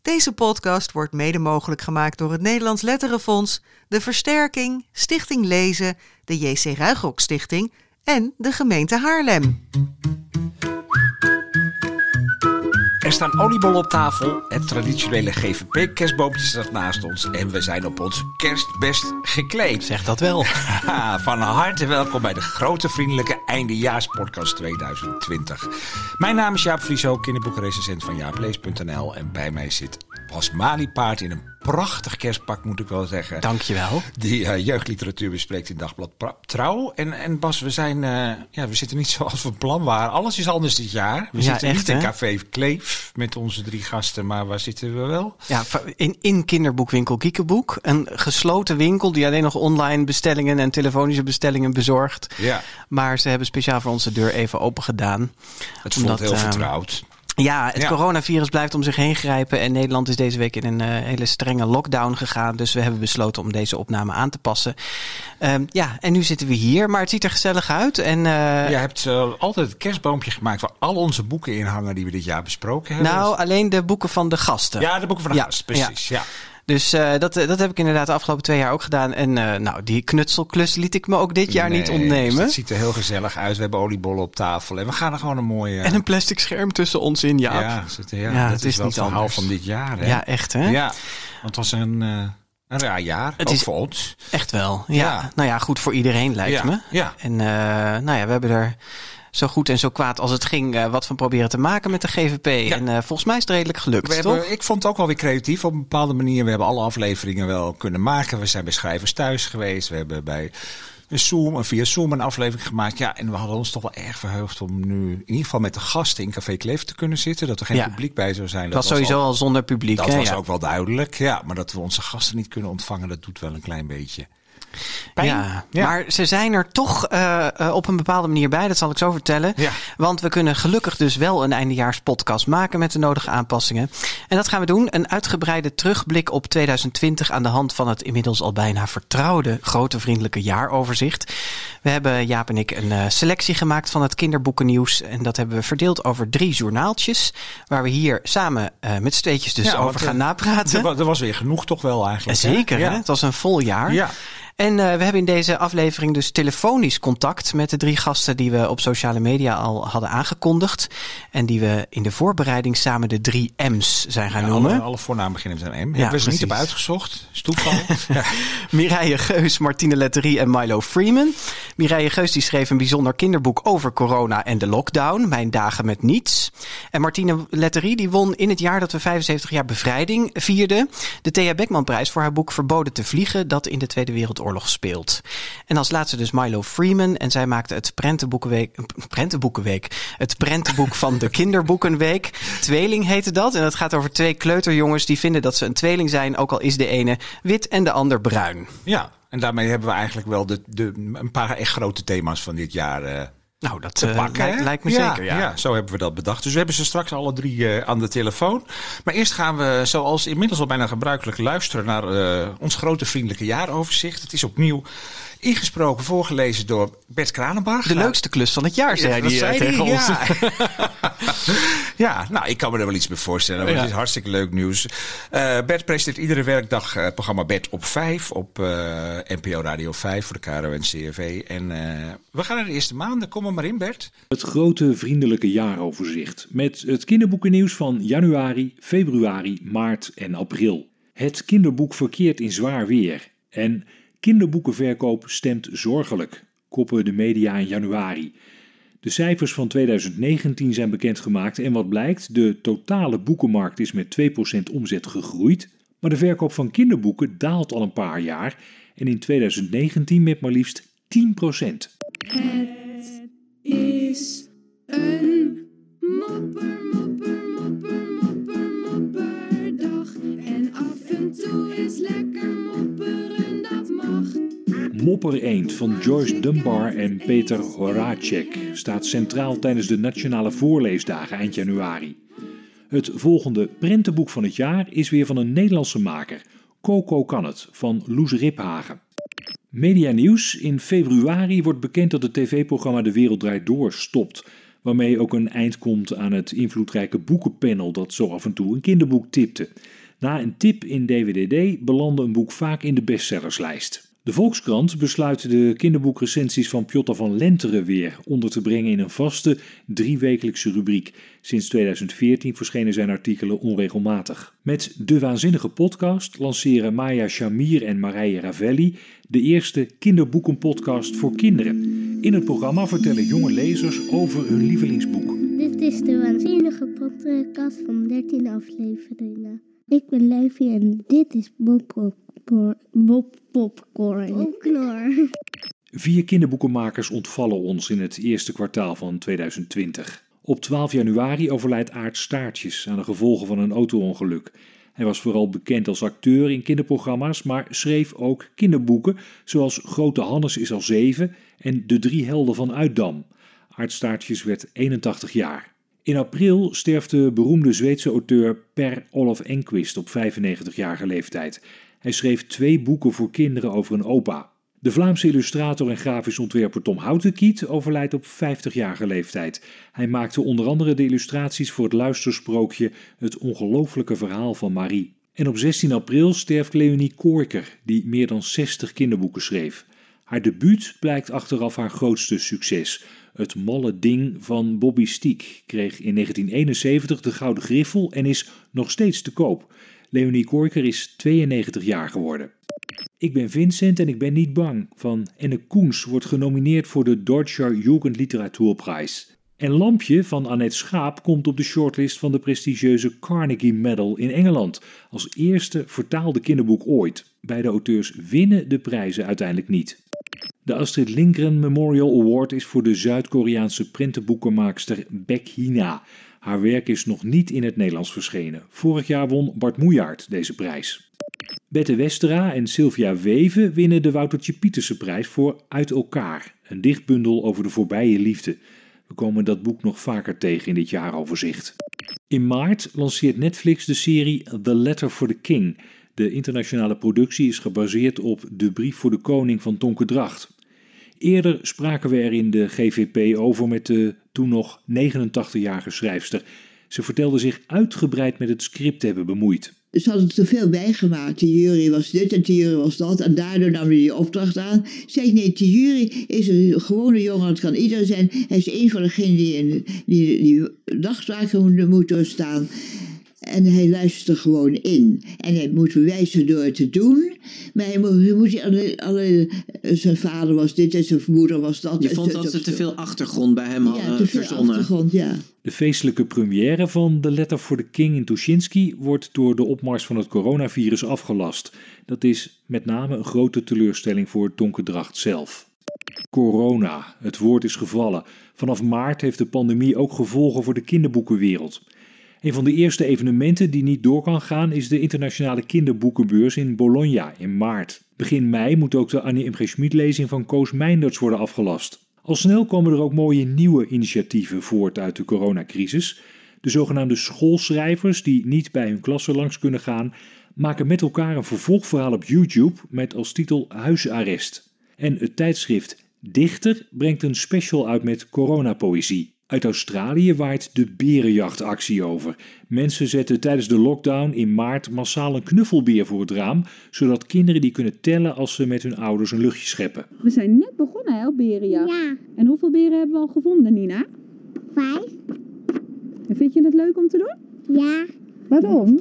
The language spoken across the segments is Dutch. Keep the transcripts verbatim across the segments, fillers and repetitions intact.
Deze podcast wordt mede mogelijk gemaakt door het Nederlands Letterenfonds, de Versterking, Stichting Lezen, de J C Ruigrok Stichting en de gemeente Haarlem. Er staan oliebollen op tafel, het traditionele G V P-kerstboompje staat naast ons en we zijn op ons kerstbest gekleed. Zeg dat wel. Van harte welkom bij de grote vriendelijke eindejaarspodcast tweeduizend twintig. Mijn naam is Jaap Vlieso, kinderboekenrecensent van jaap lees punt n l en bij mij zit Bas Maliepaard in een prachtig kerstpak, moet ik wel zeggen. Dankjewel. Die uh, jeugdliteratuur bespreekt in Dagblad Trouw. En, en Bas, we zijn, uh, ja, we zitten niet zoals we plan waren. Alles is anders dit jaar. We ja, zitten echt, niet in hè? Café Kleef met onze drie gasten, maar waar zitten we wel? Ja, in, in kinderboekwinkel Kiekeboek. Een gesloten winkel die alleen nog online bestellingen en telefonische bestellingen bezorgt. Ja. Maar ze hebben speciaal voor ons de deur even open gedaan. Het voelt omdat, heel uh, vertrouwd. Ja, het ja. coronavirus blijft om zich heen grijpen. En Nederland is deze week in een uh, hele strenge lockdown gegaan. Dus we hebben besloten om deze opname aan te passen. Um, ja, en nu zitten we hier. Maar het ziet er gezellig uit. En, uh, Jij hebt uh, altijd het kerstboompje gemaakt waar al onze boeken in hangen die we dit jaar besproken hebben. Nou, alleen de boeken van de gasten. Ja, de boeken van de ja, gasten, precies. Ja. ja. Dus uh, dat, dat heb ik inderdaad de afgelopen twee jaar ook gedaan. En uh, nou, die knutselklus liet ik me ook dit jaar nee, niet ontnemen. Het ziet er heel gezellig uit. We hebben oliebollen op tafel. En we gaan er gewoon een mooie... En een plastic scherm tussen ons in, Jaap. Ja, zit, ja, ja dat het is, is wel niet het verhaal anders. van dit jaar. Hè? Ja, echt hè? Ja, want het was een, uh, een raar jaar. Het ook is voor ons. Echt wel. Ja. Ja. Nou ja, goed voor iedereen lijkt Ja, me. ja. En uh, nou ja, we hebben er zo goed en zo kwaad als het ging uh, wat van proberen te maken met de G V P. Ja. En uh, volgens mij is het redelijk gelukt, We toch? hebben, ik vond het ook wel weer creatief op een bepaalde manier. We hebben alle afleveringen wel kunnen maken. We zijn bij Schrijvers Thuis geweest. We hebben bij Zoom, via Zoom een aflevering gemaakt. Ja, en we hadden ons toch wel erg verheugd om nu in ieder geval met de gasten in Café Kleef te kunnen zitten. Dat er geen Ja. publiek bij zou zijn. Dat Dat was sowieso al, al zonder publiek. Dat hè? was ja. ook wel duidelijk. Ja, maar dat we onze gasten niet kunnen ontvangen, dat doet wel een klein beetje pijn. Ja, Ja. maar ze zijn er toch uh, uh, op een bepaalde manier bij. Dat zal ik zo vertellen. Ja. Want we kunnen gelukkig dus wel een eindejaarspodcast maken met de nodige aanpassingen. En dat gaan we doen. Een uitgebreide terugblik op tweeduizend twintig aan de hand van het inmiddels al bijna vertrouwde grote vriendelijke jaaroverzicht. We hebben, Jaap en ik, een uh, selectie gemaakt van het kinderboekennieuws. En dat hebben we verdeeld over drie journaaltjes. Waar we hier samen uh, met z'n tweetjes dus Ja, over want, gaan uh, napraten. Er, er was weer genoeg toch wel eigenlijk. Zeker, hè? hè? Ja. Het was een vol jaar. Ja. En uh, we hebben in deze aflevering dus telefonisch contact met de drie gasten die we op sociale media al hadden aangekondigd. En die we in de voorbereiding samen de drie M's zijn gaan Ja, noemen. alle, alle voornamen beginnen met een M. Ja, Hebben we ze niet precies. op uitgezocht. Is toeval. Ja. Mireille Geus, Martine Letterie en Milo Freeman. Mireille Geus die schreef een bijzonder kinderboek over corona en de lockdown. Mijn dagen met niets. En Martine Letterie die won in het jaar dat we vijfenzeventig jaar bevrijding vierden de Thea Beckmanprijs voor haar boek Verboden te vliegen, dat in de Tweede Wereldoorlog speelt. En als laatste dus Milo Freeman. En zij maakte het Prentenboekenweek, Prentenboekenweek, het prentenboek van de Kinderboekenweek. Tweeling heette dat. En dat gaat over twee kleuterjongens die vinden dat ze een tweeling zijn, ook al is de ene wit en de ander bruin. Ja, en daarmee hebben we eigenlijk wel de, de, een paar echt grote thema's van dit jaar uh, Nou, dat te uh, pakken. lijkt, lijkt me ja, zeker, ja. ja, zo hebben we dat bedacht. Dus we hebben ze straks alle drie uh, aan de telefoon. Maar eerst gaan we, zoals inmiddels al bijna gebruikelijk, luisteren naar uh, ons grote vriendelijke jaaroverzicht. Het is opnieuw ingesproken, voorgelezen door Bert Kranenbart. De leukste klus van het jaar, zei ja, hij zei tegen die? ons. Ja. Ja, nou, ik kan me er wel iets bij voorstellen. Want Ja. Het is hartstikke leuk nieuws. Uh, Bert presenteert iedere werkdag het uh, programma Bert op vijf. Op uh, N P O Radio vijf voor de K R O en C R V. En uh, we gaan naar de eerste maanden. Kom er maar in, Bert. Het grote vriendelijke jaaroverzicht. Met het kinderboekennieuws van januari, februari, maart en april. Het kinderboek verkeert in zwaar weer. En kinderboekenverkoop stemt zorgelijk, koppen de media in januari. De cijfers van tweeduizend negentien zijn bekendgemaakt en wat blijkt, de totale boekenmarkt is met twee procent omzet gegroeid, maar de verkoop van kinderboeken daalt al een paar jaar en in tweeduizend negentien met maar liefst tien procent. Het is een mopper, mopper, mopper, mopper, mopperdag en af en toe is lekker mopperen, dat mag. Mopper Eend van Joyce Dunbar en Peter Horacek staat centraal tijdens de Nationale Voorleesdagen eind januari. Het volgende prentenboek van het jaar is weer van een Nederlandse maker, Coco kan het, van Loes Riphagen. Media nieuws. In februari wordt bekend dat het tv-programma De Wereld Draait Door stopt. waarmee ook een eind komt aan het invloedrijke boekenpanel dat zo af en toe een kinderboek tipte. Na een tip in D W D D belandde een boek vaak in de bestsellerslijst. De Volkskrant besluit de kinderboekrecensies van Pjotta van Lenteren weer onder te brengen in een vaste driewekelijkse rubriek. Sinds tweeduizend veertien verschenen zijn artikelen onregelmatig. Met De Waanzinnige Podcast lanceren Maya Shamir en Marije Ravelli de eerste kinderboekenpodcast voor kinderen. In het programma vertellen jonge lezers over hun lievelingsboek. Dit is de Waanzinnige Podcast van dertien afleveringen. Ik ben Levi en dit is Bob Bob Popcorn. Popcorn. Vier kinderboekenmakers ontvallen ons in het eerste kwartaal van tweeduizend twintig. Op twaalf januari overlijdt Aart Staartjes aan de gevolgen van een auto-ongeluk. Hij was vooral bekend als acteur in kinderprogramma's, maar schreef ook kinderboeken zoals Grote Hannes is al zeven en De Drie Helden van Uitdam. Aart Staartjes werd eenentachtig jaar. In april sterft de beroemde Zweedse auteur Per Olof Enquist op vijfennegentigjarige leeftijd. Hij schreef twee boeken voor kinderen over een opa. De Vlaamse illustrator en grafisch ontwerper Tom Houtenkiet overlijdt op vijftigjarige leeftijd. Hij maakte onder andere de illustraties voor het luistersprookje Het ongelooflijke verhaal van Marie. En op zestien april sterft Leonie Koorker, die meer dan zestig kinderboeken schreef. Haar debuut blijkt achteraf haar grootste succes. Het malle ding van Bobby Stiek kreeg in negentien eenenzeventig de Gouden Griffel en is nog steeds te koop. Leonie Koorker is tweeënnegentig jaar geworden. Ik ben Vincent en ik ben niet bang van Enne Koens wordt genomineerd voor de Deutscher Jugendliteraturpreis. En Lampje van Annette Schaap komt op de shortlist van de prestigieuze Carnegie Medal in Engeland. Als eerste vertaalde kinderboek ooit. Beide auteurs winnen de prijzen uiteindelijk niet. De Astrid Lindgren Memorial Award is voor de Zuid-Koreaanse prentenboekenmaakster Baek Hina. Haar werk is nog niet in het Nederlands verschenen. Vorig jaar won Bart Moejaert deze prijs. Bette Westera en Sylvia Weven winnen de Woutertje Pieterse prijs voor Uit elkaar, een dichtbundel over de voorbije liefde. We komen dat boek nog vaker tegen in dit jaaroverzicht. In maart lanceert Netflix de serie The Letter for the King. De internationale productie is gebaseerd op De Brief voor de Koning van Tonke Dracht. Eerder spraken we er in de G V P over met de toen nog negenentachtigjarige schrijfster. Ze vertelde zich uitgebreid met het script te hebben bemoeid. Ze hadden er veel bijgemaakt. De jury was dit en de jury was dat. En daardoor nam hij die opdracht aan. Zeg nee, de jury is een gewone jongen. Het kan iedereen zijn. Hij is een van degenen die in die, die dagtaken moet doorstaan. En hij luistert er gewoon in. En hij moet bewijzen door het te doen. Maar hij moet, hij moet alle, alle, zijn vader was dit en zijn moeder was dat. Je vond dat ze te veel achtergrond bij hem hadden ja, te veel verzonnen. Achtergrond, ja. De feestelijke première van The Letter for the King in Tuschinski wordt door de opmars van het coronavirus afgelast. Dat is met name een grote teleurstelling voor Tonke Dracht zelf. Corona, het woord is gevallen. Vanaf maart heeft de pandemie ook gevolgen voor de kinderboekenwereld. Een van de eerste evenementen die niet door kan gaan is de internationale kinderboekenbeurs in Bologna in maart. Begin mei moet ook de Annie M G Schmid-lezing van Koos Meinderts worden afgelast. Al snel komen er ook mooie nieuwe initiatieven voort uit de coronacrisis. De zogenaamde schoolschrijvers die niet bij hun klasse langs kunnen gaan, maken met elkaar een vervolgverhaal op YouTube met als titel Huisarrest. En het tijdschrift Dichter brengt een special uit met coronapoëzie. Uit Australië waait de berenjachtactie over. Mensen zetten tijdens de lockdown in maart massaal een knuffelbeer voor het raam, zodat kinderen die kunnen tellen als ze met hun ouders een luchtje scheppen. We zijn net begonnen hè, op berenjacht. Ja. En hoeveel beren hebben we al gevonden, Nina? Vijf. En vind je het leuk om te doen? Ja. Waarom?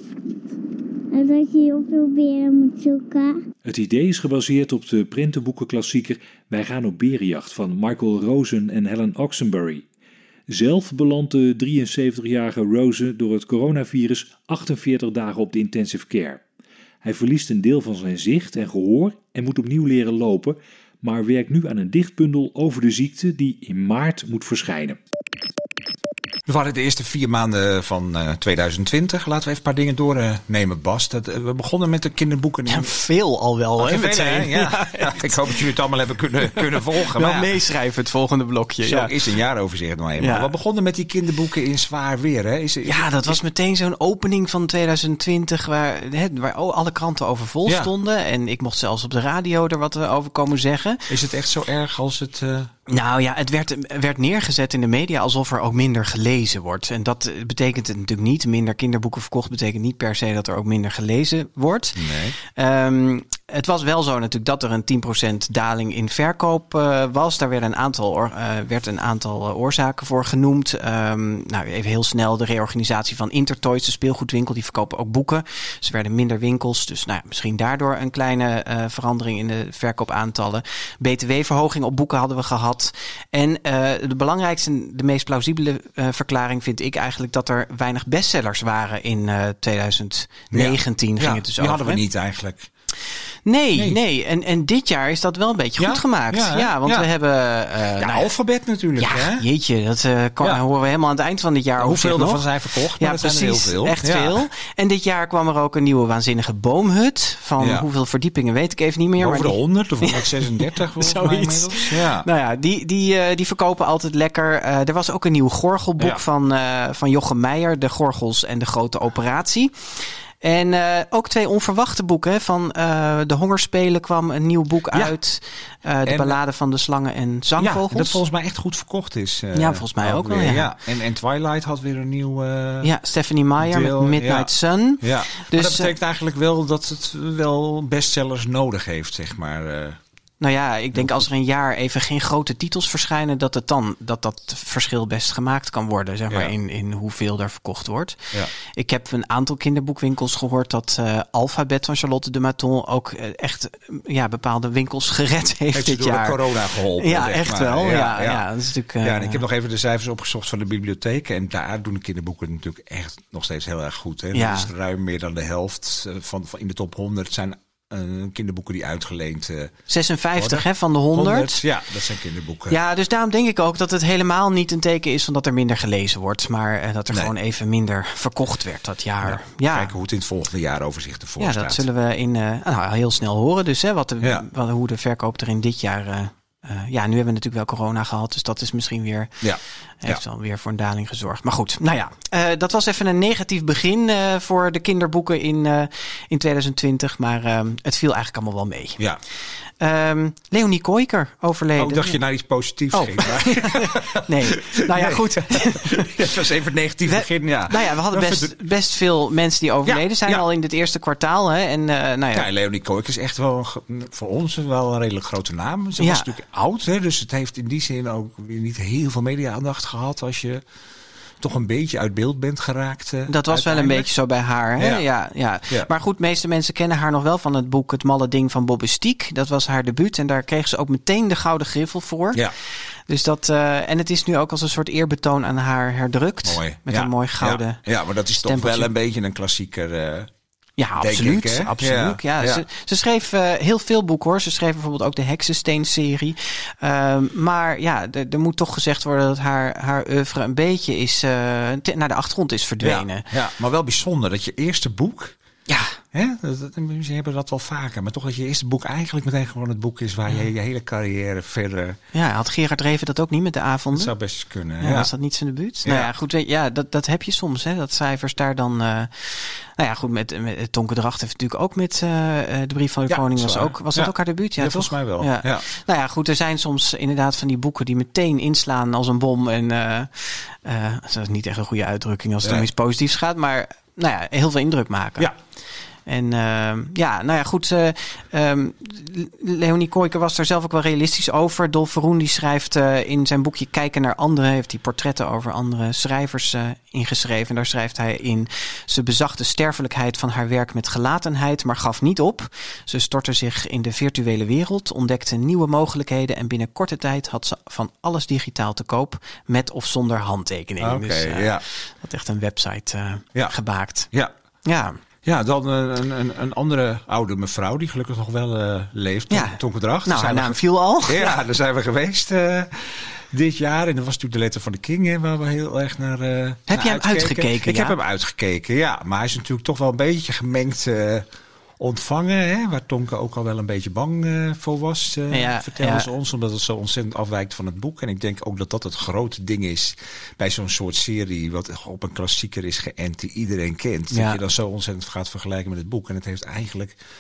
En dat je heel veel beren moet zoeken. Het idee is gebaseerd op de prentenboekenklassieker Wij gaan op berenjacht van Michael Rosen en Helen Oxenbury. Zelf belandt de drieënzeventigjarige Rosen door het coronavirus achtenveertig dagen op de intensive care. Hij verliest een deel van zijn zicht en gehoor en moet opnieuw leren lopen, maar werkt nu aan een dichtbundel over de ziekte die in maart moet verschijnen. We waren de eerste vier maanden van uh, tweeduizend twintig. Laten we even een paar dingen doornemen, Bas. Dat, uh, we begonnen met de kinderboeken. Ja, veel al wel, oh, hè, veel, meteen. hè? Ja. Ja, ik hoop dat jullie het allemaal hebben kunnen, kunnen volgen. Wel maar ja, meeschrijven het volgende blokje. zo Ja. is een jaaroverzicht nou eenmaal. Ja. We begonnen met die kinderboeken in zwaar weer. Hè? Is, is, Ja, dat was meteen zo'n opening van tweeduizend twintig waar, hè, waar alle kranten over vol Ja. stonden. En ik mocht zelfs op de radio er wat over komen zeggen. Is het echt zo erg als het uh, Nou ja, het werd, werd neergezet in de media alsof er ook minder gelezen wordt. En dat betekent het natuurlijk niet. Minder kinderboeken verkocht betekent niet per se dat er ook minder gelezen wordt. Nee. Um, het was wel zo natuurlijk dat er een tien procent daling in verkoop uh, was. Daar werd een aantal, uh, werd een aantal uh, oorzaken voor genoemd. Um, nou, even heel snel de reorganisatie van Intertoys, de speelgoedwinkel. Die verkopen ook boeken. Dus er werden minder winkels. Dus nou, misschien daardoor een kleine uh, verandering in de verkoopaantallen. B T W-verhoging op boeken hadden we gehad. En uh, de belangrijkste en de meest plausibele uh, verklaring vind ik eigenlijk dat er weinig bestsellers waren in uh, twintig negentien. Ja, ging ja, het dus die over, hadden we hè? niet eigenlijk. Nee, nee. Nee. En, en dit jaar is dat wel een beetje Ja? goed gemaakt. Ja, Ja, hè? want Ja. we hebben... Uh, Ja, nou, alfabet natuurlijk. ja, hè? jeetje, dat uh, kan, Ja. horen we helemaal aan het eind van dit jaar. Hoeveel over zich ervan nog. zijn verkocht? Ja, Maar dat precies. zijn er heel veel. Echt Ja. veel. En dit jaar kwam er ook een nieuwe waanzinnige boomhut. Van Ja. hoeveel verdiepingen weet ik even niet meer. Boven maar de die, honderd of honderdzesendertig volgens mij Zoiets. inmiddels. Ja. Nou ja, die, die, uh, die verkopen altijd lekker. Uh, er was ook een nieuw gorgelboek Ja. van, uh, van Jochem Meijer. De Gorgels en de Grote Operatie. En uh, ook twee onverwachte boeken. Hè. Van uh, De Hongerspelen kwam een nieuw boek Ja. uit. Uh, de En, Ballade van de Slangen en Ja, Zangvogels. dat volgens mij echt goed verkocht is. uh, Ja, volgens mij ook wel, weer. ja. En, en Twilight had weer een nieuw... uh, Ja, Stephanie Meyer deel, met Midnight ja. Sun. Ja, Dus, maar dat betekent eigenlijk wel dat het wel bestsellers nodig heeft, zeg maar. Uh, Nou ja, ik denk als er een jaar even geen grote titels verschijnen, dat het dan dat dat verschil best gemaakt kan worden, zeg maar, Ja. in, in hoeveel er verkocht wordt. ja. Ik heb een aantal kinderboekwinkels gehoord dat uh, Alphabet van Charlotte de Maton ook uh, echt uh, ja, bepaalde winkels gered heeft, Heeft ze dit door jaar. de corona geholpen. Ja, zeg echt maar. wel. Ja, ja. ja. ja, dat is natuurlijk. Uh, Ja, en ik heb nog even de cijfers opgezocht van de bibliotheken. En daar doen de kinderboeken natuurlijk echt nog steeds heel erg goed. Hè? Ja. Dat is ruim meer dan de helft van, van in de top honderd zijn uh, kinderboeken die uitgeleend uh, zesenvijftig worden. hè, van de honderd. honderd, ja, dat zijn kinderboeken. Ja, dus daarom denk ik ook dat het helemaal niet een teken is van dat er minder gelezen wordt. Maar uh, dat er Nee. gewoon even minder verkocht werd dat jaar. Ja. Ja. Kijken hoe het in het volgende jaaroverzicht ervoor Ja, staat. dat zullen we in, uh, nou, heel snel horen. Dus hè, wat de, Ja. wat, hoe de verkoop er in dit jaar... Uh, uh, ja, nu hebben we natuurlijk wel corona gehad. Dus dat is misschien weer... Ja. Heeft Ja. wel weer voor een daling gezorgd. Maar goed, nou ja. Uh, dat was even een negatief begin uh, voor de kinderboeken in, uh, in twintig twintig. Maar uh, het viel eigenlijk allemaal wel mee. Ja. Um, Leonie Koijker overleden. Oh, dacht je naar iets positiefs Oh. ging. Maar... Nee, nou ja, Nee. goed. Het was even het negatief We- begin, ja. Nou ja, we hadden Dat best, vind best veel mensen die overleden Ja, zijn ja. al in dit eerste kwartaal. Hè? En uh, nou ja, Ja, Leonie Koijker is echt wel een- voor ons wel een redelijk grote naam. Ze Ja. was natuurlijk oud, hè, dus het heeft in die zin ook weer niet heel veel media-aandacht gehad als je toch een beetje uit beeld bent geraakt. uh, dat was wel een uiteindelijk. beetje zo bij haar. Hè? Ja. Ja. Ja, Ja. Maar goed, de meeste mensen kennen haar nog wel van het boek Het Malle Ding van Bob Stiek. Dat was haar debuut en daar kreeg ze ook meteen de Gouden Griffel voor. Ja, Dus dat, uh, en het is nu ook als een soort eerbetoon aan haar herdrukt. mooi. Met Ja. een mooi gouden... Ja, ja, maar dat is toch stempeltje. wel een beetje een klassieker. uh, Ja, Denk absoluut. ik, hè? absoluut. Ja. Ja, ja. Ze, ze schreef uh, heel veel boeken hoor. Ze schreef bijvoorbeeld ook de Heksensteen-serie. Um, maar ja, er, er moet toch gezegd worden dat haar, haar oeuvre een beetje is, uh, te, naar de achtergrond is verdwenen. ja, ja, maar wel bijzonder dat je eerste boek... Ja, Hè? Dat, dat, ze hebben dat wel vaker. Maar toch dat je eerste boek eigenlijk meteen gewoon het boek is waar je je hele carrière verder... ja, had Gerard Reven dat ook niet met de Dat avonden? zou best eens kunnen. Ja, Ja. was dat niet zijn debuut? Ja. Nou ja, goed, weet je, ja, dat, dat heb je soms, hè, dat cijfers daar dan... Uh, nou ja, goed, met, met Tonke Dracht heeft natuurlijk ook met uh, De Brief van de Ja, Koning dat is was waar. ook, was dat Ja. ook haar debuut? Ja, Ja, toch? volgens mij wel. Ja. Ja. Nou ja, goed, er zijn soms inderdaad van die boeken die meteen inslaan als een bom. En uh, uh, dat is niet echt een goede uitdrukking als het Nee. om iets positiefs gaat, maar nou ja, heel veel indruk maken. Ja. En uh, ja, nou ja, goed. Uh, um, Leonie Koijker was daar zelf ook wel realistisch over. Dolf Verroen die schrijft uh, in zijn boekje Kijken naar anderen, heeft hij portretten over andere schrijvers uh, ingeschreven. En daar schrijft hij in: ze bezag de sterfelijkheid van haar werk met gelatenheid, maar gaf niet op. Ze stortte zich in de virtuele wereld, ontdekte nieuwe mogelijkheden en binnen korte tijd had ze van alles digitaal te koop, met of zonder handtekening. Oké, dus uh, ja. had echt een website uh, Ja. gemaakt. Ja. Ja. Ja, dan een, een, een andere oude mevrouw die gelukkig nog wel uh, leeft. Ja. Tonke Dracht. Nou, Daar haar zijn naam we viel al. ge- Ja, daar zijn we geweest uh, dit jaar. En dat was natuurlijk de Letter van de King, hè, waar we heel erg naar uh, Heb naar je hem uitgekeken, Ik ja? heb hem uitgekeken, ja. Maar hij is natuurlijk toch wel een beetje gemengd uh, ontvangen. Hè, waar Tonke ook al wel een beetje bang uh, voor was, uh, Ja, vertelde ja. ze ons. Omdat het zo ontzettend afwijkt van het boek. En ik denk ook dat dat het grote ding is bij zo'n soort serie, wat op een klassieker is geënt die iedereen kent. Ja. Dat je dan zo ontzettend gaat vergelijken met het boek. En het heeft eigenlijk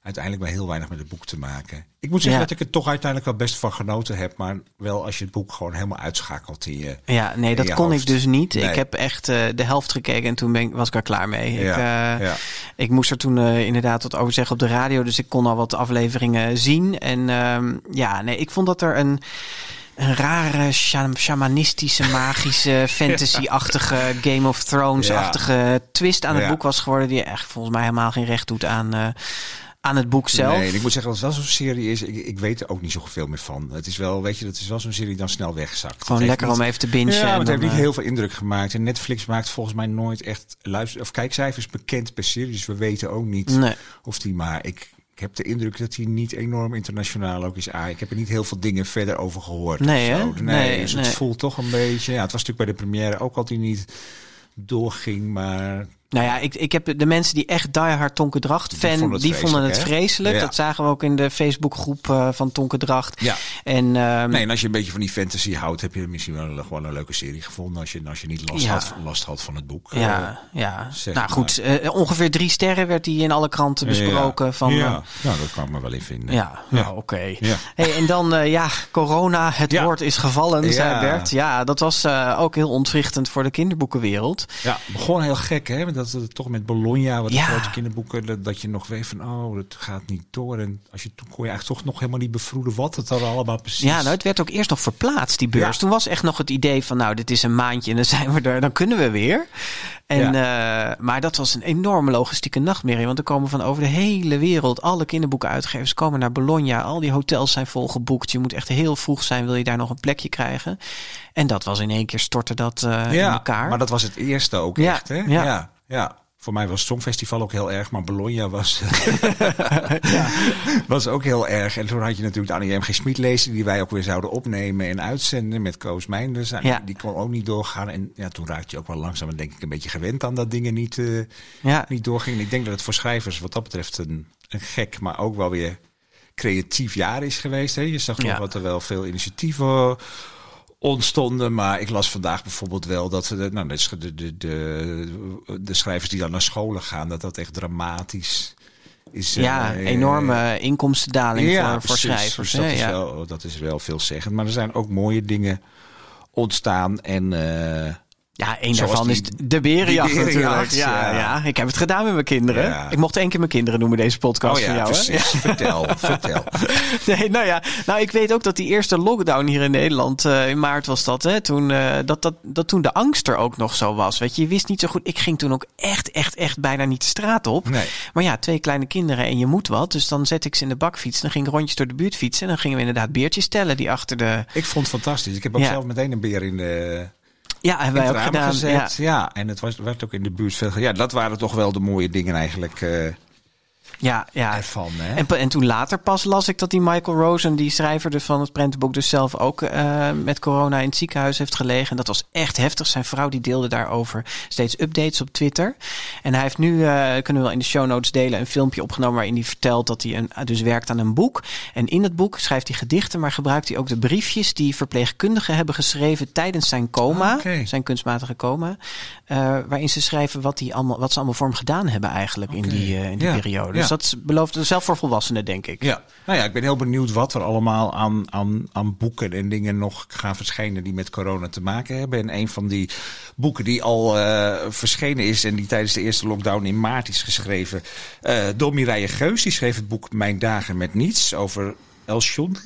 uiteindelijk wel heel weinig met het boek te maken. Ik moet zeggen Ja. dat ik er toch uiteindelijk wel best van genoten heb. Maar wel als je het boek gewoon helemaal uitschakelt in je Ja, nee, dat je kon hoofd. ik dus niet. Nee. Ik heb echt uh, de helft gekeken en toen ben ik, was ik er klaar mee. Ja, ik, uh, ja. ik moest er toen uh, inderdaad wat over zeggen op de radio. Dus ik kon al wat afleveringen zien. En uh, ja, nee, ik vond dat er een... Een rare, sham- shamanistische, magische, fantasy-achtige, Game of Thrones-achtige ja. twist aan het ja. boek was geworden. Die echt volgens mij helemaal geen recht doet aan, uh, aan het boek zelf. Nee, en ik moet zeggen, als het wel zo'n serie is, ik, ik weet er ook niet zoveel meer van. Het is wel, weet je, dat is wel zo'n serie die dan snel wegzakt. Gewoon lekker niet, om even te bingen. Ja, maar het dan, heeft niet uh, heel veel indruk gemaakt. En Netflix maakt volgens mij nooit echt luister- of kijkcijfers bekend per serie. Dus we weten ook niet nee. of die maar... Ik, Ik heb de indruk dat hij niet enorm internationaal ook is. Ah, ik heb er niet heel veel dingen verder over gehoord. Nee, hè? Nee, nee, dus nee. het voelt toch een beetje... Ja, het was natuurlijk bij de première ook al die niet doorging, maar... Nou ja, ik, ik heb de mensen die echt diehard Tonke Dracht fan, die vonden het die vreselijk. Vonden het vreselijk. Ja. Dat zagen we ook in de Facebookgroep uh, van Tonke Dracht. Ja. En, um, nee, en als je een beetje van die fantasy houdt, heb je misschien wel een, gewoon een leuke serie gevonden. Als je, als je niet last, ja. had, last had van het boek. Ja, uh, ja. Zeg nou maar. goed, uh, ongeveer drie sterren werd die in alle kranten besproken. Ja, van, ja. Uh, nou, dat kan ik me wel in vinden. Ja, ja. nou oké. Okay. Ja. Hey, en dan, uh, ja, corona, het ja. woord is gevallen, ja. zei Bert. Ja, dat was uh, ook heel ontwrichtend voor de kinderboekenwereld. Ja, begon heel gek, hè? Dat het toch met Bologna, wat ja. de grote kinderboeken, dat, dat je nog weet van, oh, dat gaat niet door. En als je toen kon je eigenlijk toch nog helemaal niet bevroeden wat het dan allemaal precies. Ja, nou, het werd ook eerst nog verplaatst, die beurs. Ja. Toen was echt nog het idee van, nou, dit is een maandje en dan zijn we er, dan kunnen we weer. En, ja. uh, maar dat was een enorme logistieke nachtmerrie. Want er komen van over de hele wereld, alle kinderboekenuitgevers komen naar Bologna. Al die hotels zijn volgeboekt. Je moet echt heel vroeg zijn, wil je daar nog een plekje krijgen. En dat was in één keer stortte dat uh, ja, in elkaar. Maar dat was het eerste ook ja, echt, hè? Ja, ja. ja. Voor mij was het Songfestival ook heel erg, maar Bologna was, ja, was ook heel erg. En toen had je natuurlijk de Annie M G. Schmid lezen, die wij ook weer zouden opnemen en uitzenden met Koos Meinders. Ja. Die kon ook niet doorgaan. En ja, toen raakte je ook wel langzaam, denk ik, een beetje gewend aan dat dingen niet, uh, ja. niet doorgingen. Ik denk dat het voor schrijvers wat dat betreft een, een gek, maar ook wel weer creatief jaar is geweest. Hè? Je zag toch ja. dat er wel veel initiatieven ontstonden, maar ik las vandaag bijvoorbeeld wel dat de, nou, de, de, de, de schrijvers die dan naar scholen gaan, dat dat echt dramatisch is. Ja, uh, enorme inkomstendaling ja, voor, voor schrijvers. Dus hè? dat, is ja. wel, dat is wel veelzeggend. Maar er zijn ook mooie dingen ontstaan en uh, ja, één daarvan die, is de berenjacht natuurlijk. Ja, ja. ja, ik heb het gedaan met mijn kinderen. Ja. Ik mocht één keer mijn kinderen noemen deze podcast oh, ja, van jou. Precies. Hè? Vertel, vertel. Nee, nou ja, nou ik weet ook dat die eerste lockdown hier in Nederland, uh, in maart was dat, hè, toen, uh, dat, dat, dat toen de angst er ook nog zo was. Weet je, je wist niet zo goed. Ik ging toen ook echt, echt, echt bijna niet de straat op. Nee. Maar ja, twee kleine kinderen en je moet wat. Dus dan zet ik ze in de bakfiets. Dan ging ik rondjes door de buurt fietsen. En dan gingen we inderdaad beertjes tellen die achter de... Ik vond het fantastisch. Ik heb ook ja. zelf meteen een beer in de... Ja, hebben wij ook gedaan. Gezet. Ja. ja, en het was, werd ook in de buurt veel. Ja, dat waren toch wel de mooie dingen eigenlijk. Uh, ja, ja. Ervan, hè? En, en toen later pas las ik dat die Michael Rosen, die schrijver van het prentenboek, dus zelf ook uh, met corona in het ziekenhuis heeft gelegen. En dat was echt heftig. Zijn vrouw die deelde daarover steeds updates op Twitter. En hij heeft nu, uh, kunnen we wel in de show notes delen, een filmpje opgenomen waarin hij vertelt dat hij een, dus werkt aan een boek. En in het boek schrijft hij gedichten, maar gebruikt hij ook de briefjes die verpleegkundigen hebben geschreven tijdens zijn coma, okay. zijn kunstmatige coma, uh, waarin ze schrijven wat, die allemaal, wat ze allemaal voor hem gedaan hebben eigenlijk okay. in die, uh, in die ja. periode. Dus ja. dat belooft zelf voor volwassenen, denk ik. Ja, nou ja, ik ben heel benieuwd wat er allemaal aan, aan, aan boeken en dingen nog gaan verschijnen die met corona te maken hebben. En een van die boeken die al uh, verschenen is en die tijdens de eerste lockdown in maart is geschreven uh, door Mireille Geus. Die schreef het boek Mijn Dagen met Niets over El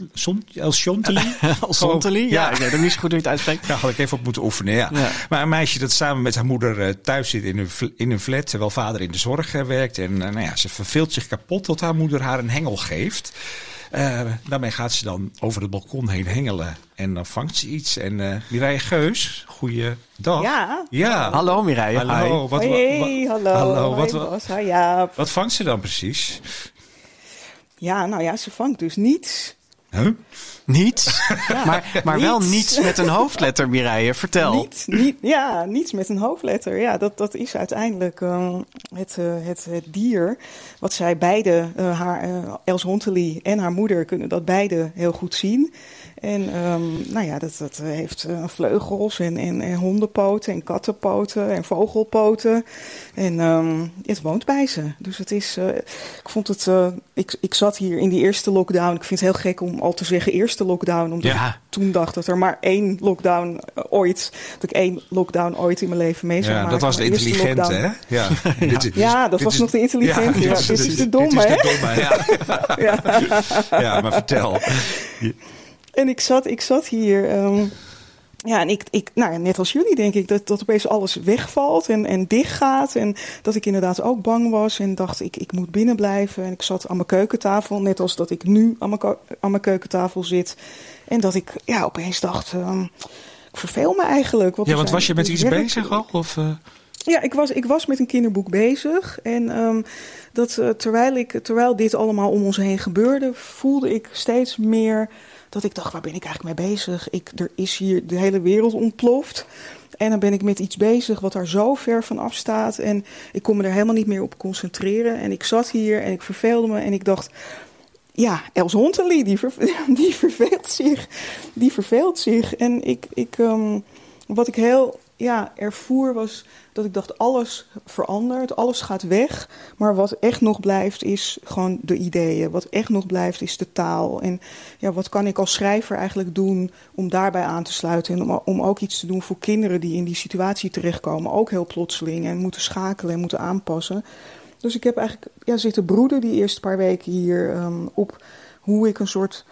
Chontely? El Chontely? Ja, ik weet ook niet zo goed hoe je het uitspreekt. Daar had ik even op moeten oefenen, ja. ja. Maar een meisje dat samen met haar moeder uh, thuis zit in een, in een flat, terwijl vader in de zorg uh, werkt. En uh, nou ja, ze verveelt zich kapot tot haar moeder haar een hengel geeft. Uh, daarmee gaat ze dan over het balkon heen hengelen. En dan vangt ze iets. En uh, Mireille Geus, goeiedag. Ja. ja. Hallo Mireille. Hallo. Wat, hey, wat, hallo. hallo. Wat, wat, wat, wat, wat vangt ze dan precies? Ja, nou ja, ze vangt dus niets. Huh? Niets? Ja, maar maar wel niets. niets met een hoofdletter, Mireille. Vertel. Niet, niet, ja, niets met een hoofdletter. Ja, dat, dat is uiteindelijk uh, het, uh, het, het dier. Wat zij beide, uh, haar, uh, Els Hontely en haar moeder, kunnen dat beide heel goed zien. En um, nou ja, dat, dat heeft uh, vleugels en, en, en hondenpoten en kattenpoten en vogelpoten. En um, het woont bij ze. Dus het is, uh, ik vond het, uh, ik, ik zat hier in die eerste lockdown. Ik vind het heel gek om al te zeggen eerste lockdown. Omdat Ja. ik toen dacht dat er maar één lockdown uh, ooit, dat ik één lockdown ooit in mijn leven mee zou Ja, maken. dat was de Maar eerste intelligente, lockdown- hè? Ja, Dit is- Ja, dat dit was is- nog de intelligente. Ja, dit is de domme, dit is hè? de domme, ja. Ja. Ja, maar vertel. En ik zat, ik zat hier, um, ja, en ik, ik, nou ja, net als jullie denk ik, dat, dat opeens alles wegvalt en, en dichtgaat. En dat ik inderdaad ook bang was en dacht, ik, ik moet binnen blijven. En ik zat aan mijn keukentafel, net als dat ik nu aan mijn, ko- aan mijn keukentafel zit. En dat ik, ja, opeens dacht, um, ik verveel me eigenlijk. Want Ja, er want zijn was je met dus iets werk- bezig al? Of, uh... Ja, ik was, ik was met een kinderboek bezig. En um, dat, uh, terwijl, ik, terwijl dit allemaal om ons heen gebeurde, voelde ik steeds meer dat ik dacht, waar ben ik eigenlijk mee bezig? Ik, er is hier de hele wereld ontploft. En dan ben ik met iets bezig wat daar zo ver van af staat. En ik kon me er helemaal niet meer op concentreren. En ik zat hier en ik verveelde me. En ik dacht, ja, Els Hontely, die, verve- die verveelt zich. Die verveelt zich. En ik, ik, um, wat ik heel ja, ervoer was dat ik dacht, alles verandert, alles gaat weg. Maar wat echt nog blijft is gewoon de ideeën. Wat echt nog blijft is de taal. En ja, wat kan ik als schrijver eigenlijk doen om daarbij aan te sluiten. En om, om ook iets te doen voor kinderen die in die situatie terechtkomen. Ook heel plotseling en moeten schakelen en moeten aanpassen. Dus ik heb eigenlijk ja, zitten broeden die eerste paar weken hier um, op hoe ik een soort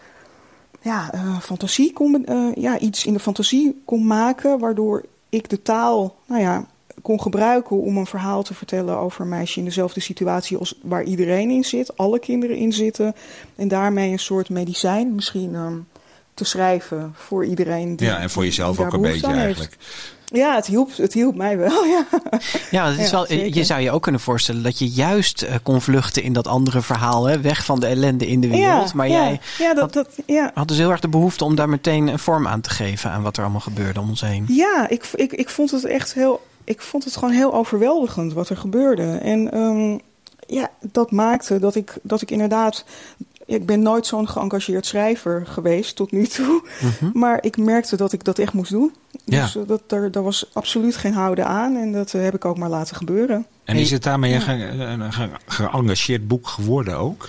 ja, uh, fantasie kon, uh, ja, iets in de fantasie kon maken, waardoor ik de taal, nou ja, kon gebruiken om een verhaal te vertellen over een meisje in dezelfde situatie als waar iedereen in zit, alle kinderen in zitten. En daarmee een soort medicijn misschien um, te schrijven voor iedereen. Die, ja, en voor jezelf die ook daar een behoefte beetje aan eigenlijk. heeft. Ja, het hielp, het hielp mij wel, ja. Ja, het is Ja, wel, zeker. je zou je ook kunnen voorstellen dat je juist uh, kon vluchten in dat andere verhaal. Hè? Weg van de ellende in de wereld. Ja, maar ja, jij ja, dat, had, dat, ja. had dus heel erg de behoefte om daar meteen een vorm aan te geven aan wat er allemaal gebeurde om ons heen. Ja, ik, ik, ik vond het echt heel. Ik vond het gewoon heel overweldigend wat er gebeurde. En um, ja, dat maakte dat ik, dat ik inderdaad. Ik ben nooit zo'n geëngageerd schrijver geweest tot nu toe. Mm-hmm. Maar ik merkte dat ik dat echt moest doen. Dus Ja. uh, dat, daar, daar was absoluut geen houden aan. En dat uh, heb ik ook maar laten gebeuren. En is het daarmee een ge- een ge- geëngageerd boek geworden ook?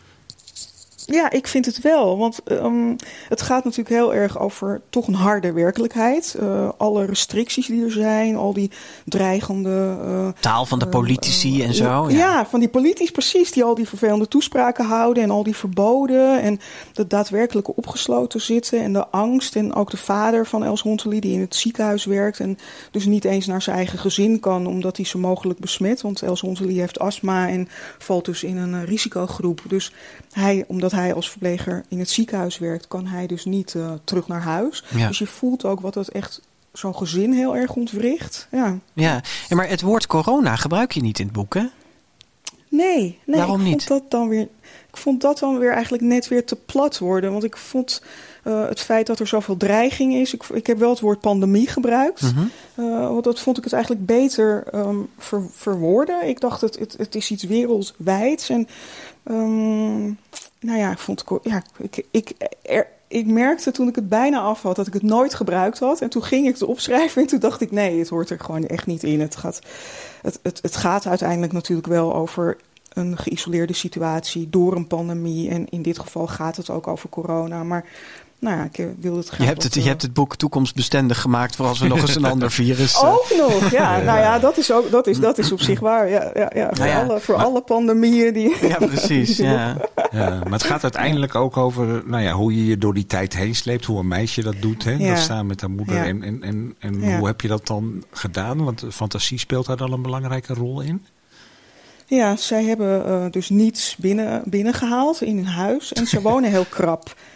Ja, ik vind het wel. Want um, het gaat natuurlijk heel erg over toch een harde werkelijkheid. Uh, alle restricties die er zijn, al die dreigende Uh, Taal van de politici uh, en zo. Ja. Ja. ja, van die politici precies, die al die vervelende toespraken houden en al die verboden. En dat daadwerkelijke opgesloten zitten en de angst. En ook de vader van Els Hontely die in het ziekenhuis werkt en dus niet eens naar zijn eigen gezin kan, omdat hij ze mogelijk besmet. Want Els Hontely heeft astma en valt dus in een uh, risicogroep. Dus hij, omdat hij als verpleger in het ziekenhuis werkt, kan hij dus niet uh, terug naar huis. Ja. Dus je voelt ook wat dat echt zo'n gezin heel erg ontwricht. Ja. Ja. Ja, maar het woord corona gebruik je niet in het boek, hè? Nee, nee. Waarom ik niet? Vond dat dan weer, ik vond dat dan weer eigenlijk net weer te plat worden. Want ik vond uh, het feit dat er zoveel dreiging is. Ik, ik heb wel het woord pandemie gebruikt. Mm-hmm. Uh, want dat vond ik het eigenlijk beter um, ver, verwoorden. Ik dacht, het, het, het is iets wereldwijds. En um, nou ja, ik vond ja, ik, ik, er, ik merkte toen ik het bijna af had dat ik het nooit gebruikt had. En toen ging ik het opschrijven en toen dacht ik, nee, het hoort er gewoon echt niet in. Het gaat, het, het, het gaat uiteindelijk natuurlijk wel over een geïsoleerde situatie door een pandemie. En in dit geval gaat het ook over corona. Maar nou ja, ik wil het graag. Je hebt het, wat, je hebt het boek toekomstbestendig gemaakt voor als we nog eens een ander virus. Uh... Ook nog, ja. Nou ja, dat is, ook, dat is, dat is op zich waar. Ja, ja, ja, voor Nou ja, alle, voor maar- alle pandemieën die. Ja, precies. Ja. Ja, maar het gaat uiteindelijk ook over nou ja, hoe je je door die tijd heen sleept. Hoe een meisje dat doet. Hè? Ja. Dat staan met haar moeder. Ja. En, en, en, en Ja. hoe heb je dat dan gedaan? Want fantasie speelt daar dan een belangrijke rol in. Ja, zij hebben uh, dus niets binnen, binnengehaald in hun huis. En ze wonen heel krap.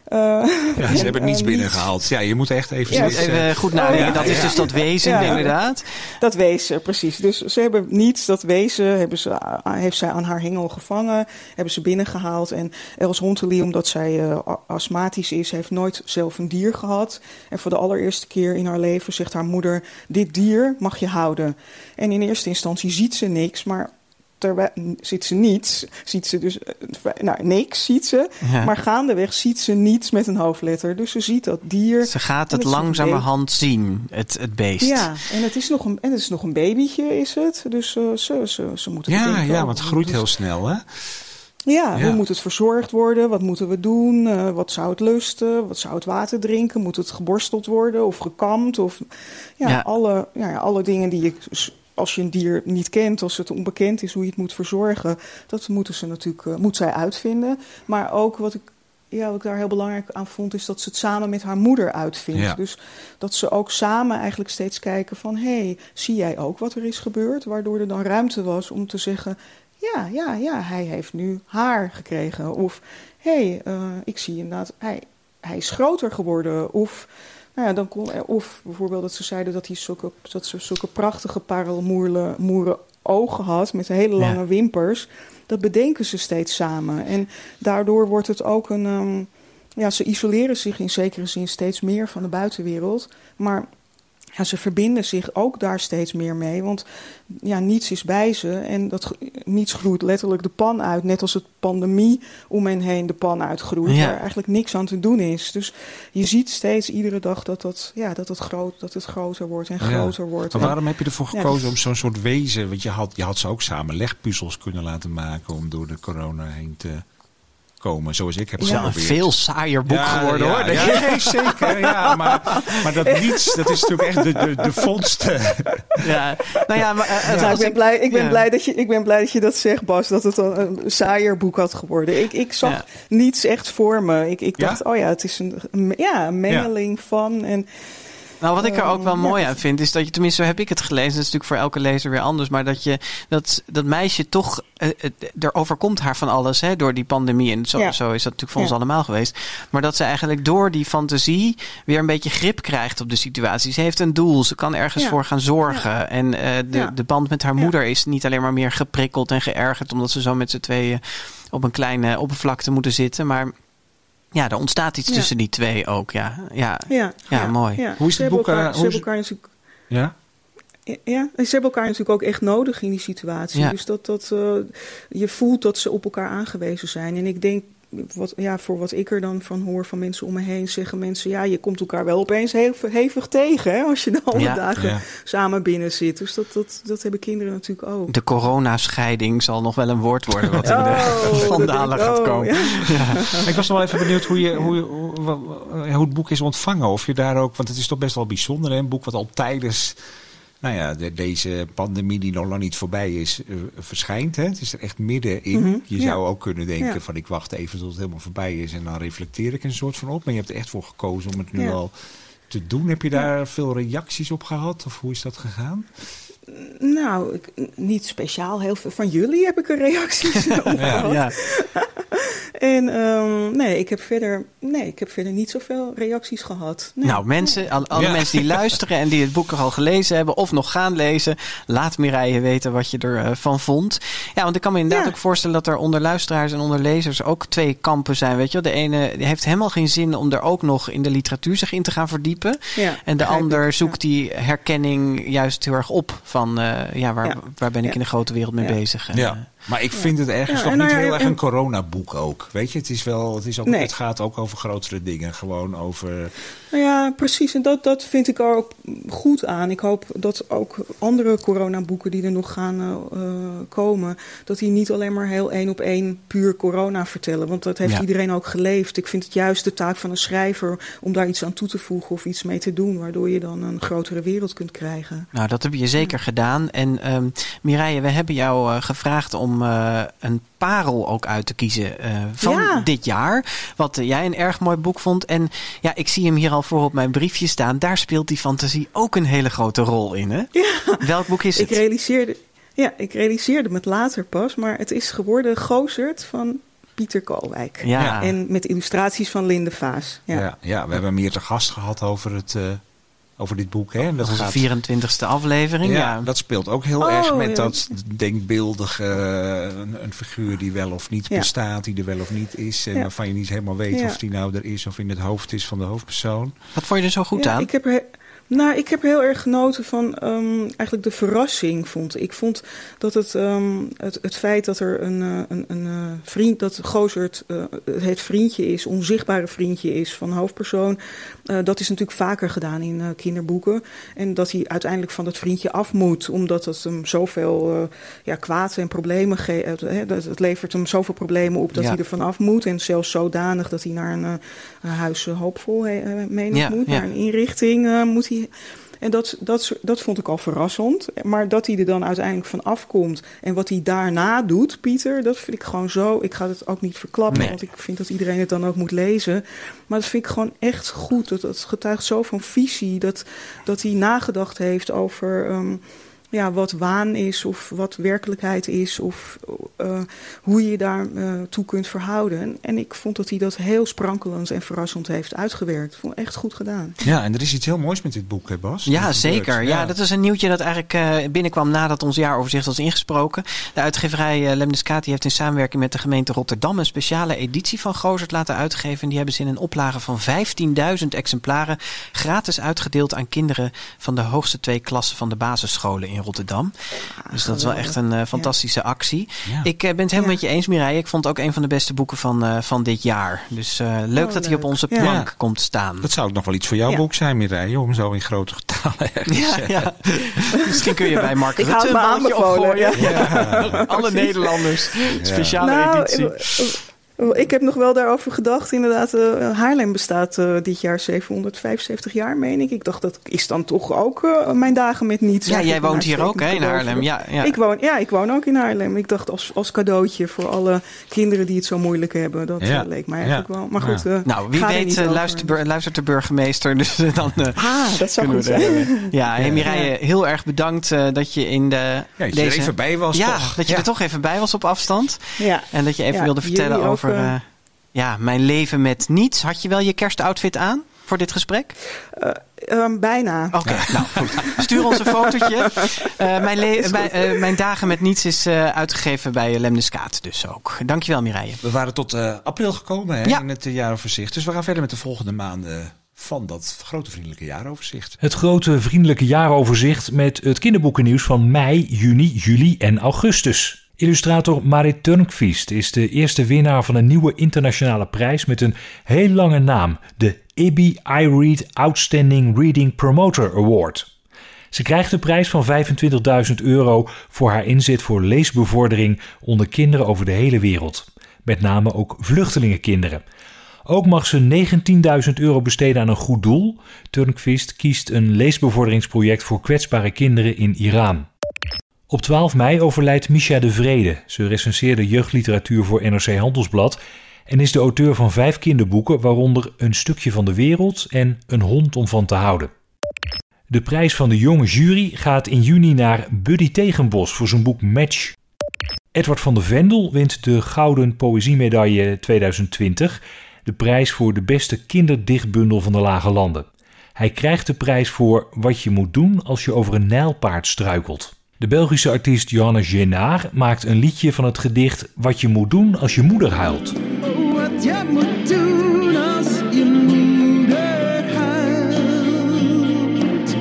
Uh, ja, ze hebben uh, niets binnengehaald. Ja, je moet echt even... Ja, even goed nadenken. Oh, ja. Dat is dus dat wezen, ja. inderdaad. Dat wezen, precies. Dus ze hebben niets, dat wezen hebben ze, heeft zij aan haar hengel gevangen. Hebben ze binnengehaald. En Els Hontelie, omdat zij uh, astmatisch is, heeft nooit zelf een dier gehad. En voor de allereerste keer in haar leven zegt haar moeder, dit dier mag je houden. En in eerste instantie ziet ze niks, maar... Terwijl ziet ze niets, ziet ze dus, nou niks ziet ze, ja. maar gaandeweg ziet ze niets met een hoofdletter. Dus ze ziet dat dier. Ze gaat het, het langzamerhand zien, het, het beest. Ja, en het is nog een, en het is nog een babytje, is het. Dus uh, ze, ze, ze moeten ja, bedenken. Ja, want het groeit dus heel snel, hè? Ja, ja, hoe moet het verzorgd worden? Wat moeten we doen? Uh, wat zou het lusten? Wat zou het water drinken? Moet het geborsteld worden of gekamd? Of ja, ja. Alle, ja, alle dingen die je... Als je een dier niet kent, als het onbekend is hoe je het moet verzorgen, dat moeten ze natuurlijk, uh, moet zij uitvinden. Maar ook wat ik, ja, wat ik daar heel belangrijk aan vond, is dat ze het samen met haar moeder uitvindt. Ja. Dus dat ze ook samen eigenlijk steeds kijken van, hé, hey, zie jij ook wat er is gebeurd? Waardoor er dan ruimte was om te zeggen, ja, ja, ja, hij heeft nu haar gekregen. Of, hé, hey, uh, ik zie inderdaad, hij, hij is groter geworden. Of... Nou ja, dan kon, of bijvoorbeeld dat ze zeiden dat hij zulke, dat ze zulke prachtige parelmoeren ogen had met hele lange ja. wimpers. Dat bedenken ze steeds samen. En daardoor wordt het ook een... Um, ja, ze isoleren zich in zekere zin steeds meer van de buitenwereld. Maar ja, ze verbinden zich ook daar steeds meer mee. Want ja, niets is bij ze. En dat, niets groeit letterlijk de pan uit. Net als het pandemie om hen heen de pan uitgroeit. Ja. Waar eigenlijk niks aan te doen is. Dus je ziet steeds iedere dag dat, dat, ja, dat, het, groot, dat het groter wordt en groter ja. wordt. Maar en, waarom heb je ervoor gekozen ja, om zo'n soort wezen... Want je had, je had ze ook samen legpuzzels kunnen laten maken... om door de corona heen te... komen, zoals ik heb ja, geprobeerd. Een veel saaier boek ja, geworden, ja, hoor. Ja, ja, nee, zeker. Ja, maar, maar dat niets, dat is natuurlijk echt de, de, de vondst. Ja, nou ja, maar... Uh, nou, ik ben, ik, blij, ik, ben ja. blij dat je, ik ben blij dat je dat zegt, Bas, dat het een, een saaier boek had geworden. Ik, ik zag ja. niets echt voor me. Ik, ik dacht, ja? oh ja, het is een, een, ja, een mengeling ja. van... En, Nou, wat ik er ook wel mooi aan vind, is dat je, tenminste zo heb ik het gelezen, dat is natuurlijk voor elke lezer weer anders, maar dat je dat, dat meisje toch, uh, er overkomt haar van alles, hè, door die pandemie. En zo, ja. zo is dat natuurlijk voor ja. ons allemaal geweest. Maar dat ze eigenlijk door die fantasie weer een beetje grip krijgt op de situatie. Ze heeft een doel, ze kan ergens ja. voor gaan zorgen. Ja. En uh, de, ja. de band met haar moeder ja. is niet alleen maar meer geprikkeld en geërgerd, omdat ze zo met z'n tweeën op een kleine oppervlakte moeten zitten, maar... Ja, er ontstaat iets ja. tussen die twee ook, ja. Ja, ja, ja, ja mooi. Ja. Hoe is het boek? Elkaar, uh, ze hebben elkaar natuurlijk... Ja? Ja, ze hebben elkaar natuurlijk ook echt nodig in die situatie. Ja. Dus dat, dat, uh, je voelt dat ze op elkaar aangewezen zijn. En ik denk, wat, ja, voor wat ik er dan van hoor van mensen om me heen, zeggen mensen, ja, je komt elkaar wel opeens heel hevig tegen, hè, als je de alle ja. dagen ja. samen binnen zit. Dus dat, dat, dat hebben kinderen natuurlijk ook. De coronascheiding zal nog wel een woord worden wat in de oh, vandalen gaat oh, komen. Ja. Ja. Ik was nog wel even benieuwd hoe, je, hoe, je, hoe, hoe het boek is ontvangen. Of je daar ook, want het is toch best wel bijzonder, hè, een boek wat al tijdens... Nou ja, de, deze pandemie die nog lang niet voorbij is, uh, verschijnt. Hè? Het is er echt middenin. Mm-hmm. Je zou ja. ook kunnen denken ja. van ik wacht even tot het helemaal voorbij is en dan reflecteer ik een soort van op. Maar je hebt er echt voor gekozen om het nu ja. al te doen. Heb je daar ja. veel reacties op gehad? Of hoe is dat gegaan? Nou, ik, niet speciaal. Heel veel van jullie heb ik er reacties op ja. gehad. Ja. En um, nee, ik heb verder, nee, ik heb verder niet zoveel reacties gehad. Nee. Nou, mensen, al, alle ja. mensen die luisteren en die het boek al gelezen hebben of nog gaan lezen, laat Mireille weten wat je ervan uh, vond. Ja, want ik kan me inderdaad ja. ook voorstellen dat er onder luisteraars en onder lezers ook twee kampen zijn. Weet je wel? De ene die heeft helemaal geen zin om er ook nog in de literatuur zich in te gaan verdiepen. Ja, en de ander ik, zoekt ja. die herkenning juist heel erg op van uh, ja, waar, ja. waar ben ik ja. in de grote wereld mee ja. bezig. En, ja. Maar ik vind het ergens ja, toch niet heel erg een coronaboek ook. Weet je, het is wel, het is ook, nee. het gaat ook over grotere dingen. Gewoon over... Nou ja, precies. En dat, dat vind ik er ook goed aan. Ik hoop dat ook andere coronaboeken die er nog gaan uh, komen, dat die niet alleen maar heel één op één puur corona vertellen. Want dat heeft ja. iedereen ook geleefd. Ik vind het juist de taak van een schrijver om daar iets aan toe te voegen of iets mee te doen, waardoor je dan een grotere wereld kunt krijgen. Nou, dat heb je zeker ja. gedaan. En um, Mireille, we hebben jou uh, gevraagd om uh, een parel ook uit te kiezen uh, van ja. dit jaar. Wat uh, jij een erg mooi boek vond. En ja, ik zie hem hier al voor op mijn briefje staan. Daar speelt die fantasie ook een hele grote rol in, hè? Ja. Welk boek is het? Ik realiseerde, ja, ik realiseerde me het later pas. Maar het is geworden Gozert van Pieter Koolwijk. Ja. En met illustraties van Linde Vaas. Ja. Ja, ja, we hebben hem hier te gast gehad over, het, uh, over dit boek. Hè? Dat Onze gaat... vierentwintigste aflevering. Ja, Ja, dat speelt ook heel Oh, erg met ja. dat denkbeeldige, uh, een, een figuur die wel of niet Ja. bestaat, die er wel of niet is. En Ja. waarvan je niet helemaal weet Ja. of die nou er is of in het hoofd is van de hoofdpersoon. Wat vond je er zo goed Ja, aan? Ik heb er, nou, ik heb heel erg genoten van um, eigenlijk de verrassing. Vond. Ik vond dat het, um, het, het feit dat er een, uh, een, een uh, vriend, dat Gozert uh, het vriendje is, onzichtbare vriendje is van de hoofdpersoon. Uh, dat is natuurlijk vaker gedaan in uh, kinderboeken. En dat hij uiteindelijk van dat vriendje af moet, omdat het hem zoveel uh, ja, kwaad en problemen geeft. Het levert hem zoveel problemen op dat Ja. hij er vanaf moet. En zelfs zodanig dat hij naar een, uh, een huis uh, hoopvol he, meen ik Ja, moet, ja. naar een inrichting uh, moet hij. En dat, dat, dat vond ik al verrassend. Maar dat hij er dan uiteindelijk van afkomt. En wat hij daarna doet, Pieter, dat vind ik gewoon zo. Ik ga het ook niet verklappen, Nee. want ik vind dat iedereen het dan ook moet lezen. Maar dat vind ik gewoon echt goed. Dat, dat getuigt zo van visie. Dat, dat hij nagedacht heeft over um, ja, wat waan is of wat werkelijkheid is. Of uh, hoe je je daar uh, toe kunt verhouden. En ik vond dat hij dat heel sprankelend en verrassend heeft uitgewerkt. Ik vond het echt goed gedaan. Ja, en er is iets heel moois met dit boek, hè Bas? Ja, Dat zeker. gebeurt. Ja, dat is een nieuwtje dat eigenlijk uh, binnenkwam nadat ons jaaroverzicht was ingesproken. De uitgeverij uh, Lemniscate heeft in samenwerking met de gemeente Rotterdam een speciale editie van Gozert laten uitgeven. En die hebben ze in een oplage van vijftienduizend exemplaren gratis uitgedeeld aan kinderen van de hoogste twee klassen van de basisscholen in Rotterdam. Dus dat is wel echt een uh, fantastische ja. actie. Ja. Ik uh, ben het helemaal Ja. met je eens, Mireille. Ik vond het ook een van de beste boeken van, uh, van dit jaar. Dus uh, leuk Oh, dat hij op leuk. onze Ja. plank Ja. komt staan. Dat zou ook nog wel iets voor jouw Ja. boek zijn, Mireille, om zo in grote getalen ergens. Ja, ja. Misschien kun je bij Mark Ik Rutte hou een het me balletje aanbevolen, opgooien. Ja. Alle Nederlanders. Speciale Nou, editie. ik, ik heb nog wel daarover gedacht. Inderdaad, uh, Haarlem bestaat uh, dit jaar zevenhonderdvijfenzeventig jaar, meen ik. Ik dacht, dat is dan toch ook uh, mijn dagen met niets. Ja, jij woont hier ook, hè, in cadeau Haarlem. voor- Ja, ja. Ik woon, ja, ik woon ook in Haarlem. Ik dacht als, als cadeautje voor alle kinderen die het zo moeilijk hebben. Dat Ja. uh, leek mij eigenlijk Ja. wel. Maar goed, uh, Nou, wie ga er weet niet uh, over. luistert, de bur- luistert de burgemeester. Dus uh, dan uh, Ah, dat zou kunnen goed we zijn. er, uh, Ja, hey, Mireille, heel erg bedankt uh, dat je in de... Ja, dat je deze, er even bij was, Ja, toch? dat je Ja. er toch even bij was op afstand. Ja. En dat je even Ja, wilde jullie vertellen ook, over uh, uh, ja, mijn leven met niets. Had je wel je kerstoutfit aan voor dit gesprek? Uh, um, bijna. Oké, okay, nou goed. Stuur ons een fotootje. Uh, mijn, le- mijn, uh, mijn dagen met niets is uh, uitgegeven bij Lemniscate dus ook. Dankjewel, Mireille. We waren tot uh, april gekomen hè, Ja. in het uh, jaaroverzicht. Dus we gaan verder met de volgende maanden van dat grote vriendelijke jaaroverzicht. Het grote vriendelijke jaaroverzicht met het kinderboekennieuws van mei, juni, juli en augustus. Illustrator Marit Törnqvist is de eerste winnaar van een nieuwe internationale prijs met een heel lange naam, de Ibby iRead Outstanding Reading Promoter Award. Ze krijgt de prijs van vijfentwintigduizend euro voor haar inzet voor leesbevordering onder kinderen over de hele wereld. Met name ook vluchtelingenkinderen. Ook mag ze negentienduizend euro besteden aan een goed doel. Törnqvist kiest een leesbevorderingsproject voor kwetsbare kinderen in Iran. Op twaalf mei overlijdt Misha de Vrede. Ze recenseerde jeugdliteratuur voor N R C Handelsblad en is de auteur van vijf kinderboeken, waaronder Een stukje van de wereld en Een hond om van te houden. De prijs van de jonge jury gaat in juni naar Buddy Tegenbos voor zijn boek Match. Edward van der Vendel wint de Gouden Poëziemedaille tweeduizend twintig, de prijs voor de beste kinderdichtbundel van de Lage Landen. Hij krijgt de prijs voor Wat je moet doen als je over een nijlpaard struikelt. De Belgische artiest Johannes Genaar maakt een liedje van het gedicht Wat je moet doen als je moeder huilt. Wat je moet doen als je moeder huilt.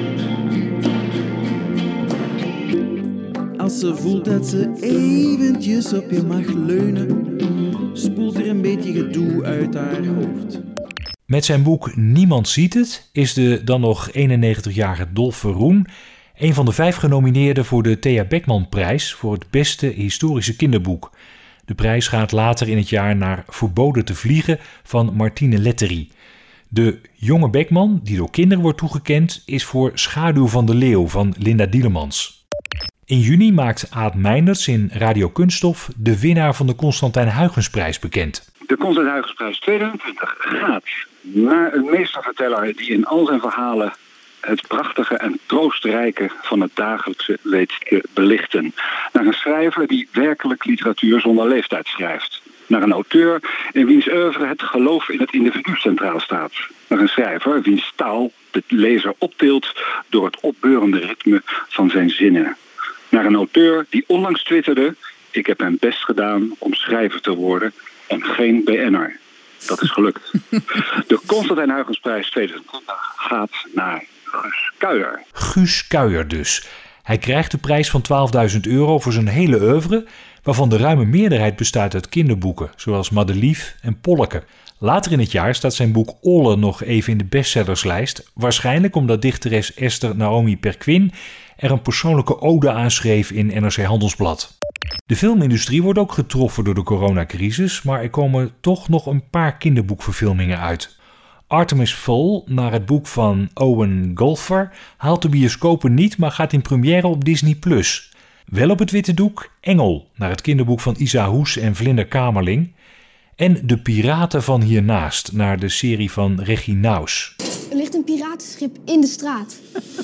Als ze voelt dat ze eventjes op je mag leunen, spoelt er een beetje gedoe uit haar hoofd. Met zijn boek Niemand ziet het is de dan nog eenennegentigjarige Dolf Verroen een van de vijf genomineerden voor de Thea Beckman-prijs voor het beste historische kinderboek. De prijs gaat later in het jaar naar Verboden te vliegen van Martine Lettery. De jonge Beckman, die door kinderen wordt toegekend, is voor Schaduw van de Leeuw van Linda Dielemans. In juni maakt Aad Meinderts in Radio Kunststof de winnaar van de Constantijn Huygensprijs bekend. De Constantijn Huygensprijs tweeduizend twintig gaat naar een meesterverteller die in al zijn verhalen het prachtige en troostrijke van het dagelijkse weet te belichten. Naar een schrijver die werkelijk literatuur zonder leeftijd schrijft. Naar een auteur in wiens oeuvre het geloof in het individu centraal staat. Naar een schrijver wiens taal de lezer optilt door het opbeurende ritme van zijn zinnen. Naar een auteur die onlangs twitterde: ik heb mijn best gedaan om schrijver te worden en geen B N'er. Dat is gelukt. De Constantijn Huygensprijs tweeduizend twintig gaat naar Guus Kuijer. Guus Kuijer dus. Hij krijgt de prijs van twaalfduizend euro voor zijn hele oeuvre, waarvan de ruime meerderheid bestaat uit kinderboeken, zoals Madelief en Polleke. Later in het jaar staat zijn boek Olle nog even in de bestsellerslijst, waarschijnlijk omdat dichteres Esther Naomi Perquin er een persoonlijke ode aanschreef in N R C Handelsblad. De filmindustrie wordt ook getroffen door de coronacrisis, maar er komen toch nog een paar kinderboekverfilmingen uit. Artemis Fowl, naar het boek van Owen Golfer, haalt de bioscopen niet, maar gaat in première op Disney plus. Wel op het witte doek Engel, naar het kinderboek van Isa Hoes en Vlinder Kamerling. En De Piraten van Hiernaast, naar de serie van Regie Naus. Er ligt een piratenschip in de straat.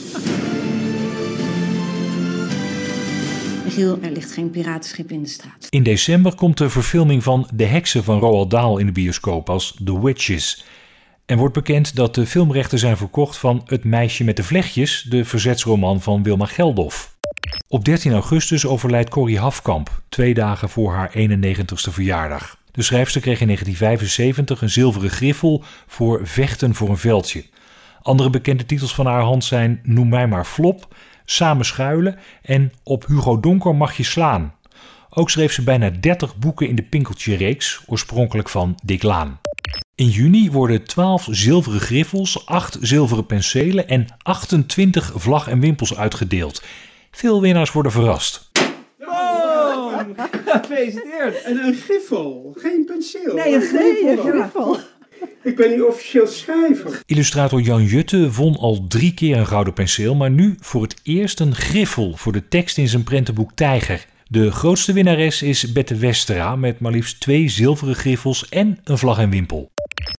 Michiel, er ligt geen piratenschip in de straat. In december komt de verfilming van De Heksen van Roald Dahl in de bioscoop als The Witches. En wordt bekend dat de filmrechten zijn verkocht van Het Meisje met de Vlechtjes, de verzetsroman van Wilma Geldof. Op dertien augustus overlijdt Corrie Hafkamp, twee dagen voor haar eenennegentigste verjaardag. De schrijfster kreeg in negentien vijfenzeventig een zilveren griffel voor Vechten voor een veldje. Andere bekende titels van haar hand zijn Noem mij maar Flop, Samen schuilen en Op Hugo Donker mag je slaan. Ook schreef ze bijna dertig boeken in de Pinkeltje-reeks, oorspronkelijk van Dick Laan. In juni worden twaalf zilveren griffels, acht zilveren penselen en achtentwintig vlag en wimpels uitgedeeld. Veel winnaars worden verrast. Oh, gefeliciteerd. En een griffel, geen penseel. Nee, een griffel. Een griffel. Ik ben nu officieel schrijver. Illustrator Jan Jutte won al drie keer een gouden penseel, maar nu voor het eerst een griffel voor de tekst in zijn prentenboek Tijger. De grootste winnares is Bette Westera met maar liefst twee zilveren griffels en een vlag en wimpel.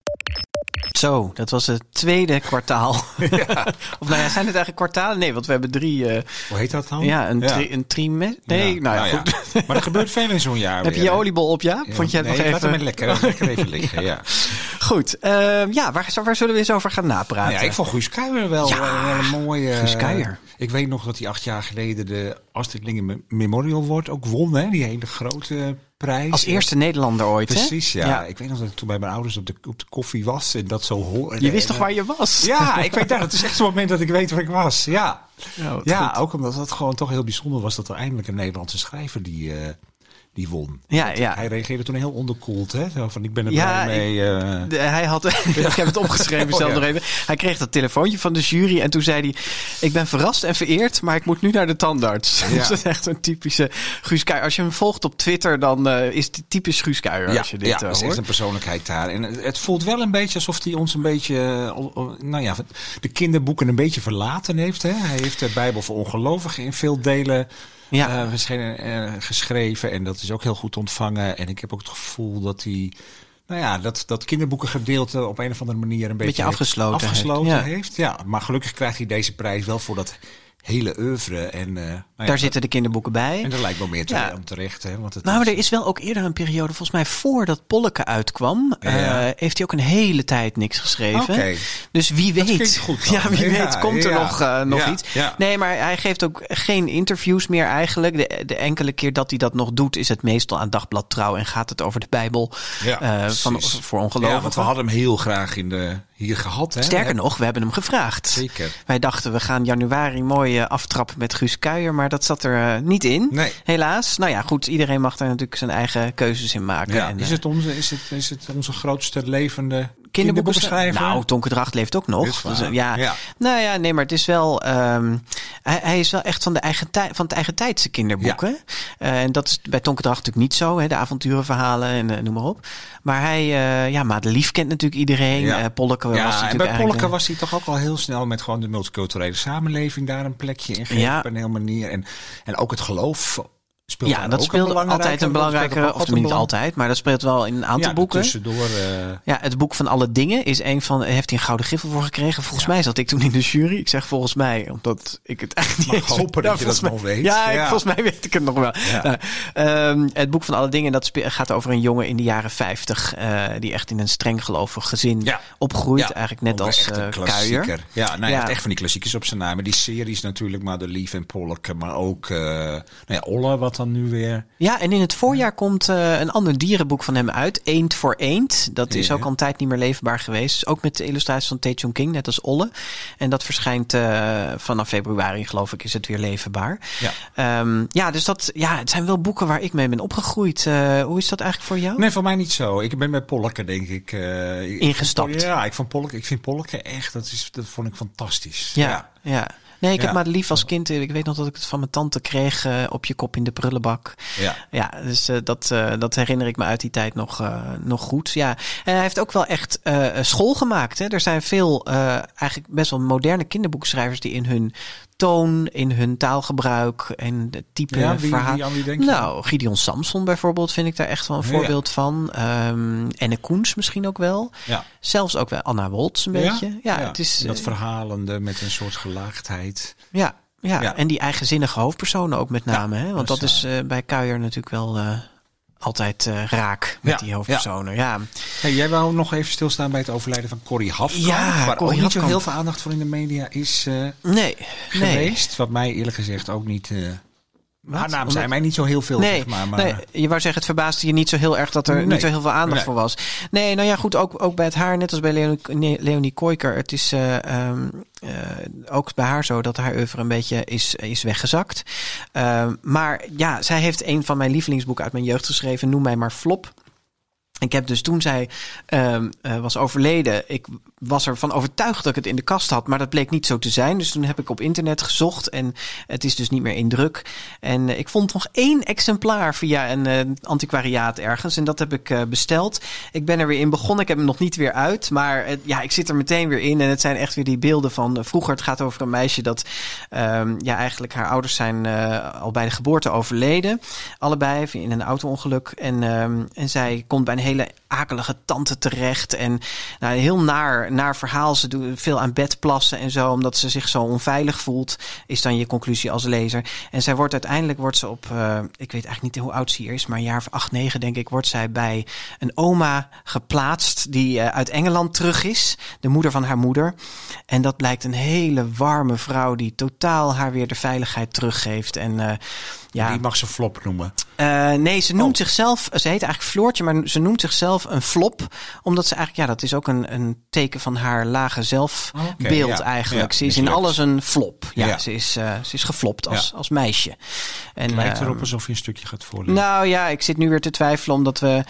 Zo, dat was het tweede kwartaal. Ja. Of nou ja, zijn het eigenlijk kwartalen? Nee, want we hebben drie... Uh, Hoe heet dat dan? Ja, een, ja. tri- een trimester. Nee, ja, nou ja, nou goed. Ja. Maar er gebeurt veel in zo'n jaar. Heb je je oliebol op, ja? Vond je het nee, nog even... laat hem lekker, lekker even liggen, ja. Goed, uh, ja, waar, waar zullen we eens over gaan napraten? Ja, ik vond Guus Kuijer wel, ja, wel een mooie... Guus Kuijer. Ik weet nog dat hij acht jaar geleden de Astrid Lindgren Memorial Award ook won, hè? Die hele grote prijs. Als eerste Nederlander ooit, Precies, hè? ja. ja. Ik weet nog dat ik toen bij mijn ouders op de, op de koffie was en dat zo hoorde. Je wist toch waar je was? Ja, ik weet dat. Het is echt zo'n moment dat ik weet waar ik was. Ja, ja, ja ook omdat het gewoon toch heel bijzonder was dat er eindelijk een Nederlandse schrijver die... Uh, die won. Ja, ja. Hij reageerde toen heel onderkoeld, hè? Zo van, ik ben er ja, blij mee. Uh... Ik, de, hij had, ik heb het opgeschreven zelf oh, ja. nog even. Hij kreeg dat telefoontje van de jury en toen zei hij... Ik ben verrast en vereerd, maar ik moet nu naar de tandarts. Ja. Dat is echt een typische Guus Kuijer. Als je hem volgt op Twitter, dan uh, is het typisch Guus Kuijer. Ja, als je dit, ja uh, dat is hoort. echt een persoonlijkheid daar. En het voelt wel een beetje alsof hij ons een beetje... Uh, nou ja, de kinderboeken een beetje verlaten heeft. Hè? Hij heeft de Bijbel voor ongelovigen in veel delen... Ja. Uh, geschreven, uh, geschreven en dat is ook heel goed ontvangen. En ik heb ook het gevoel dat hij, nou ja, dat, dat kinderboekengedeelte op een of andere manier een beetje, beetje afgesloten, afgesloten heeft. heeft. Ja. ja, maar gelukkig krijgt hij deze prijs wel voor dat hele oeuvre. En, uh, nou ja, daar dat, zitten de kinderboeken bij. En daar lijkt wel meer te ja. om terecht. Hè, want het nou, is... maar er is wel ook eerder een periode, volgens mij voordat Polleke uitkwam, ja. uh, heeft hij ook een hele tijd niks geschreven. Okay. Dus wie weet, goed ja, wie ja, weet komt er ja. nog, uh, nog ja. iets. Ja. Nee, maar hij geeft ook geen interviews meer eigenlijk. De, de enkele keer dat hij dat nog doet, is het meestal aan Dagblad Trouw en gaat het over de Bijbel ja, uh, van, voor ongelovigen. Ja, want we hadden hem heel graag in de, hier gehad. Hè? Sterker nog, we hebben hem gevraagd. Zeker. Wij dachten, we gaan januari mooi uh, aftrappen met Guus Kuijer, maar dat zat er uh, niet in. Nee. Helaas. Nou ja, goed, iedereen mag daar natuurlijk zijn eigen keuzes in maken. Ja, en, is, uh, het onze, is, het, is het onze grootste levende kinderboekenschrijver? Nou, Tonke Dracht leeft ook nog. Dus, uh, ja. ja. Nou ja, nee, maar het is wel... Um, hij, hij is wel echt van, de eigen tij, van het eigen tijdse kinderboeken. Ja. Uh, en dat is bij Tonke Dracht natuurlijk niet zo. Hè, de avonturenverhalen en uh, noem maar op. Maar hij... Uh, ja, Madelief kent natuurlijk iedereen. Ja. Uh, Polleke ja, was natuurlijk en bij Polleke de... was hij toch ook al heel snel met gewoon de multiculturele samenleving daar een plekje in geven. Ja. Op een hele manier. En, en ook het geloof Speelt ja, dat speelt altijd een belangrijke, of niet altijd, maar dat speelt wel in een aantal ja, boeken. Tussendoor. Uh... Ja, het boek van alle dingen is een van, heeft hij een gouden griffel voor gekregen. Volgens ja. mij zat ik toen in de jury. Ik zeg volgens mij, omdat ik het eigenlijk niet mag hopen dat ja, je dat mij, nog weet. Ja, ja. Ik, volgens mij weet ik het nog wel. Ja. Nou, um, het boek van alle dingen, dat spe- gaat over een jongen in de jaren vijftig, uh, die echt in een streng gelovig gezin ja. opgroeit. Ja. Eigenlijk net als uh, Kuijer. Ja, nou, ja, echt van die klassiekers op zijn naam. Die series natuurlijk, Madelief en Polk, maar ook uh, nou ja, Olle, wat dan nu weer. Ja, en in het voorjaar komt uh, een ander dierenboek van hem uit. Eend voor Eend. Dat is ja. ook al een tijd niet meer leefbaar geweest. Dus ook met de illustraties van Tae Chong King, net als Olle. En dat verschijnt uh, vanaf februari, geloof ik, is het weer leefbaar. Ja, um, ja dus dat, ja, het zijn wel boeken waar ik mee ben opgegroeid. Uh, hoe is dat eigenlijk voor jou? Nee, voor mij niet zo. Ik ben bij Polke, denk ik. Uh, Ingestapt. Ik, ja, ik, vond Polke, ik vind Polke echt, dat, is, dat vond ik fantastisch. Ja, ja. ja. Nee, ik ja. heb maar lief als kind. Ik weet nog dat ik het van mijn tante kreeg uh, op je kop in de prullenbak. Ja, ja dus uh, dat, uh, dat herinner ik me uit die tijd nog, uh, nog goed. Ja, en hij heeft ook wel echt uh, school gemaakt. Hè. Er zijn veel uh, eigenlijk best wel moderne kinderboekschrijvers die in hun toon, in hun taalgebruik en de type ja, wie, verhaal. Wie, wie, wie denk je? Nou, Gideon Samson bijvoorbeeld vind ik daar echt wel een voorbeeld ja. van. Um, Enne Koens misschien ook wel. Ja. Zelfs ook wel Anna Woltz een beetje. Ja, ja. Het is, dat verhalende met een soort gelaagdheid. Ja, ja. ja. En die eigenzinnige hoofdpersonen ook met name. Ja, hè? Want dat is uh, bij Kuijer natuurlijk wel uh, altijd uh, raak met ja, die hoofdpersonen. Ja. Ja. Hey, jij wou nog even stilstaan bij het overlijden van Corrie Hafkamp. Ja, waar Corrie ook niet zo Hafkamp. heel veel aandacht voor in de media is uh, nee, geweest. Nee. Wat mij eerlijk gezegd ook niet... Uh, Haar naam Omdat... zei mij niet zo heel veel, nee, zeg maar. maar... Nee, je wou zeggen, het verbaasde je niet zo heel erg dat er nee. niet zo heel veel aandacht nee. voor was. Nee, nou ja, goed, ook, ook bij het haar, net als bij Leonie, Leonie Koijker. Het is uh, um, uh, ook bij haar zo dat haar oeuvre een beetje is, is weggezakt. Uh, maar ja, zij heeft een van mijn lievelingsboeken uit mijn jeugd geschreven, Noem mij maar Flop. Ik heb dus toen zij uh, uh, was overleden, ik was ervan overtuigd dat ik het in de kast had, maar dat bleek niet zo te zijn. Dus toen heb ik op internet gezocht en het is dus niet meer in druk. En uh, ik vond nog één exemplaar via een uh, antiquariaat ergens en dat heb ik uh, besteld. Ik ben er weer in begonnen, ik heb hem nog niet weer uit, maar uh, ja, ik zit er meteen weer in en het zijn echt weer die beelden van uh, vroeger. Het gaat over een meisje dat uh, ja eigenlijk haar ouders zijn uh, al bij de geboorte overleden, allebei in een auto-ongeluk en, uh, en zij komt bij een hele akelige tante terecht. En nou, een heel naar, naar verhaal. Ze doen veel aan bedplassen en zo. Omdat ze zich zo onveilig voelt. Is dan je conclusie als lezer. En zij wordt uiteindelijk wordt ze op... Uh, ik weet eigenlijk niet hoe oud ze hier is. Maar een jaar of acht, negen denk ik. Wordt zij bij een oma geplaatst. Die uh, uit Engeland terug is. De moeder van haar moeder. En dat blijkt een hele warme vrouw. Die totaal haar weer de veiligheid teruggeeft. En uh, ja, die mag ze Flop noemen. Uh, nee, ze noemt oh. zichzelf, ze heet eigenlijk Floortje, maar ze noemt zichzelf een flop. Omdat ze eigenlijk, ja, dat is ook een, een teken van haar lage zelfbeeld okay, ja, eigenlijk. Ja, ze is in alles een flop. Ja, ja. Ze, is, uh, ze is geflopt als, ja. als meisje. En, het lijkt erop uh, alsof je een stukje gaat voorlezen. Nou ja, ik zit nu weer te twijfelen omdat we,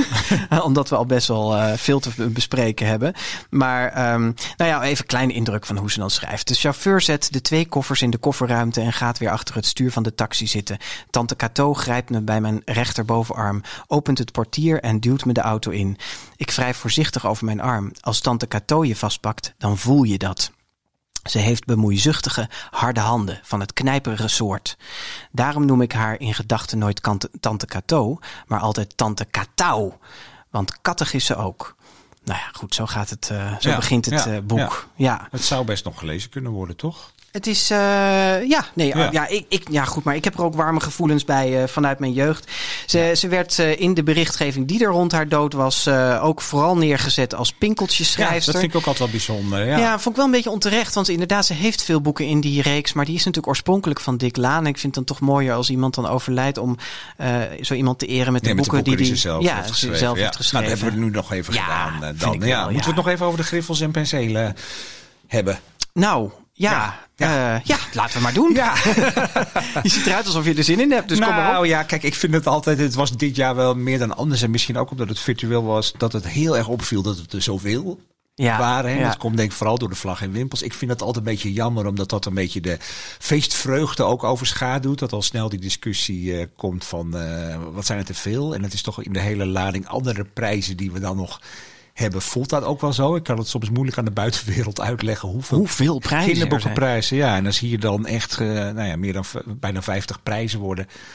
omdat we al best wel uh, veel te bespreken hebben. Maar um, nou ja, even een kleine indruk van hoe ze dan schrijft. De chauffeur zet de twee koffers in de kofferruimte en gaat weer achter het stuur van de taxi zitten. Tante Cato grijpt me bij mijn rechterbovenarm, opent het portier en duwt me de auto in. Ik wrijf voorzichtig over mijn arm. Als tante Cato je vastpakt, dan voel je dat. Ze heeft bemoeizuchtige, harde handen van het knijperige soort. Daarom noem ik haar in gedachten nooit tante Cato, maar altijd tante Katau. Want kattig is ze ook. Nou ja, goed, zo gaat het. Uh, zo ja, begint het ja, uh, boek. Ja. Ja. Het zou best nog gelezen kunnen worden, toch? Het is, uh, ja, nee, ja, ja, ik, ik, ja, goed, maar ik heb er ook warme gevoelens bij uh, vanuit mijn jeugd. Ze, ja. ze werd uh, in de berichtgeving die er rond haar dood was uh, ook vooral neergezet als pinkeltjeschrijfster. Ja, dat vind ik ook altijd wel bijzonder. Ja. ja, vond ik wel een beetje onterecht, want inderdaad, ze heeft veel boeken in die reeks, maar die is natuurlijk oorspronkelijk van Dick Laan. Ik vind het dan toch mooier als iemand dan overlijdt om uh, zo iemand te eren met de, nee, met boeken, de boeken die, die, die ze zelf, ja, heeft, geschreven. zelf ja. heeft geschreven. Nou, dat hebben we nu nog even ja, gedaan. Uh, dan. Wel, Ja. ja. Moeten we het nog even over de griffels en penselen hebben? Nou... Ja, ja. Uh, ja, laten we maar doen. Ja. Je ziet eruit alsof je er zin in hebt, dus nou, kom maar op. Ja, kijk, ik vind het altijd, het was dit jaar wel meer dan anders. En misschien ook omdat het virtueel was, dat het heel erg opviel dat het er zoveel ja, waren. Hè? Ja. Dat komt denk ik vooral door de vlag en wimpels. Ik vind het altijd een beetje jammer, omdat dat een beetje de feestvreugde ook overschaduwt. Dat al snel die discussie uh, komt van, uh, wat zijn er te veel? En het is toch in de hele lading andere prijzen die we dan nog... hebben. Voelt dat ook wel zo? Ik kan het soms moeilijk aan de buitenwereld uitleggen hoeveel, hoeveel prijzen kinderboekenprijzen. Ja, en dan zie je dan echt uh, nou ja, meer dan v- bijna vijftig prijzen worden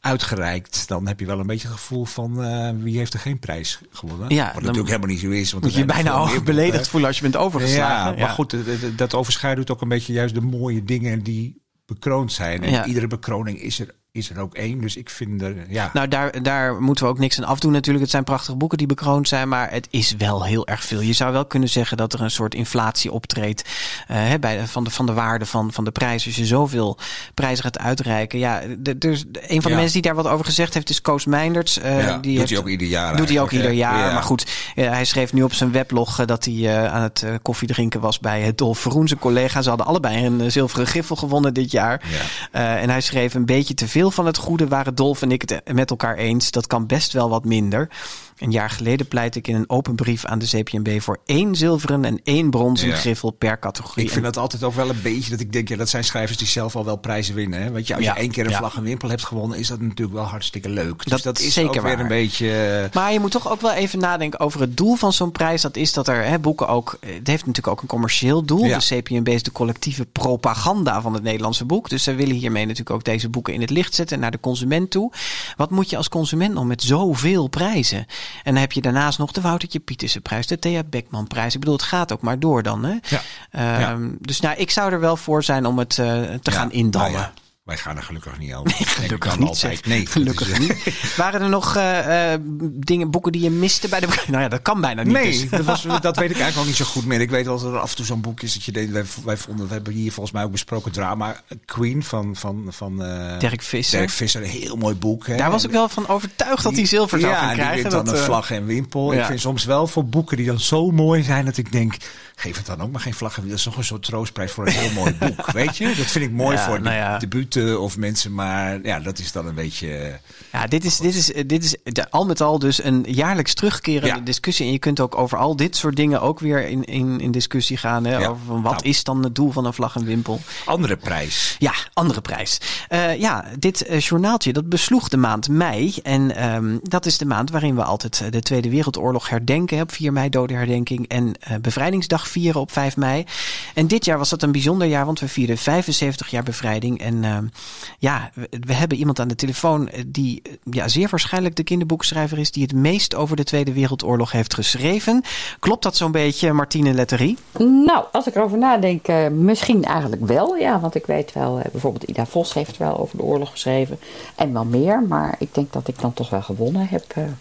uitgereikt, dan heb je wel een beetje het gevoel van uh, wie heeft er geen prijs gewonnen. Ja, Wat natuurlijk helemaal niet zo is. Want moet je bijna al beledigd voelen als je bent overgeslagen. Ja, maar ja. goed, dat overschaduwt ook een beetje juist de mooie dingen die bekroond zijn. En ja. iedere bekroning is er, is er ook één. Dus ik vind er, ja. Nou, daar, daar moeten we ook niks aan afdoen natuurlijk. Het zijn prachtige boeken die bekroond zijn, maar het is wel heel erg veel. Je zou wel kunnen zeggen dat er een soort inflatie optreedt uh, bij, van, de, van de waarde van, van de prijs. Als je zoveel prijzen gaat uitreiken. Ja, de, dus een van de ja. mensen die daar wat over gezegd heeft is Koos Meinderts. Uh, ja, die doet heeft, hij ook ieder jaar. Doet hij ook ieder jaar. Ja. Maar goed, uh, hij schreef nu op zijn weblog uh, dat hij uh, aan het uh, koffiedrinken was bij het Dolf Verroen, zijn collega. Ze hadden allebei een uh, zilveren griffel gewonnen dit jaar. Ja. Uh, en hij schreef een beetje te veel van het goede waren Dolf en ik het met elkaar eens. Dat kan best wel wat minder. Een jaar geleden pleit ik in een open brief aan de C P N B voor één zilveren en één bronzen ja. griffel per categorie. Ik vind dat altijd ook wel een beetje dat ik denk, ja, dat zijn schrijvers die zelf al wel prijzen winnen. Hè? Want je, als ja. je één keer een ja. vlag en wimpel hebt gewonnen, is dat natuurlijk wel hartstikke leuk. Dus dat, dat is zeker ook waar. weer een beetje. Maar je moet toch ook wel even nadenken over het doel van zo'n prijs. Dat is dat er hè, boeken ook. Het heeft natuurlijk ook een commercieel doel. Ja. De C P N B is de collectieve propaganda van het Nederlandse boek. Dus zij willen hiermee natuurlijk ook deze boeken in het licht zetten naar de consument toe. Wat moet je als consument nog met zoveel prijzen? En dan heb je daarnaast nog de Woutertje Pietersenprijs, de Thea Beckmanprijs. Ik bedoel, het gaat ook maar door dan. Hè? Ja. Uh, ja. Dus nou, ik zou er wel voor zijn om het uh, te ja. gaan indammen. Nou ja. Wij gaan er gelukkig niet over. Nee, gelukkig kan niet. Altijd. Nee, gelukkig is, niet. Waren er nog uh, uh, dingen, boeken die je miste bij de... Nou ja, dat kan bijna niet. Nee, dus. dat, was, dat weet ik eigenlijk ook niet zo goed meer. Ik weet wel dat er af en toe zo'n boek is dat je deed. Wij, wij vonden, we hebben hier volgens mij ook besproken drama Queen van van van uh, Dirk Visser. Dirk Visser, een heel mooi boek. Hè. Daar was ik wel van overtuigd dat hij zilver zou ja, gaan krijgen. Ja, die wint dat, dan een uh, vlag en wimpel. Ja. Ik vind soms wel voor boeken die dan zo mooi zijn dat ik denk, geef het dan ook maar geen vlag en wimpel. Dat is nog een soort troostprijs voor een heel mooi boek. Weet je? Dat vind ik mooi ja, voor nou ja. de debuten of mensen. Maar ja, dat is dan een beetje. Ja, dit is, dit is, dit is de, al met al dus een jaarlijks terugkerende ja. discussie. En je kunt ook over al dit soort dingen ook weer in, in, in discussie gaan. Hè? Ja. Over van wat nou. is dan het doel van een vlag en wimpel? Andere prijs. Ja, andere prijs. Uh, ja, dit uh, journaaltje dat besloeg de maand mei. En um, dat is de maand waarin we altijd de Tweede Wereldoorlog herdenken. Op vier mei dodenherdenking. En uh, Bevrijdingsdag vieren op vijf mei. En dit jaar was dat een bijzonder jaar, want we vierden vijfenzeventig jaar bevrijding. En uh, ja, we, we hebben iemand aan de telefoon die ja, zeer waarschijnlijk de kinderboekschrijver is die het meest over de Tweede Wereldoorlog heeft geschreven. Klopt dat zo'n beetje, Martine Letterie? Nou, als ik erover nadenk, uh, misschien eigenlijk wel. Ja, want ik weet wel, uh, bijvoorbeeld Ida Vos heeft wel over de oorlog geschreven. En wel meer, maar ik denk dat ik dan toch wel gewonnen heb. Uh.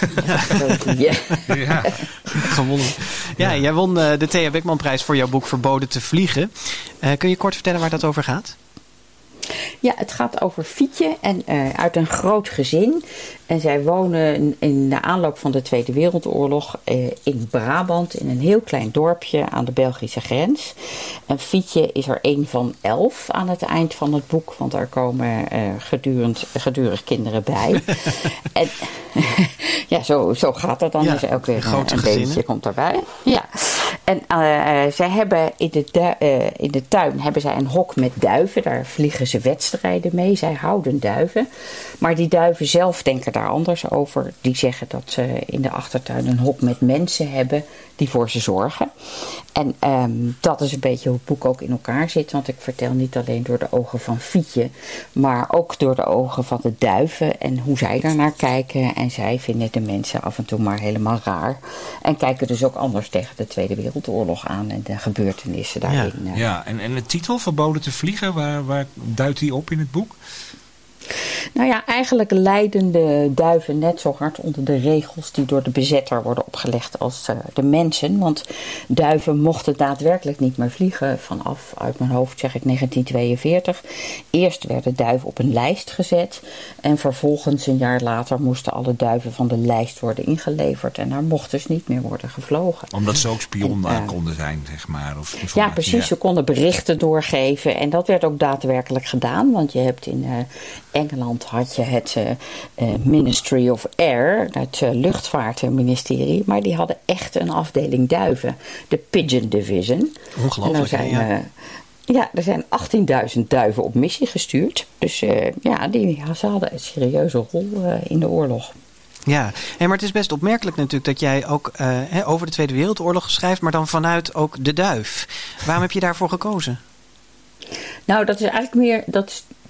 ja. ja, gewonnen. Ja, ja. Jij won uh, de Thea Beckmanprijs voor jouw boek Verboden te vliegen. Uh, kun je kort vertellen waar dat over gaat? Ja, het gaat over Fietje en uh, uit een groot gezin. En zij wonen in de aanloop van de Tweede Wereldoorlog uh, in Brabant, in een heel klein dorpje aan de Belgische grens. En Fietje is er een van elf aan het eind van het boek, want er komen uh, gedurend, gedurig kinderen bij. en ja, zo, zo gaat dat dan. Ja, dus elk weer een, een beetje komt erbij. Ja. En uh, zij hebben in de, du- uh, in de tuin hebben zij een hok met duiven. Daar vliegen ze wedstrijden mee. Zij houden duiven. Maar die duiven zelf denken daar anders over. Die zeggen dat ze in de achtertuin een hok met mensen hebben die voor ze zorgen. En um, dat is een beetje hoe het boek ook in elkaar zit. Want ik vertel niet alleen door de ogen van Fietje, maar ook door de ogen van de duiven en hoe zij daarnaar kijken. En zij vinden de mensen af en toe maar helemaal raar. En kijken dus ook anders tegen de Tweede Wereldoorlog aan en de gebeurtenissen daarin. Ja, ja. En, en de titel Verboden te vliegen, waar, waar duidt die op in het boek? Nou ja, eigenlijk lijden de duiven net zo hard onder de regels die door de bezetter worden opgelegd als uh, de mensen. Want duiven mochten daadwerkelijk niet meer vliegen vanaf, uit mijn hoofd zeg ik, negentien tweeënveertig. Eerst werden duiven op een lijst gezet en vervolgens een jaar later moesten alle duiven van de lijst worden ingeleverd. En daar mocht dus niet meer worden gevlogen. Omdat ze ook spion en, uh, konden zijn, zeg maar. Of ja, precies. Ja. Ze konden berichten doorgeven en dat werd ook daadwerkelijk gedaan. Want je hebt in uh, Engeland had je het uh, uh, Ministry of Air, het uh, luchtvaartministerie, maar die hadden echt een afdeling duiven, de Pigeon Division. Ongelooflijk, zijn, ja. Uh, ja, er zijn achttienduizend duiven op missie gestuurd. Dus uh, ja, die, ze hadden een serieuze rol uh, in de oorlog. Ja, hey, maar het is best opmerkelijk natuurlijk dat jij ook uh, he, over de Tweede Wereldoorlog schrijft, maar dan vanuit ook de duif. Waarom heb je daarvoor gekozen? Nou, dat is eigenlijk meer, dat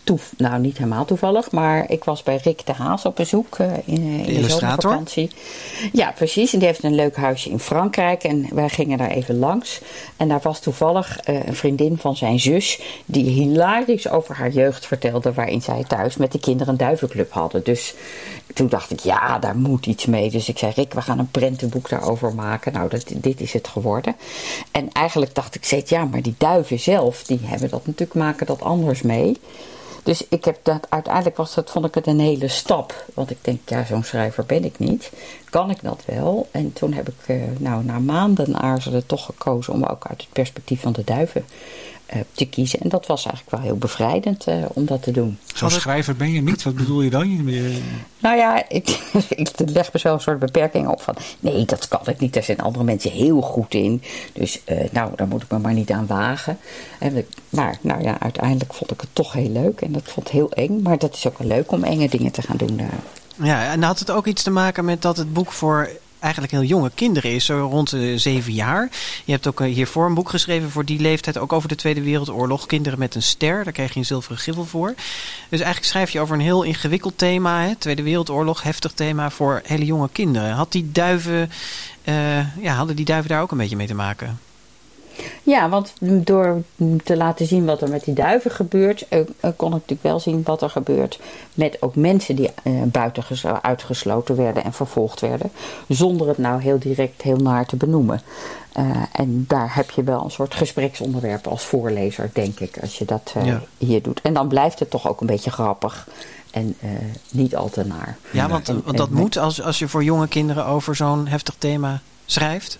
toef, nou niet helemaal toevallig, maar ik was bij Rick de Haas op bezoek uh, in, in de, de zomervakantie. Ja, precies. En die heeft een leuk huisje in Frankrijk en wij gingen daar even langs. En daar was toevallig uh, een vriendin van zijn zus die hilarisch over haar jeugd vertelde, waarin zij thuis met de kinderen een duivenclub hadden. Dus toen dacht ik, ja, daar moet iets mee. Dus ik zei, Rick, we gaan een prentenboek daarover maken. Nou, dat, dit is het geworden. En eigenlijk dacht ik steeds, ja, maar die duiven zelf, die hebben dat natuurlijk, maken dat anders mee. Dus ik heb dat, uiteindelijk was dat, vond ik het een hele stap. Want ik denk, ja, zo'n schrijver ben ik niet. Kan ik dat wel? En toen heb ik, uh, nou, na maanden aarzelen toch gekozen om ook uit het perspectief van de duiven uh, te kiezen. En dat was eigenlijk wel heel bevrijdend uh, om dat te doen. Zo'n schrijver ben je niet? Wat bedoel je dan? Je... Nou ja, ik, ik leg mezelf een soort beperking op van, nee, dat kan ik niet. Daar zijn andere mensen heel goed in. Dus uh, nou, daar moet ik me maar niet aan wagen. En, maar nou ja, uiteindelijk vond ik het toch heel leuk. En dat vond ik heel eng. Maar dat is ook wel leuk om enge dingen te gaan doen. Uh. Ja, en had het ook iets te maken met dat het boek voor eigenlijk heel jonge kinderen is, zo rond de zeven jaar. Je hebt ook hiervoor een boek geschreven voor die leeftijd, ook over de Tweede Wereldoorlog. Kinderen met een ster, daar kreeg je een zilveren griffel voor. Dus eigenlijk schrijf je over een heel ingewikkeld thema, hè? Tweede Wereldoorlog, heftig thema voor hele jonge kinderen. Had die duiven, uh, ja, hadden die duiven daar ook een beetje mee te maken? Ja, want door te laten zien wat er met die duiven gebeurt, uh, kon ik natuurlijk wel zien wat er gebeurt met ook mensen die uh, buiten uitgesloten werden en vervolgd werden, zonder het nou heel direct heel naar te benoemen. Uh, en daar heb je wel een soort gespreksonderwerp als voorlezer, denk ik, als je dat uh, ja. hier doet. En dan blijft het toch ook een beetje grappig en uh, niet al te naar. Ja, want, en, want dat en, moet als, als je voor jonge kinderen over zo'n heftig thema schrijft?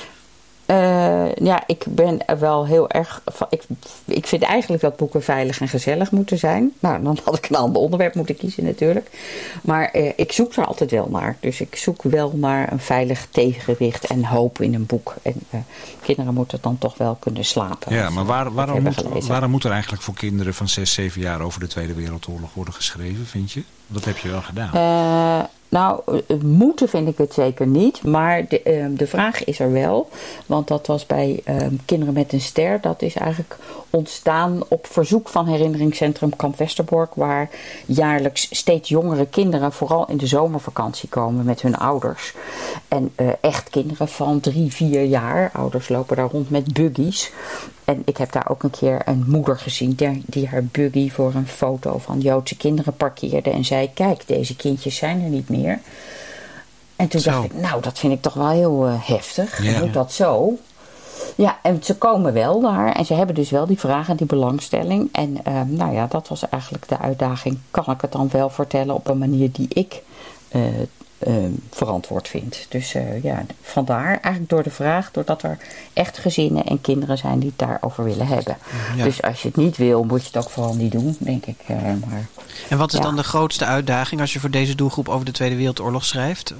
Uh, ja, ik ben er wel heel erg van. Ik, ik vind eigenlijk dat boeken veilig en gezellig moeten zijn. Nou, dan had ik een ander onderwerp moeten kiezen natuurlijk. Maar uh, ik zoek er altijd wel naar. Dus ik zoek wel naar een veilig tegengewicht en hoop in een boek. En uh, kinderen moeten dan toch wel kunnen slapen. Ja, maar waar, waarom, moet, waarom moet er eigenlijk voor kinderen van zes, zeven jaar over de Tweede Wereldoorlog worden geschreven, vind je? Dat heb je wel gedaan. Uh, Nou, moeten vind ik het zeker niet. Maar de, uh, de vraag is er wel. Want dat was bij uh, Kinderen met een ster. Dat is eigenlijk ontstaan op verzoek van herinneringscentrum Kamp Westerbork. Waar jaarlijks steeds jongere kinderen vooral in de zomervakantie komen met hun ouders. En uh, echt kinderen van drie, vier jaar. Ouders lopen daar rond met buggies. En ik heb daar ook een keer een moeder gezien die, die haar buggy voor een foto van Joodse kinderen parkeerde. En zei, kijk, deze kindjes zijn er niet meer. En toen zo. dacht ik, nou, dat vind ik toch wel heel uh, heftig. Ja. Moet dat zo? Ja, en ze komen wel daar. En ze hebben dus wel die vraag en die belangstelling. En uh, nou ja, dat was eigenlijk de uitdaging. Kan ik het dan wel vertellen op een manier die ik uh, Uh, verantwoord vindt. Dus uh, ja, vandaar eigenlijk door de vraag, doordat er echt gezinnen en kinderen zijn die het daarover willen hebben. Ja. Dus als je het niet wil, moet je het ook vooral niet doen, denk ik. Uh, maar, en wat is ja. dan de grootste uitdaging als je voor deze doelgroep over de Tweede Wereldoorlog schrijft?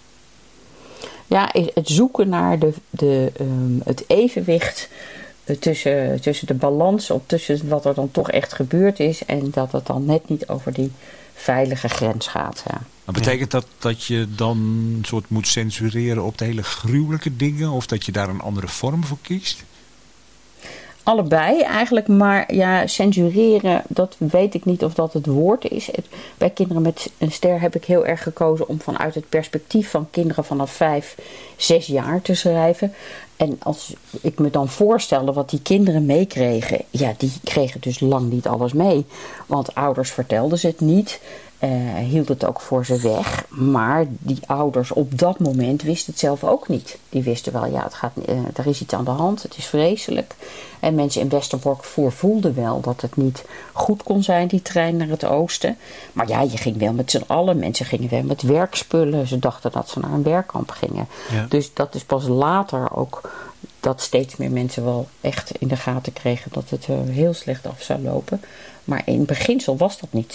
Ja, het zoeken naar de, de, um, het evenwicht tussen, tussen de balans op tussen wat er dan toch echt gebeurd is en dat het dan net niet over die veilige grens gaat. Ja. Maar betekent dat dat je dan een soort moet censureren op de hele gruwelijke dingen? Of dat je daar een andere vorm voor kiest? Allebei eigenlijk, maar ja, censureren, dat weet ik niet of dat het woord is. Het, bij Kinderen met een ster heb ik heel erg gekozen om vanuit het perspectief van kinderen vanaf vijf, zes jaar te schrijven. En als ik me dan voorstelde wat die kinderen meekregen, ja, die kregen dus lang niet alles mee. Want ouders vertelden ze het niet. Uh, hield het ook voor ze weg. Maar die ouders op dat moment wisten het zelf ook niet. Die wisten wel, ja, het gaat, uh, er is iets aan de hand. Het is vreselijk. En mensen in Westerbork voelden wel dat het niet goed kon zijn, die trein naar het oosten. Maar ja, je ging wel met z'n allen. Mensen gingen wel met werkspullen. Ze dachten dat ze naar een werkkamp gingen. Ja. Dus dat is pas later ook dat steeds meer mensen wel echt in de gaten kregen dat het uh, heel slecht af zou lopen. Maar in beginsel was dat niet zo.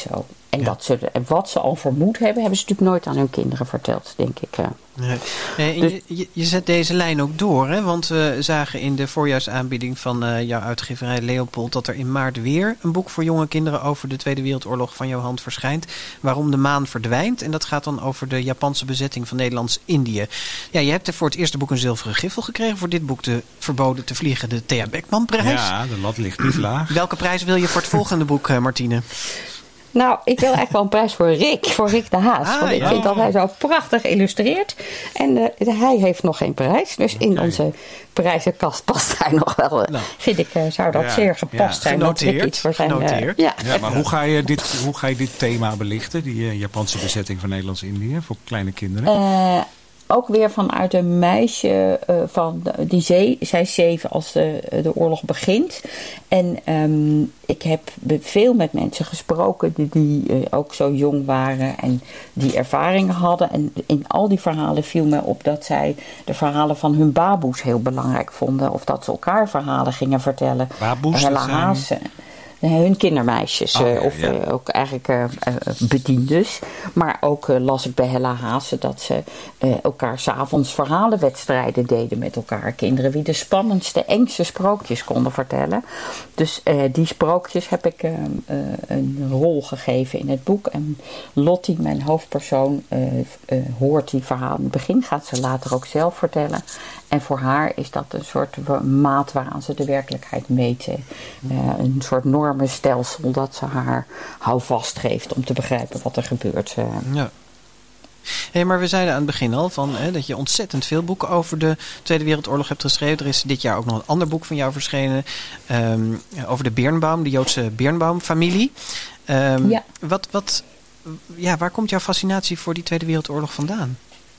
En, Ja. dat ze, en wat ze al vermoed hebben, hebben ze natuurlijk nooit aan hun kinderen verteld, denk ik. Uh. Nee. Nee, en Dus- je, je, je zet deze lijn ook door, hè? Want we zagen in de voorjaarsaanbieding van uh, jouw uitgeverij Leopold dat er in maart weer een boek voor jonge kinderen over de Tweede Wereldoorlog van jouw hand verschijnt. Waarom de maan verdwijnt. En dat gaat dan over de Japanse bezetting van Nederlands-Indië. Ja, je hebt er voor het eerste boek een zilveren griffel gekregen. Voor dit boek de Verboden te vliegen, de Thea Beckman-prijs. Ja, de lat ligt niet laag. Welke prijs wil je voor het volgende boek, uh, Martine? Nou, ik wil eigenlijk wel een prijs voor Rick, voor Rick de Haas. Ah, want ik ja. vind dat hij zo prachtig illustreert. En uh, hij heeft nog geen prijs. Dus in Oké. onze prijzenkast past hij nog wel. Uh, Nou. vind ik, uh, zou dat Ja, zeer gepast ja. zijn. Dat Rick Genoteerd, iets voor zijn, uh, genoteerd. ja. Ja, maar hoe ga je dit, hoe ga je dit thema belichten? Die uh, Japanse bezetting van Nederlands-Indië voor kleine kinderen? Uh, ook weer vanuit een meisje uh, van de, die zee, zij is zeven als de, de oorlog begint. En um, ik heb veel met mensen gesproken die, die uh, ook zo jong waren en die ervaringen hadden. En in al die verhalen viel me op dat zij de verhalen van hun baboes heel belangrijk vonden. Of dat ze elkaar verhalen gingen vertellen. Baboes, Hella dat zijn- Haase. Nee, hun kindermeisjes. Oh, uh, ja, of ja. uh, ook eigenlijk uh, uh, bediendes. Maar ook uh, las ik bij Hella Haase dat ze uh, elkaar 's avonds verhalenwedstrijden deden met elkaar. Kinderen wie de spannendste, engste sprookjes konden vertellen. Dus uh, die sprookjes heb ik uh, uh, een rol gegeven in het boek. En Lottie, mijn hoofdpersoon, uh, uh, hoort die verhalen in het begin. Gaat ze later ook zelf vertellen. En voor haar is dat een soort maat waaraan ze de werkelijkheid meten. Uh, een soort normenstelsel dat ze haar houvast geeft om te begrijpen wat er gebeurt. Uh. Ja. Hey, maar we zeiden aan het begin al van, hè, dat je ontzettend veel boeken over de Tweede Wereldoorlog hebt geschreven. Er is dit jaar ook nog een ander boek van jou verschenen um, over de Birnbaum, de Joodse Birnbaum-familie. Um, Ja. Wat, wat, ja, waar komt jouw fascinatie voor die Tweede Wereldoorlog vandaan?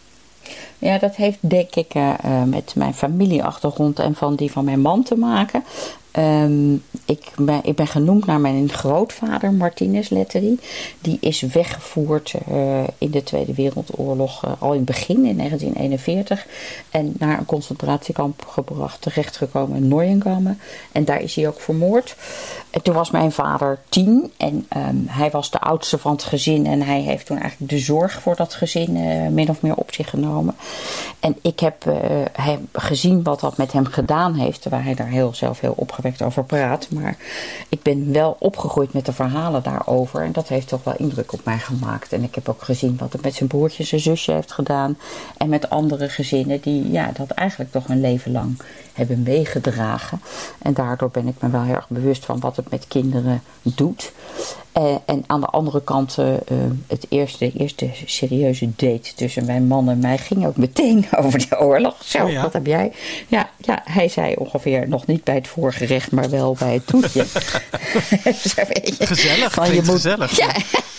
Ja, dat heeft denk ik uh, uh, met mijn familieachtergrond en van die van mijn man te maken. Um, ik, ben, ik ben genoemd naar mijn grootvader, Martinez Letterie. Die is weggevoerd uh, in de Tweede Wereldoorlog, uh, al in het begin, in negentien eenenveertig. En naar een concentratiekamp gebracht, terechtgekomen in Neuengamme. En daar is hij ook vermoord. En toen was mijn vader tien en um, hij was de oudste van het gezin. En hij heeft toen eigenlijk de zorg voor dat gezin uh, min of meer op zich genomen. En ik heb uh, hem gezien wat dat met hem gedaan heeft, terwijl hij daar heel, zelf heel opgewekt over praat. Maar ik ben wel opgegroeid met de verhalen daarover. En dat heeft toch wel indruk op mij gemaakt. En ik heb ook gezien wat het met zijn broertje en zijn zusje heeft gedaan. En met andere gezinnen die ja, dat eigenlijk toch hun leven lang hebben meegedragen. En daardoor ben ik me wel heel erg bewust van wat het met kinderen doet. Uh, en aan de andere kant, uh, het eerste, eerste serieuze date tussen mijn man en mij ging ook meteen over de oorlog. Zo, oh ja. Wat heb jij? Ja, ja, hij zei ongeveer nog niet bij het voorgerecht, maar wel bij het toetje. Gezellig, van, je klinkt moet, gezellig. Ja.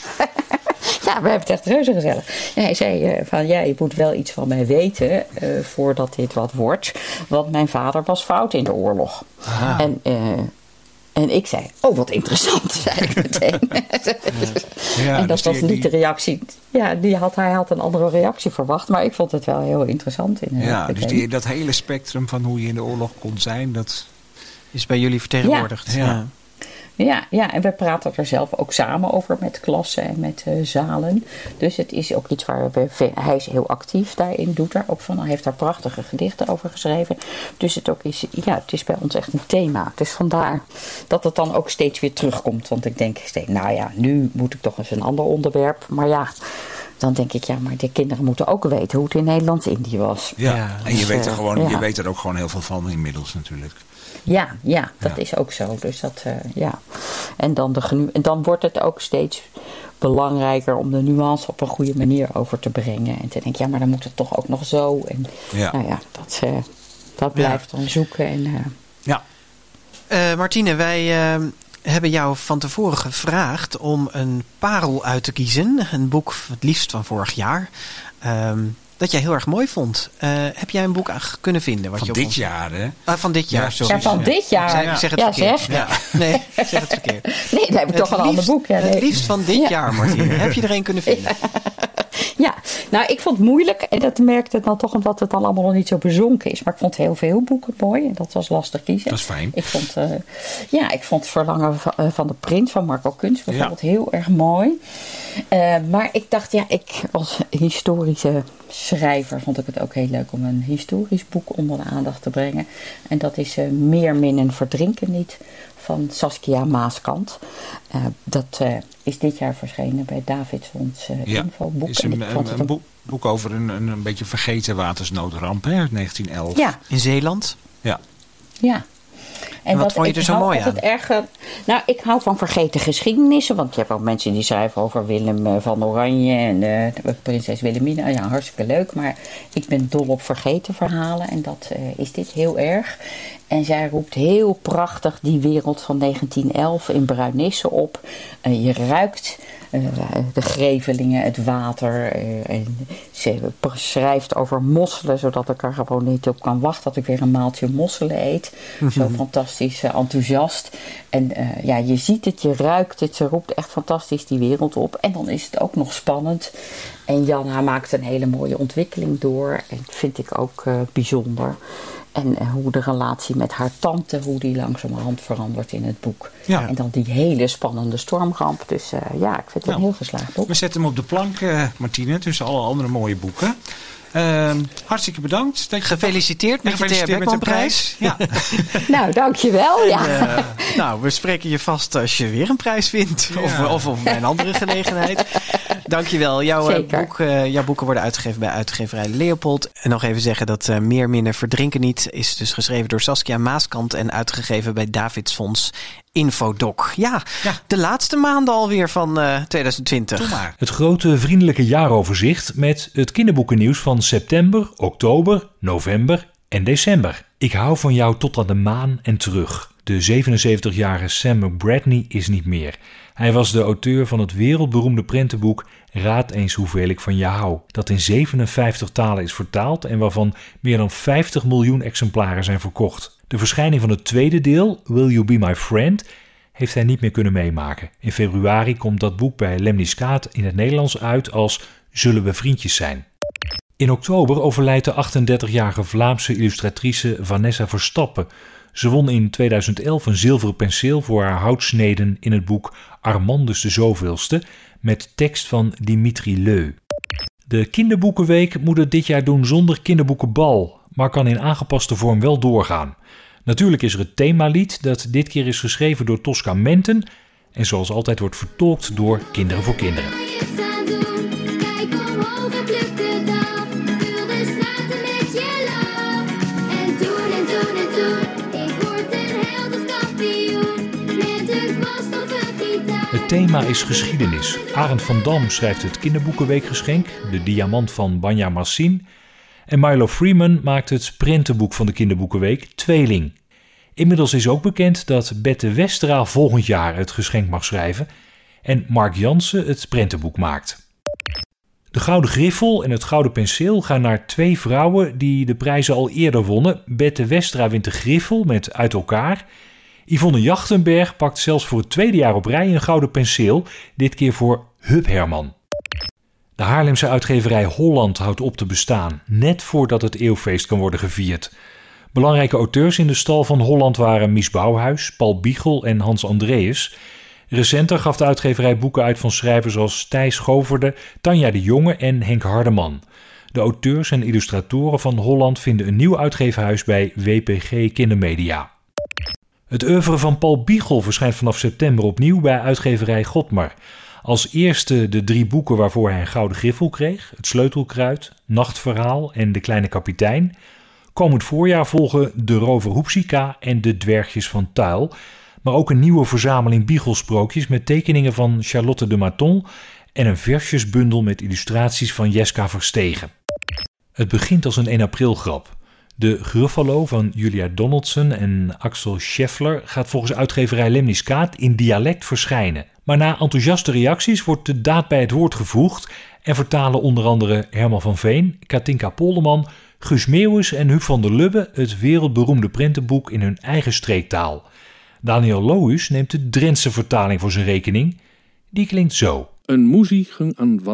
Ja, we hebben het echt reuze gezellig. Ja, hij zei uh, van ja, je moet wel iets van mij weten uh, voordat dit wat wordt. Want mijn vader was fout in de oorlog. Aha. En, uh, en ik zei, oh wat interessant, zei ik meteen. Ja, en dat dus was die- niet de reactie. Ja, die had, hij had een andere reactie verwacht. Maar ik vond het wel heel interessant. In, uh, Ja, dus meteen. die, dat hele spectrum van hoe je in de oorlog kon zijn, dat is bij jullie vertegenwoordigd. Ja. Ja. Ja, ja, en we praten er zelf ook samen over met klassen en met uh, zalen. Dus het is ook iets waar we... Hij is heel actief daarin, doet daar ook van. Hij heeft daar prachtige gedichten over geschreven. Dus het, ook is, ja, het is bij ons echt een thema. Dus vandaar dat het dan ook steeds weer terugkomt. Want ik denk steeds, nou ja, nu moet ik toch eens een ander onderwerp. Maar ja, dan denk ik, ja, maar de kinderen moeten ook weten hoe het in Nederlands-Indië was. Ja, Ja, en je dus, weet, er uh, gewoon, ja. je weet er ook gewoon heel veel van inmiddels natuurlijk. Ja, ja, dat Ja. is ook zo. Dus dat, uh, ja. En dan, de genu- en dan wordt het ook steeds belangrijker om de nuance op een goede manier over te brengen. En te denken, ja, maar dan moet het toch ook nog zo. En Ja. nou ja, dat, uh, dat blijft dan zoeken. En, uh, Ja. Uh, Martine, wij uh, hebben jou van tevoren gevraagd om een parel uit te kiezen. Een boek, het liefst van vorig jaar. Um, dat jij heel erg mooi vond. Uh, heb jij een boek aan kunnen vinden? Wat Van je op dit ons... jaar, hè? Ah, van dit jaar, Ja, sorry. ja, van dit jaar. Zeg, ik zeg het ja, verkeerd. zeg. Ja. Nee, ik zeg het verkeerd. Nee, dan heb ik toch Het een ander liefst- boek. Ja, nee. Het liefst van dit Ja. jaar, Martine. Heb je er een kunnen vinden? Ja, nou ik vond het moeilijk en dat merkte het dan toch omdat het dan allemaal nog niet zo bezonken is. Maar ik vond heel veel boeken mooi en dat was lastig kiezen. Dat is fijn. Ik vond, uh, ja, ik vond Verlangen van, uh, van de Prins van Marco Kunz bijvoorbeeld ja. heel erg mooi. Uh, maar ik dacht, ja, ik als historische schrijver vond ik het ook heel leuk om een historisch boek onder de aandacht te brengen. En dat is uh, Meer minnen verdrinken niet van Saskia Maaskant. Uh, dat uh, is dit jaar verschenen bij Davidsfonds uh, ja, Infoboek. Is een, een, een, een boek, boek over een, een, een beetje vergeten watersnoodramp hè, uit negentien elf. Ja. In Zeeland? Ja. Ja. En, en wat dat, vond je er zo mooi aan? Erg, nou, ik hou van vergeten geschiedenissen. Want je hebt ook mensen die schrijven over Willem van Oranje en uh, prinses Wilhelmina. Ja, hartstikke leuk. Maar ik ben dol op vergeten verhalen. En dat uh, is dit heel erg. En zij roept heel prachtig die wereld van negentien elf in Bruinisse op. Uh, je ruikt uh, de grevelingen, het water. Uh, en ze schrijft over mosselen, zodat ik er gewoon niet op kan wachten dat ik weer een maaltje mosselen eet. Mm-hmm. Zo fantastisch uh, enthousiast. En uh, ja, je ziet het, je ruikt het. Ze roept echt fantastisch die wereld op. En dan is het ook nog spannend. En Janna maakt een hele mooie ontwikkeling door. En dat vind ik ook uh, bijzonder. En uh, hoe de relatie met haar tante, hoe die langzamerhand verandert in het boek. Ja. En dan die hele spannende stormramp. Dus uh, ja, ik vind het nou, een heel geslaagd boek. We zetten hem op de plank, uh, Martine, tussen alle andere mooie boeken. Uh, hartstikke bedankt. Dat je gefeliciteerd met de Beckmanprijs. Ja. Nou, dankjewel. Ja. En, uh, nou, we spreken je vast als je weer een prijs wint. Ja. Of, of op een andere gelegenheid. Dankjewel. Jouw, uh, boek, uh, jouw boeken worden uitgegeven bij uitgeverij Leopold. En nog even zeggen dat uh, Meer minnen verdrinken niet is dus geschreven door Saskia Maaskant en uitgegeven bij Davidsfonds Infodoc. Ja, ja, de laatste maanden alweer van uh, twintig twintig. Het grote vriendelijke jaaroverzicht met het kinderboekennieuws van september, oktober, november en december. Ik hou van jou tot aan de maan en terug. De zevenenzeventigjarige Sam McBratney is niet meer. Hij was de auteur van het wereldberoemde prentenboek Raad eens hoeveel ik van je hou, dat in zevenenvijftig talen is vertaald en waarvan meer dan vijftig miljoen exemplaren zijn verkocht. De verschijning van het tweede deel, Will You Be My Friend, heeft hij niet meer kunnen meemaken. In februari komt dat boek bij Lemniskaat in het Nederlands uit als Zullen we vriendjes zijn? In oktober overlijdt de achtendertigjarige Vlaamse illustratrice Vanessa Verstappen. Ze won in tweeduizend elf een zilveren penseel voor haar houtsneden in het boek Armandus de Zoveelste met tekst van Dimitri Leu. De kinderboekenweek moet het dit jaar doen zonder kinderboekenbal, maar kan in aangepaste vorm wel doorgaan. Natuurlijk is er het themalied dat dit keer is geschreven door Tosca Menten en zoals altijd wordt vertolkt door Kinderen voor Kinderen. Het thema is geschiedenis. Arend van Dam schrijft het kinderboekenweekgeschenk, De Diamant van Banja Massin. En Milo Freeman maakt het prentenboek van de kinderboekenweek, Tweeling. Inmiddels is ook bekend dat Bette Westra volgend jaar het geschenk mag schrijven en Mark Jansen het prentenboek maakt. De Gouden Griffel en het Gouden Penseel gaan naar twee vrouwen die de prijzen al eerder wonnen. Bette Westra wint de Griffel met Uit elkaar. Yvonne Jachtenberg pakt zelfs voor het tweede jaar op rij een Gouden Penseel, dit keer voor Huub Herman. De Haarlemse uitgeverij Holland houdt op te bestaan, net voordat het eeuwfeest kan worden gevierd. Belangrijke auteurs in de stal van Holland waren Mies Bouwhuis, Paul Biegel en Hans Andreas. Recenter gaf de uitgeverij boeken uit van schrijvers als Thijs Goverde, Tanja de Jonge en Henk Hardeman. De auteurs en illustratoren van Holland vinden een nieuw uitgeverhuis bij W P G Kindermedia. Het oeuvre van Paul Biegel verschijnt vanaf september opnieuw bij uitgeverij Godmer. Als eerste de drie boeken waarvoor hij een Gouden Griffel kreeg, Het Sleutelkruid, Nachtverhaal en De Kleine Kapitein. Komend voorjaar volgen De Rover Hoepsika en De Dwergjes van Tuil, maar ook een nieuwe verzameling Biegelsprookjes met tekeningen van Charlotte de Maton en een versjesbundel met illustraties van Jeska Verstegen. Het begint als een één april grap. De Gruffalo van Julia Donaldson en Axel Scheffler gaat volgens uitgeverij Lemniskaat in dialect verschijnen. Maar na enthousiaste reacties wordt de daad bij het woord gevoegd en vertalen onder andere Herman van Veen, Katinka Polderman, Guus Meeuwis en Huub van der Lubbe het wereldberoemde prentenboek in hun eigen streektaal. Daniel Lohuus neemt de Drentse vertaling voor zijn rekening. Die klinkt zo. Een moesie ging aan wandelen.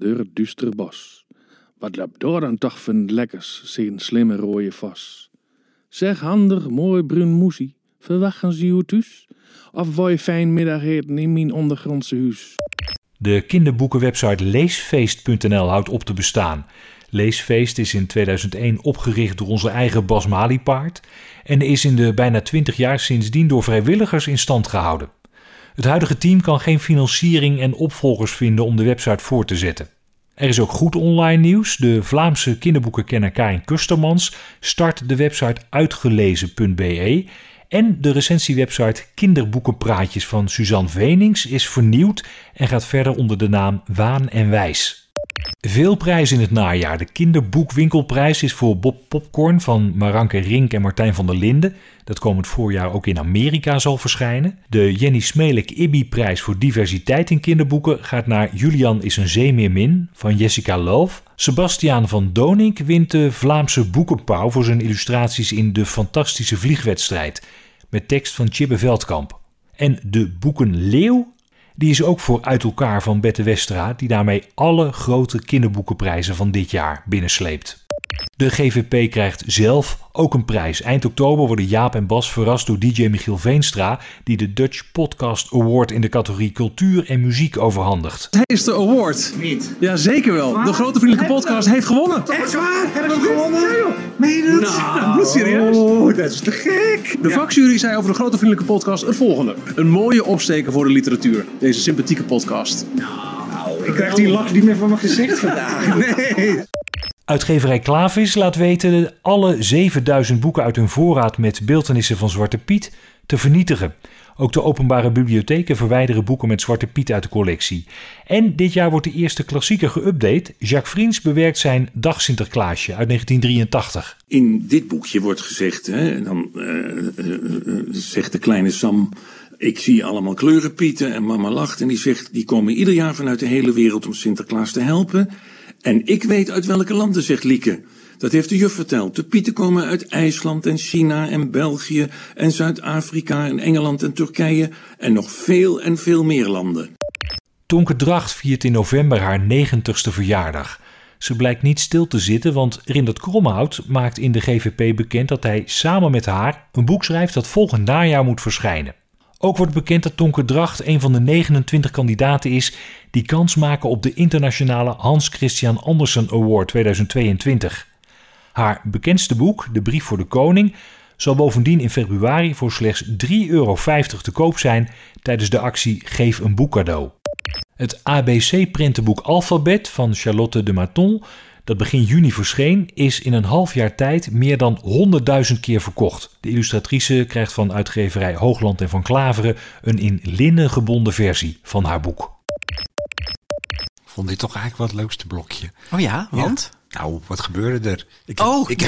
door het duistere bos. Wat loopt daar dan toch van lekkers, zijn slimme rode vos. Zeg handig, mooi bruin moesie, verwachten ze u thuis? Of wil je fijn middag eten in mijn ondergrondse huis? De kinderboekenwebsite leesfeest punt n l houdt op te bestaan. Leesfeest is in tweeduizend één opgericht door onze eigen Bas Maliepaard en is in de bijna twintig jaar sindsdien door vrijwilligers in stand gehouden. Het huidige team kan geen financiering en opvolgers vinden om de website voor te zetten. Er is ook goed online nieuws. De Vlaamse kinderboekenkenner Karin Kustermans start de website uitgelezen punt b e en de recensiewebsite Kinderboekenpraatjes van Suzanne Venings is vernieuwd en gaat verder onder de naam Waan en Wijs. Veel prijzen in het najaar. De kinderboekwinkelprijs is voor Bob Popcorn van Maranke Rink en Martijn van der Linden, dat komend voorjaar ook in Amerika zal verschijnen. De Jenny Smelik Ibby-prijs voor diversiteit in kinderboeken gaat naar Julian is een zeemeermin van Jessica Love. Sebastiaan van Donink wint de Vlaamse Boekenpauw voor zijn illustraties in De Fantastische Vliegwedstrijd met tekst van Tjibbe Veldkamp. En de Boekenleeuw, die is ook voor Uit elkaar van Bette Westra, die daarmee alle grote kinderboekenprijzen van dit jaar binnensleept. De G V P krijgt zelf ook een prijs. Eind oktober worden Jaap en Bas verrast door D J Michiel Veenstra, die de Dutch Podcast Award in de categorie cultuur en muziek overhandigt. Hij is de award. Niet. Ja, zeker wel. Waar? De Grote Vriendelijke Podcast heeft gewonnen. Echt waar? Hebben we gewonnen? Meen je dat? Nou, dat is serieus. Oh, dat is te gek. De ja. vakjury zei over de Grote Vriendelijke Podcast het volgende. Een mooie opsteken voor de literatuur. Deze sympathieke podcast. Nou, ik krijg die lach niet meer van mijn gezicht vandaag. Nee. Uitgeverij Klavis laat weten alle zevenduizend boeken uit hun voorraad met beeltenissen van Zwarte Piet te vernietigen. Ook de openbare bibliotheken verwijderen boeken met Zwarte Piet uit de collectie. En dit jaar wordt de eerste klassieker geüpdate. Jacques Vriends bewerkt zijn Dag Sinterklaasje uit negentien drieëntachtig. In dit boekje wordt gezegd, hè, dan uh, uh, zegt de kleine Sam, ik zie allemaal kleurenpieten en mama lacht. En die zegt, die komen ieder jaar vanuit de hele wereld om Sinterklaas te helpen. En ik weet uit welke landen, zegt Lieke. Dat heeft de juf verteld. De pieten komen uit IJsland en China en België en Zuid-Afrika en Engeland en Turkije en nog veel en veel meer landen. Tonke Dracht viert in november haar negentigste verjaardag. Ze blijkt niet stil te zitten, want Rindert Kromhout maakt in de G V P bekend dat hij samen met haar een boek schrijft dat volgend najaar moet verschijnen. Ook wordt bekend dat Tonke Dracht een van de negenentwintig kandidaten is die kans maken op de internationale Hans Christian Andersen Award tweeduizend tweeëntwintig. Haar bekendste boek, De Brief voor de Koning, zal bovendien in februari voor slechts drie euro vijftig te koop zijn tijdens de actie Geef een boek cadeau. Het A B C-prentenboek Alfabet van Charlotte de Maton, dat begin juni verscheen, is in een half jaar tijd meer dan honderdduizend keer verkocht. De illustratrice krijgt van uitgeverij Hoogland en van Klaveren een in linnen gebonden versie van haar boek. Ik vond dit toch eigenlijk wel het leukste blokje. Oh ja, want? Ja. Nou, wat gebeurde er? Ik, oh, ik,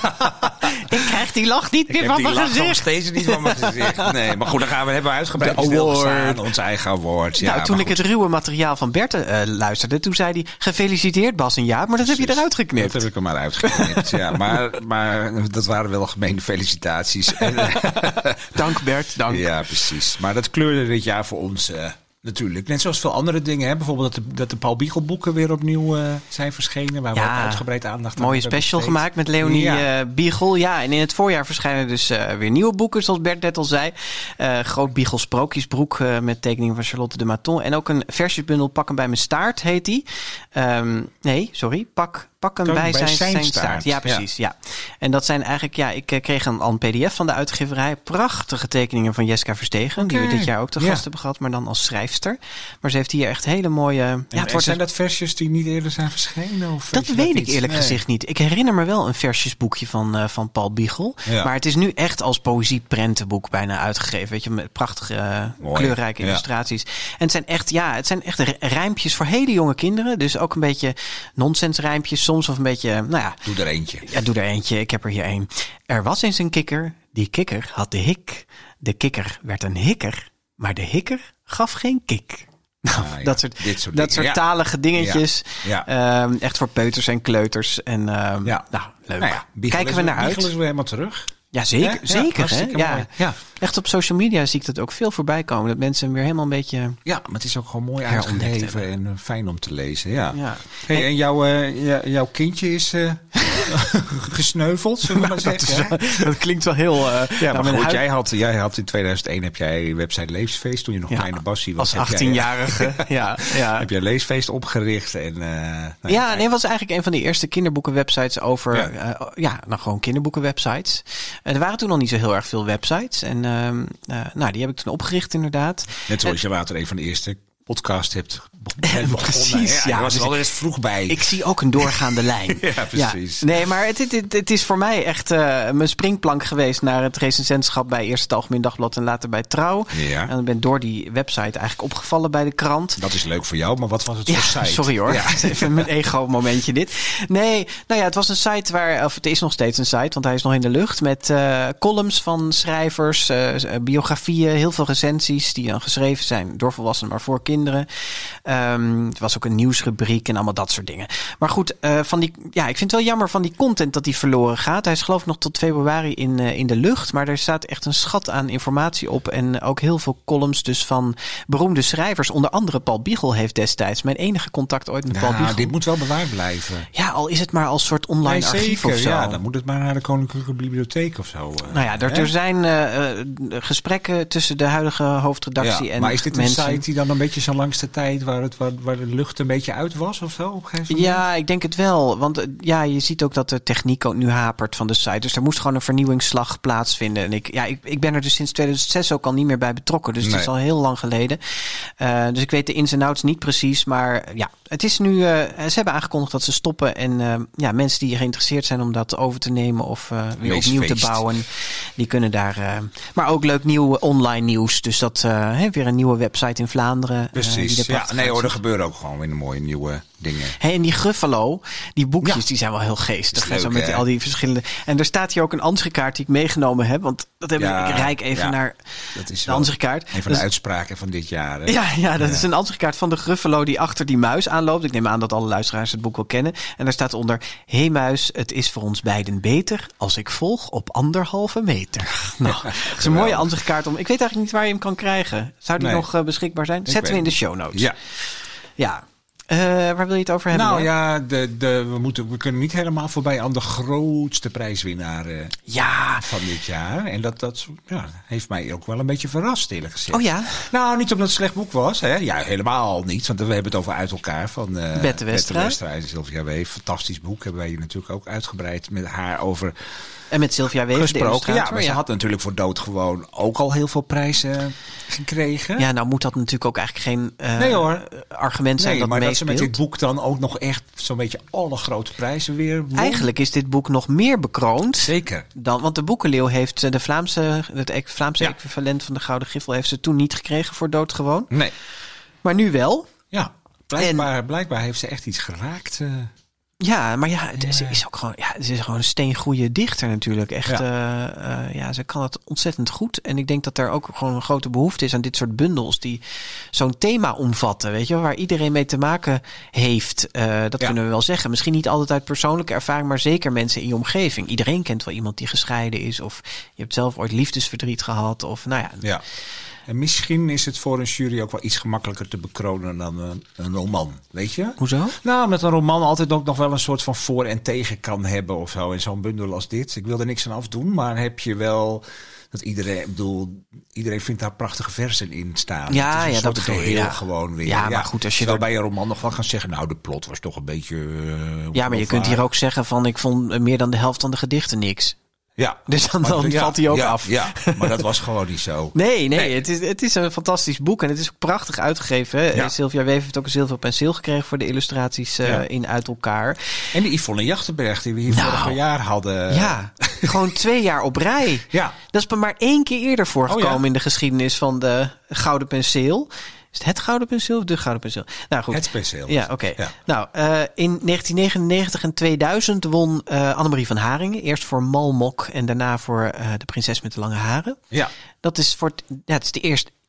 ik krijg die lach niet meer van mijn gezicht. Ik heb die lach nog steeds niet van mijn gezicht. Nee, maar goed, dan gaan we, hebben we uitgebreid stilgestaan. Onze eigen award. Ja, nou, toen ik het ruwe materiaal van Bert uh, luisterde, toen zei hij, gefeliciteerd Bas en Jaap, maar dat Precies. heb je eruit geknipt. Dat heb ik er maar uitgeknipt, ja. Maar, maar dat waren wel gemeene felicitaties. Dank Bert, dank. Ja, precies. Maar dat kleurde dit jaar voor ons... Uh, Natuurlijk, net zoals veel andere dingen. Hè? Bijvoorbeeld dat de, dat de Paul Biegel boeken weer opnieuw uh, zijn verschenen. Waar ja, we ook uitgebreid aandacht aan mooie special gemaakt met Leonie ja. uh, Biegel. Ja, en in het voorjaar verschijnen dus uh, weer nieuwe boeken, zoals Bert net al zei. Uh, Groot Biegel Sprookjesbroek uh, met tekeningen van Charlotte de Maton. En ook een versjesbundel Pak hem bij mijn staart heet die. Um, nee, sorry. Pak... Pakken bij, bij zijn, zijn staart. staart. Ja, precies. Ja. ja. En dat zijn eigenlijk, ja, ik kreeg een, al een P D F van de uitgeverij. Prachtige tekeningen van Jessica Verstegen. Okay. Die we dit jaar ook te gast ja. hebben gehad, maar dan als schrijfster. Maar ze heeft hier echt hele mooie... En, ja, het wordt zijn dat versjes die niet eerder zijn verschenen? Of dat weet, weet ik eerlijk nee. gezegd niet. Ik herinner me wel een versjesboekje van, uh, van Paul Biegel. Ja. Maar het is nu echt als poëzie-prentenboek bijna uitgegeven. Weet je, met prachtige, uh, kleurrijke ja. illustraties. En het zijn echt, ja, het zijn echt rijmpjes voor hele jonge kinderen. Dus ook een beetje nonsensrijmpjes. Soms of een beetje, nou ja. Doe er eentje. Ja, doe er eentje. Ik heb er hier één. Er was eens een kikker. Die kikker had de hik. De kikker werd een hikker. Maar de hikker gaf geen kik. Nou, ah, ja. dat soort, Dit soort, dat soort ja. talige dingetjes. Ja. Ja. Um, echt voor peuters en kleuters. En um, ja. nou, leuk. Nou ja, Kijken we naar uit. Biegel is weer helemaal terug. Ja, zeker. Ja, zeker ja, hè? Ja. Mooi. Ja. Echt op social media zie ik dat ook veel voorbij komen. Dat mensen hem weer helemaal een beetje... Ja, maar het is ook gewoon mooi herontdekt uitgegeven hebben. en uh, fijn om te lezen. Ja. Ja. Hey, en jouw, uh, ja, jouw kindje is uh, gesneuveld, zullen we maar dat, zeggen. is, dat klinkt wel heel... Uh, ja, maar nou, goed, huid... jij, had, jij had in tweeduizend één heb jij website Leesfeest, toen je nog ja, kleine Bassie was. Als achttienjarige, ja, ja. Heb jij Leesfeest opgericht. En, uh, nou, ja, nee, het was eigenlijk een van de eerste kinderboekenwebsites over... Ja, uh, ja nou gewoon kinderboekenwebsites. Uh, er waren toen nog niet zo heel erg veel websites. En uh, uh, nou, die heb ik toen opgericht inderdaad. Net zoals en, je later een van de eerste podcast hebt precies, ja. ja. Je was dus er al eens vroeg bij. Ik zie ook een doorgaande lijn. Ja, precies. Ja. Nee, maar het, het, het, het is voor mij echt uh, mijn springplank geweest naar het recensentschap bij eerst het Algemeen Dagblad en later bij Trouw. Ja. En ik ben door die website eigenlijk opgevallen bij de krant. Dat is leuk voor jou, maar wat was het ja, voor site? Sorry hoor, ja. even mijn ego-momentje dit. Nee, nou ja, het was een site waar, of het is nog steeds een site, want hij is nog in de lucht, met uh, columns van schrijvers, uh, biografieën, heel veel recensies die dan geschreven zijn door volwassenen, maar voor kinderen. Um, het was ook een nieuwsrubriek en allemaal dat soort dingen. Maar goed, uh, van die, ja, ik vind het wel jammer van die content dat die verloren gaat. Hij is geloof ik nog tot februari in, uh, in de lucht. Maar er staat echt een schat aan informatie op. En ook heel veel columns dus van beroemde schrijvers. Onder andere Paul Biegel heeft destijds mijn enige contact ooit met ja, Paul Biegel. Dit moet wel bewaard blijven. Ja, al is het maar als soort online nee, archief zeker, of zo. Ja, dan moet het maar naar de Koninklijke Bibliotheek of zo. Uh, nou ja, er, er zijn uh, gesprekken tussen de huidige hoofdredactie ja, en maar is dit mensen. een site die dan een beetje zo langs de tijd waar, het, waar, waar de lucht een beetje uit was of zo? Op een gegeven moment? Ja, ik denk het wel. Want ja, je ziet ook dat de techniek ook nu hapert van de site. Dus er moest gewoon een vernieuwingsslag plaatsvinden. En ik, ja, ik, ik ben er dus sinds tweeduizend zes ook al niet meer bij betrokken. Dus nee. Het is al heel lang geleden. Uh, dus ik weet de ins en outs niet precies. Maar ja, het is nu... Uh, ze hebben aangekondigd dat ze stoppen. En uh, ja, mensen die geïnteresseerd zijn om dat over te nemen of uh, weer opnieuw te bouwen, die kunnen daar... Uh, maar ook leuk nieuw online nieuws. Dus dat uh, hè, weer een nieuwe website in Vlaanderen. Precies. Uh, ja, nee hoor, er gebeuren ook gewoon weer mooie nieuwe dingen. Hey, en die Gruffalo, die boekjes, ja. die zijn wel heel geestig. Leuk, zo met die, al die verschillende. En er staat hier ook een ansichtkaart die ik meegenomen heb. Want dat heb ja, ik rijk even ja, naar dat is de ansichtkaart. Een van de dus, uitspraken van dit jaar. Hè? Ja, ja, dat ja. is een ansichtkaart van de Gruffalo die achter die muis aanloopt. Ik neem aan dat alle luisteraars het boek wel kennen. En daar staat onder: Hey muis, het is voor ons beiden beter als ik volg op anderhalve meter. Nou, ja, dat is een mooie ansichtkaart om. Ik weet eigenlijk niet waar je hem kan krijgen. Zou die nee. nog uh, beschikbaar zijn? Zetten we in de show notes. Ja. Ja. Uh, waar wil je het over hebben? Nou hè? ja, de, de, we, moeten, we kunnen niet helemaal voorbij aan de grootste prijswinnaar uh, ja. van dit jaar. En dat, dat ja, heeft mij ook wel een beetje verrast, eerlijk gezegd. Oh ja? Nou, niet omdat het een slecht boek was. Hè? Ja, helemaal niet. Want we hebben het over Uit elkaar van uh, Bette Westra. Westra en Sylvia Weef. Fantastisch boek. Hebben wij hier natuurlijk ook uitgebreid met haar over... En met Sylvia Weef gesproken. Ja, maar ja. ze had natuurlijk voor Doodgewoon ook al heel veel prijzen gekregen. Ja, nou moet dat natuurlijk ook eigenlijk geen uh, nee, hoor. argument zijn nee, dat maar meespeelt. dat ze met dit boek dan ook nog echt zo'n beetje alle grote prijzen weer won. Eigenlijk is dit boek nog meer bekroond. Zeker. Dan, want de Boekenleeuw heeft de Vlaamse, het Vlaamse ja. equivalent van de Gouden Griffel heeft ze toen niet gekregen voor Doodgewoon. Nee. Maar nu wel. Ja, blijkbaar, en, blijkbaar heeft ze echt iets geraakt. Uh, Ja, maar ja, het is, is ook gewoon, ja, ze is gewoon een steengoeie dichter natuurlijk. Echt, ja. Uh, uh, ja, ze kan het ontzettend goed. En ik denk dat er ook gewoon een grote behoefte is aan dit soort bundels die zo'n thema omvatten, weet je, waar iedereen mee te maken heeft. Uh, dat ja. kunnen we wel zeggen. Misschien niet altijd uit persoonlijke ervaring, maar zeker mensen in je omgeving. Iedereen kent wel iemand die gescheiden is, of je hebt zelf ooit liefdesverdriet gehad, of nou ja. Ja. En misschien is het voor een jury ook wel iets gemakkelijker te bekronen dan een, een roman, weet je? Hoezo? Nou, omdat een roman altijd ook nog wel een soort van voor en tegen kan hebben of zo. In zo'n bundel als dit. Ik wil er niks aan afdoen, maar heb je wel... Dat iedereen, ik bedoel, iedereen vindt daar prachtige versen in staan. Ja, het is een ja, soort dat bedoel geheel ja. gewoon weer. Ja, maar ja, goed, als je er... er... bij een roman nog wel gaan zeggen, nou, de plot was toch een beetje... Uh, ja, maar je kunt hier ook zeggen van, ik vond meer dan de helft van de gedichten niks. Ja, dus dan, dan ja, valt hij ook ja, af. Ja, maar dat was gewoon niet zo. Nee, nee, nee. Het, is, het is een fantastisch boek en het is ook prachtig uitgegeven. Ja. Sylvia Weef heeft ook een zilveren penseel gekregen voor de illustraties uh, ja. in Uit elkaar. En die Yvonne Jachtenberg die we hier nou, vorig jaar hadden. Ja, gewoon twee jaar op rij. Ja. Dat is maar één keer eerder voorgekomen oh, ja. in de geschiedenis van de Gouden Penseel. Is het het Gouden Penseel of de Gouden Penseel? Nou goed. Het penseel. Ja, oké. Okay. Ja. Nou, uh, in negentien negenennegentig en tweeduizend won uh, Annemarie van Haringen. Eerst voor Malmok en daarna voor uh, De Prinses met de Lange Haren. Ja. Dat is voor het, ja, het is de eerste,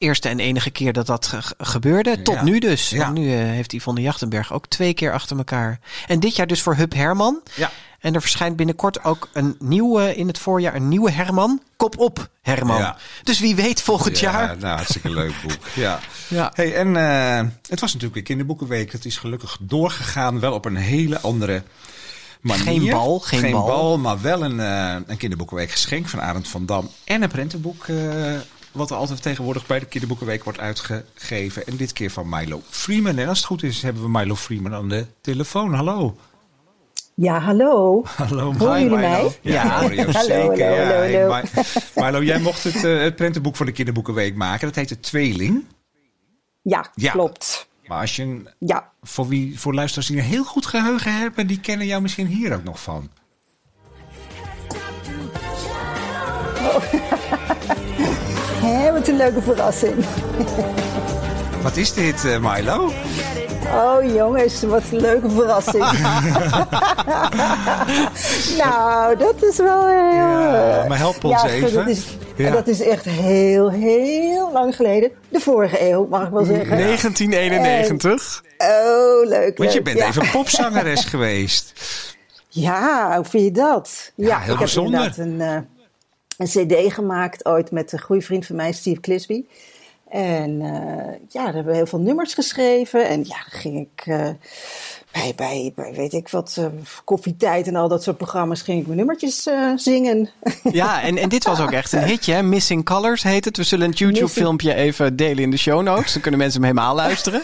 eerste en enige keer dat dat ge- gebeurde. Tot Ja. nu dus. Ja. Want nu uh, heeft Yvonne Jachtenberg ook twee keer achter elkaar. En dit jaar dus voor Huub Herman. Ja. En er verschijnt binnenkort ook een nieuwe, in het voorjaar, een nieuwe Herman. Kop op, Herman. Ja. Dus wie weet volgend ja, jaar. Nou, hartstikke leuk boek. Ja. Ja. Hey, en uh, het was natuurlijk weer Kinderboekenweek. Het is gelukkig doorgegaan. Wel op een hele andere manier. Geen bal, geen, geen bal. bal. Maar wel een, uh, een Kinderboekenweek geschenk van Arend van Dam. En een prentenboek. Uh, wat er altijd tegenwoordig bij de Kinderboekenweek wordt uitgegeven. En dit keer van Milo Freeman. En als het goed is, hebben we Milo Freeman aan de telefoon. Hallo. Ja, hallo. Hallo, Horen jullie mij? Ja, Ja. hoor je Hallo, zeker. hallo, Ja, hallo, hallo. hey, Milo, jij mocht het, uh, het prentenboek voor de Kinderboekenweek maken. Dat heet de Tweeling. Ja, Ja. klopt. Maar als je een, Ja. voor, wie, voor luisteraars die een heel goed geheugen hebben, die kennen jou misschien hier ook nog van. Hé, wat een leuke verrassing. Wat is dit, uh, Milo? Oh jongens, wat een leuke verrassing. Nou, dat is wel heel... Ja, maar help ons ja, even. Dat is, Ja. dat is echt heel, heel lang geleden. De vorige eeuw, mag ik wel zeggen. negentien eenennegentig. En, oh, leuk, Want je leuk, bent ja. even popzangeres geweest. Ja, hoe vind je dat? Ja, heel ik heb bijzonder. inderdaad een, uh, een cd gemaakt ooit met een goede vriend van mij, Steve Clisby. En uh, ja, daar hebben we heel veel nummers geschreven. En ja, dan ging ik uh, bij, bij, bij, weet ik wat, uh, Koffietijd en al dat soort programma's ging ik mijn nummertjes uh, zingen. Ja, en, en dit was ook echt een hitje, hè? Missing Colors heet het. We zullen een YouTube-filmpje even delen in de show notes. Dan kunnen mensen hem helemaal luisteren.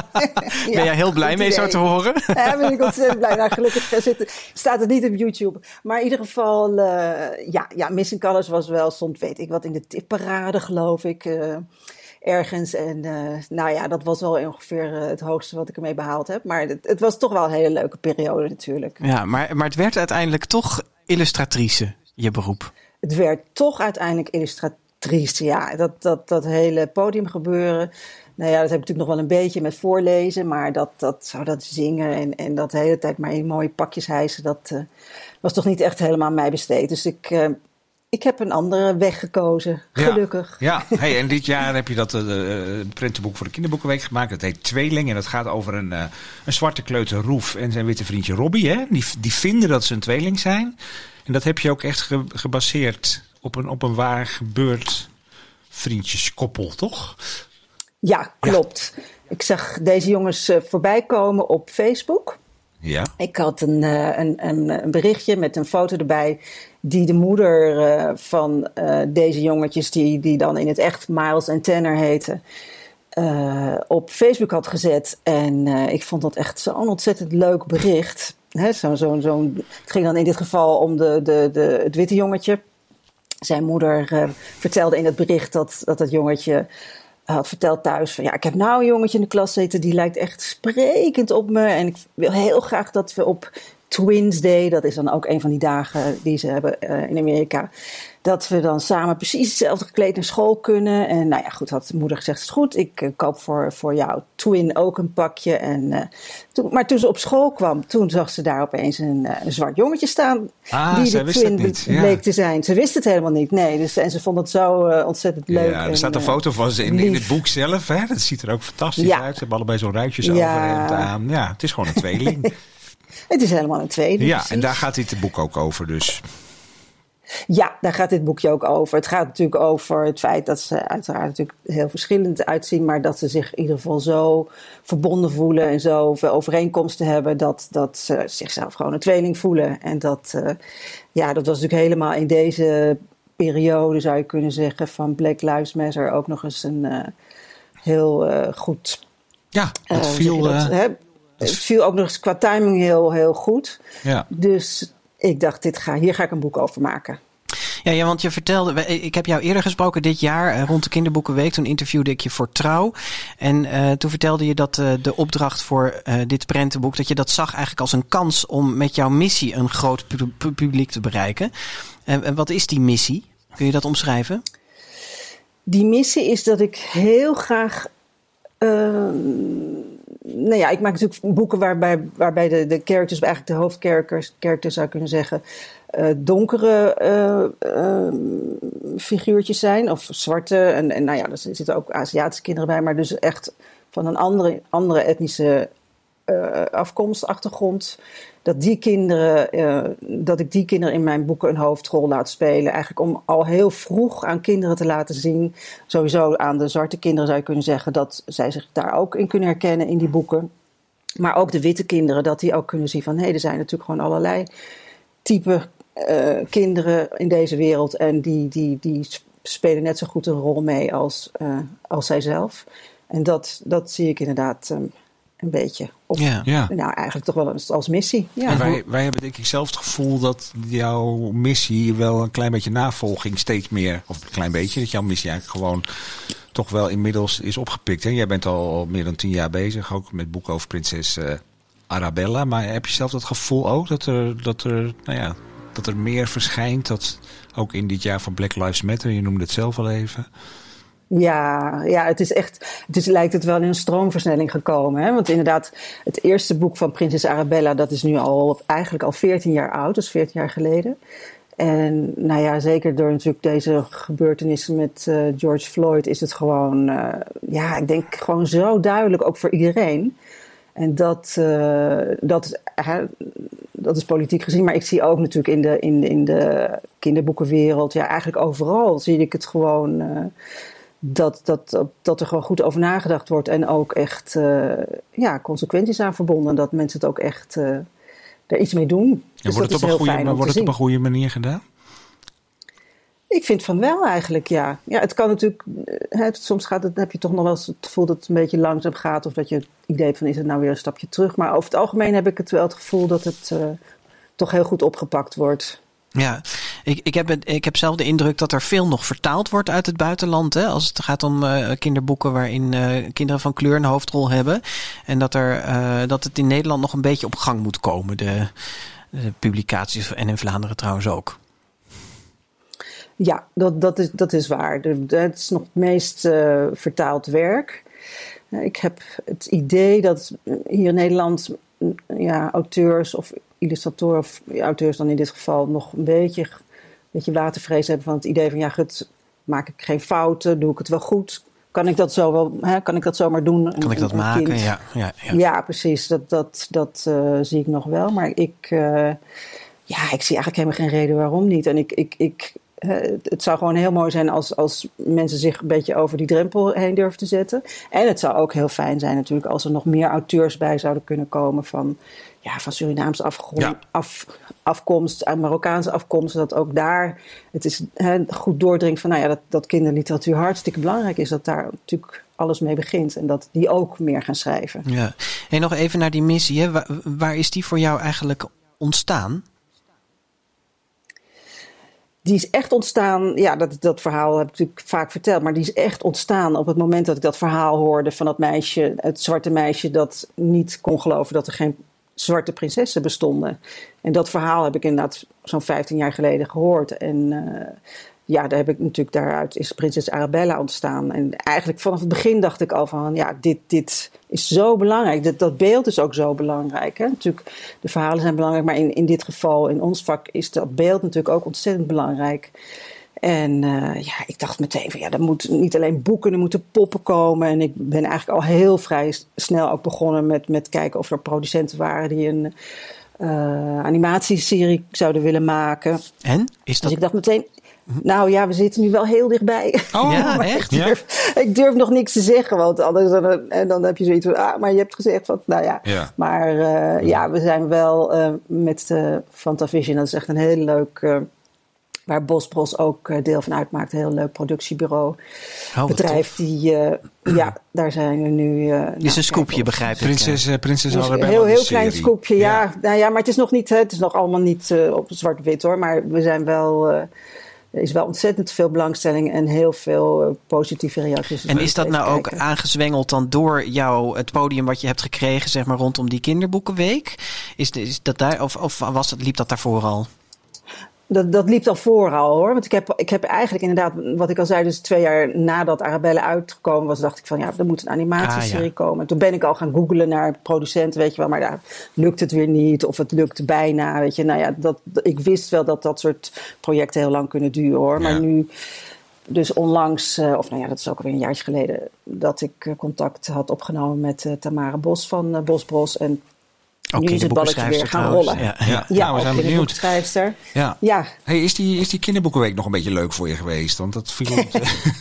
Ben jij heel blij mee zo te horen? Ja, ben ik ontzettend blij. Nou, gelukkig zit, staat het niet op YouTube. Maar in ieder geval, uh, ja, ja, Missing Colors was wel, stond weet ik wat in de tipparade, geloof ik. Uh, Ergens. En uh, nou ja, dat was wel ongeveer uh, het hoogste wat ik ermee behaald heb. Maar het, het was toch wel een hele leuke periode natuurlijk. Ja, maar, maar het werd uiteindelijk toch illustratrice, je beroep. Het werd toch uiteindelijk illustratrice, ja. Dat, dat, dat hele podiumgebeuren. Nou ja, dat heb ik natuurlijk nog wel een beetje met voorlezen. Maar dat, dat, zo dat zingen en, en dat de hele tijd maar in mooie pakjes hijsen. Dat uh, was toch niet echt helemaal aan mij besteed. Dus ik... Uh, Ik heb een andere weg gekozen, gelukkig. Ja, ja. Hey, en dit jaar heb je dat uh, prentenboek voor de Kinderboekenweek gemaakt. Dat heet Tweeling en dat gaat over een, uh, een zwarte kleuter Roef en zijn witte vriendje Robbie. Hè? Die, die vinden dat ze een tweeling zijn. En dat heb je ook echt ge, gebaseerd op een, op een waar gebeurd vriendjeskoppel, toch? Ja, klopt. Ja. Ik zag deze jongens uh, voorbij komen op Facebook. Ja. Ik had een, uh, een, een, een berichtje met een foto erbij die de moeder uh, van uh, deze jongetjes, die, die dan in het echt Miles en Tanner heten, uh, op Facebook had gezet. En uh, ik vond dat echt zo'n ontzettend leuk bericht. Hè, zo, zo, zo, het ging dan in dit geval om de, de, de, het witte jongetje. Zijn moeder uh, vertelde in het bericht dat dat, dat jongetje had verteld thuis van ja, ik heb nou een jongetje in de klas zitten, die lijkt echt sprekend op me. En ik wil heel graag dat we op Twins Day, dat is dan ook een van die dagen die ze hebben uh, in Amerika, dat we dan samen precies hetzelfde gekleed naar school kunnen. En nou ja, goed, had de moeder gezegd, is goed, ik uh, koop voor, voor jou twin ook een pakje. En, uh, toen, maar toen ze op school kwam, toen zag ze daar opeens een, uh, een zwart jongetje staan, ah, die de twin bleek ja. te zijn. Ze wist het helemaal niet, nee. Dus, en ze vond het zo uh, ontzettend leuk. Ja, er en, staat een foto van ze in, in het boek zelf. Hè? Dat ziet er ook fantastisch ja. uit. Ze hebben allebei zo'n ruitjes ja. overhemd aan. Ja, het is gewoon een tweeling. Het is helemaal een tweede. Ja, precies. En daar gaat dit boek ook over dus. Ja, daar gaat dit boekje ook over. Het gaat natuurlijk over het feit dat ze uiteraard natuurlijk heel verschillend uitzien, maar dat ze zich in ieder geval zo verbonden voelen en zo veel overeenkomsten hebben dat, dat ze zichzelf gewoon een tweeling voelen. En dat, uh, ja, dat was natuurlijk helemaal in deze periode, zou je kunnen zeggen, van Black Lives Matter ook nog eens een uh, heel uh, goed... Ja, het viel... Uh, dat, uh, hè? Het viel ook nog eens qua timing heel, heel goed. Ja. Dus ik dacht, dit ga, hier ga ik een boek over maken. Ja, ja, want je vertelde, ik heb jou eerder gesproken dit jaar rond de Kinderboekenweek. Toen interviewde ik je voor Trouw. En uh, toen vertelde je dat uh, de opdracht voor uh, dit prentenboek, dat je dat zag eigenlijk als een kans om met jouw missie een groot pu- publiek te bereiken. En, en wat is die missie? Kun je dat omschrijven? Die missie is dat ik heel graag... Uh, nou ja, ik maak natuurlijk boeken waarbij, waarbij de, de characters, eigenlijk de hoofdcharacters, characters zou kunnen zeggen, uh, donkere uh, uh, figuurtjes zijn, of zwarte. En, en nou ja, er zitten ook Aziatische kinderen bij, maar dus echt van een andere, andere etnische uh, afkomst, achtergrond. Dat die kinderen, uh, dat ik die kinderen in mijn boeken een hoofdrol laat spelen. Eigenlijk om al heel vroeg aan kinderen te laten zien. Sowieso aan de zwarte kinderen zou je kunnen zeggen dat zij zich daar ook in kunnen herkennen in die boeken. Maar ook de witte kinderen, dat die ook kunnen zien van hé, hey, er zijn natuurlijk gewoon allerlei type uh, kinderen in deze wereld. En die, die, die spelen net zo goed een rol mee als, uh, als zijzelf. En dat, dat zie ik inderdaad um, een beetje op. Ja. Ja. Nou, eigenlijk toch wel als, als missie. Ja. En wij, wij hebben denk ik zelf het gevoel dat jouw missie wel een klein beetje navolging steeds meer, of een klein beetje, dat jouw missie eigenlijk gewoon toch wel inmiddels is opgepikt. Hè? Jij bent al meer dan tien jaar bezig, ook met boeken over prinses uh, Arabella. Maar heb je zelf dat gevoel ook dat er, dat er, nou ja, dat er meer verschijnt? Dat ook in dit jaar van Black Lives Matter, je noemde het zelf al even. Ja, ja, het is echt, het is, lijkt het wel in een stroomversnelling gekomen. Hè? Want inderdaad, het eerste boek van prinses Arabella, dat is nu al eigenlijk al veertien jaar oud, dus veertien jaar geleden. En nou ja, zeker door natuurlijk deze gebeurtenissen met uh, George Floyd is het gewoon, uh, ja, ik denk gewoon zo duidelijk, ook voor iedereen. En dat, uh, dat, uh, dat is politiek gezien, maar ik zie ook natuurlijk in de, in de, in de kinderboekenwereld, ja, eigenlijk overal zie ik het gewoon, uh, dat, dat, dat, dat er gewoon goed over nagedacht wordt en ook echt uh, ja, consequenties aan verbonden. Dat mensen het ook echt uh, er iets mee doen. Ja, dus wordt dat het, is op, heel een goede, fijn wordt het op een goede manier gedaan? Ik vind van wel eigenlijk, ja. Ja, het kan natuurlijk, hè, soms gaat het, heb je toch nog wel eens het gevoel dat het een beetje langzaam gaat, of dat je het idee hebt van is het nou weer een stapje terug. Maar over het algemeen heb ik het wel het gevoel dat het uh, toch heel goed opgepakt wordt. Ja, ik, ik, heb het, ik heb zelf de indruk dat er veel nog vertaald wordt uit het buitenland. Hè, als het gaat om uh, kinderboeken waarin uh, kinderen van kleur een hoofdrol hebben. En dat, er, uh, dat het in Nederland nog een beetje op gang moet komen. De, de publicaties en in Vlaanderen trouwens ook. Ja, dat, dat, is, dat is waar. De, de, het is nog het meest uh, vertaald werk. Uh, ik heb het idee dat hier in Nederland ja, auteurs of illustratoren, of ja, auteurs dan in dit geval, nog een beetje, een beetje watervrees hebben van het idee van ja, goed, maak ik geen fouten, doe ik het wel goed? Kan ik dat zo wel, hè, kan ik dat zomaar doen? Kan een, ik dat een maken? Kind? Ja, ja, ja. ja, precies. Dat, dat, dat uh, zie ik nog wel. Maar ik, uh, ja, ik zie eigenlijk helemaal geen reden waarom niet. En ik, ik, ik het zou gewoon heel mooi zijn als, als mensen zich een beetje over die drempel heen durven te zetten. En het zou ook heel fijn zijn natuurlijk als er nog meer auteurs bij zouden kunnen komen van, ja, van Surinaamse afgrond, ja. af, afkomst, Marokkaanse afkomst. Dat ook daar het is, he, goed doordringt van nou ja, dat, dat kinderliteratuur hartstikke belangrijk is. Dat daar natuurlijk alles mee begint. En dat die ook meer gaan schrijven. Ja. En nog even naar die missie. Hè. Waar, waar is die voor jou eigenlijk ontstaan? Die is echt ontstaan, ja, dat, dat verhaal heb ik natuurlijk vaak verteld, maar die is echt ontstaan op het moment dat ik dat verhaal hoorde van dat meisje, het zwarte meisje dat niet kon geloven dat er geen zwarte prinsessen bestonden. En dat verhaal heb ik inderdaad zo'n vijftien jaar geleden gehoord. En uh, ja, daar heb ik natuurlijk, daaruit is prinses Arabella ontstaan. En eigenlijk vanaf het begin dacht ik al van, ja, dit, dit is zo belangrijk. Dat, dat beeld is ook zo belangrijk. Hè? Natuurlijk, de verhalen zijn belangrijk, maar in, in dit geval, in ons vak, is dat beeld natuurlijk ook ontzettend belangrijk. En uh, ja, ik dacht meteen van, ja, er moeten niet alleen boeken, er moeten poppen komen. En ik ben eigenlijk al heel vrij snel ook begonnen met, met kijken of er producenten waren die een uh, animatieserie zouden willen maken. En? Is dat... Dus ik dacht meteen, nou ja, we zitten nu wel heel dichtbij. Oh, ja, echt? Ik durf, ja? ik durf nog niks te zeggen, want anders dan, en dan heb je zoiets van, ah, maar je hebt gezegd van, nou ja. ja. Maar uh, ja, we zijn wel uh, met uh, Fantavision, dat is echt een heel leuk, uh, waar Bosbros ook uh, deel van uitmaakt, een heel leuk productiebureau. Oh, bedrijf die, uh, ja, daar zijn we nu. Uh, is nou, een scoopje, begrijp ik. Prinses, uh, Prinses Arabella. Een heel, heel klein scoopje, ja. ja. Nou ja, maar het is nog niet, het is nog allemaal niet uh, op zwart-wit hoor, maar we zijn wel. Uh, Er is wel ontzettend veel belangstelling en heel veel uh, positieve reacties. En is dat nou ook kijken. aangezwengeld dan door jou, het podium wat je hebt gekregen, zeg maar rondom die kinderboekenweek? Is, is dat daar, of, of was het, liep dat daarvoor al? Dat, dat liep al voor al hoor. Want ik heb, ik heb eigenlijk inderdaad, wat ik al zei, dus twee jaar nadat Arabella uitgekomen was, dacht ik van ja, er moet een animatieserie ah, ja. komen. Toen ben ik al gaan googlen naar producenten, weet je wel, maar daar lukt het weer niet of het lukt bijna, weet je. Nou ja, dat, ik wist wel dat dat soort projecten heel lang kunnen duren hoor. Maar ja. nu, dus onlangs, of nou ja, dat is ook alweer een jaartje geleden, dat ik contact had opgenomen met uh, Tamara Bos van uh, Bos Bros en Ook nu is het balletje weer gaan trouwens. rollen. Ja, ja. ja nou, we zijn benieuwd. Schrijfster. Ja. ja. Hey, is, die, is die kinderboekenweek nog een beetje leuk voor je geweest? Want dat viel op.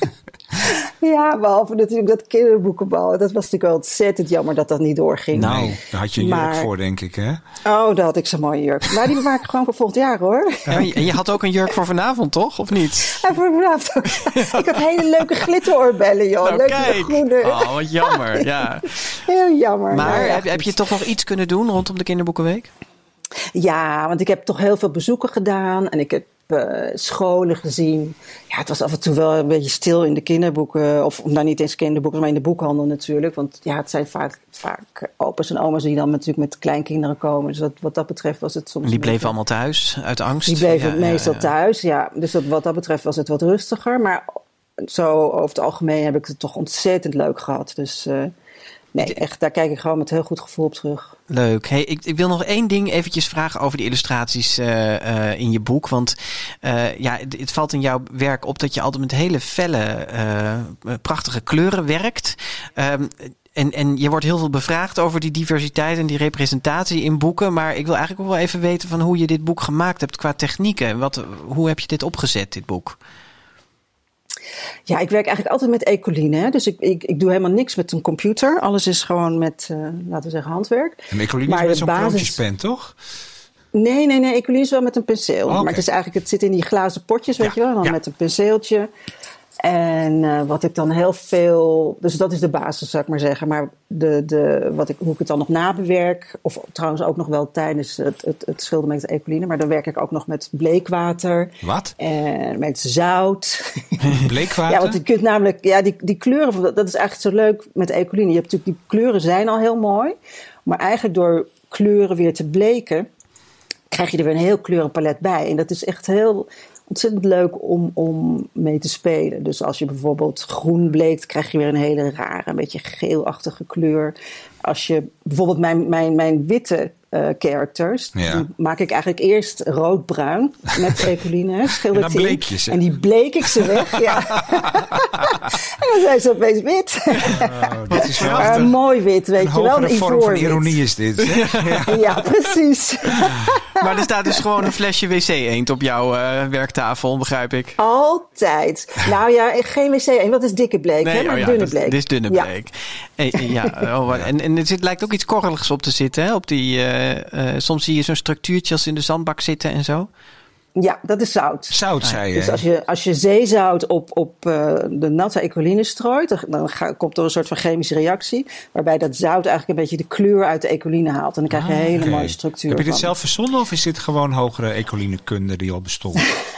Ja, behalve natuurlijk dat kinderboekenbal. Dat was natuurlijk wel ontzettend jammer dat dat niet doorging. Nou, daar had je een jurk maar... voor, denk ik, hè? Oh, daar had ik zo'n mooie jurk. Maar die bewaar ik gewoon voor volgend jaar, hoor. Ja, en je had ook een jurk voor vanavond, toch? Of niet? Ja, voor vanavond ook. Ik had hele leuke glitteroorbellen, joh. Nou, leuke kijk. groene. Oh, wat jammer, ja. Heel jammer. Maar nou, ja, heb, heb je toch nog iets kunnen doen rondom de kinderboekenweek? Ja, want ik heb toch heel veel bezoeken gedaan. En ik heb uh, scholen gezien. Ja, het was af en toe wel een beetje stil in de kinderboeken. Of nou niet eens kinderboeken, maar in de boekhandel natuurlijk. Want ja, het zijn vaak, vaak opa's en oma's die dan natuurlijk met kleinkinderen komen. Dus dat, wat dat betreft was het soms... Die bleven beetje... allemaal thuis, uit angst? Die bleven ja, meestal ja, ja. thuis, ja. Dus dat, wat dat betreft was het wat rustiger. Maar zo over het algemeen heb ik het toch ontzettend leuk gehad. Dus... Uh, Nee, echt, daar kijk ik gewoon met heel goed gevoel op terug. Leuk. Hey, ik, ik wil nog één ding eventjes vragen over die illustraties uh, uh, in je boek. Want uh, ja, het, het valt in jouw werk op dat je altijd met hele felle, uh, prachtige kleuren werkt. Um, en, en je wordt heel veel bevraagd over die diversiteit en die representatie in boeken. Maar ik wil eigenlijk ook wel even weten van hoe je dit boek gemaakt hebt qua technieken. Wat, hoe heb je dit opgezet, dit boek? Ja, ik werk eigenlijk altijd met Ecoline. Hè? Dus ik, ik, ik doe helemaal niks met een computer. Alles is gewoon met, uh, laten we zeggen, handwerk. En Ecoline is met zo'n basis... klontjespen, toch? Nee, nee, nee. Ecoline is wel met een penseel. Oh, okay. Maar het is eigenlijk, het zit in die glazen potjes, weet ja, je wel. Dan ja. met een penseeltje. En uh, wat ik dan heel veel... Dus dat is de basis, zou ik maar zeggen. Maar de, de, wat ik, hoe ik het dan nog nabewerk... Of trouwens ook nog wel tijdens het, het, het schilderen met Ecoline. Maar dan werk ik ook nog met bleekwater. Wat? En met zout. Bleekwater? Ja, want je kunt namelijk... Ja, die, die kleuren... Dat is eigenlijk zo leuk met Ecoline. Je hebt natuurlijk... Die kleuren zijn al heel mooi. Maar eigenlijk door kleuren weer te bleken... krijg je er weer een heel kleurenpalet bij. En dat is echt heel... ontzettend leuk om, om mee te spelen. Dus als je bijvoorbeeld groen bleekt, krijg je weer een hele rare, een beetje geelachtige kleur. Als je bijvoorbeeld mijn, mijn, mijn witte uh, characters, ja. die maak ik eigenlijk eerst roodbruin met Ecoline. En dan bleek je ze. En die bleek ik ze weg, ja. En dan zijn ze opeens wit. Oh, dat is wel uh, een, mooi wit, weet een je wel. Een hogere vorm van ironie is dit. ja. ja, precies. Maar er staat dus gewoon een flesje wc-eend op jouw uh, werktafel, begrijp ik. Altijd. Nou ja, geen wc-eend, dat is dikke bleek, nee, hè, maar oh ja, dunne dat, bleek. Dit is dunne ja. bleek. Hey, ja, oh, en, en er zit, lijkt ook iets korreligs op te zitten, hè? Op die, uh, uh, soms zie je zo'n structuurtje als in de zandbak zitten en zo. Ja, dat is zout. Zout, zei je. Dus als je, als je zeezout op, op uh, de natte Ecoline strooit, dan, dan ga, komt er een soort van chemische reactie, waarbij dat zout eigenlijk een beetje de kleur uit de Ecoline haalt. En dan krijg je een hele okay. mooie structuur. Heb je dit van. zelf verzonnen of is dit gewoon hogere Ecoline-kunde die al bestond?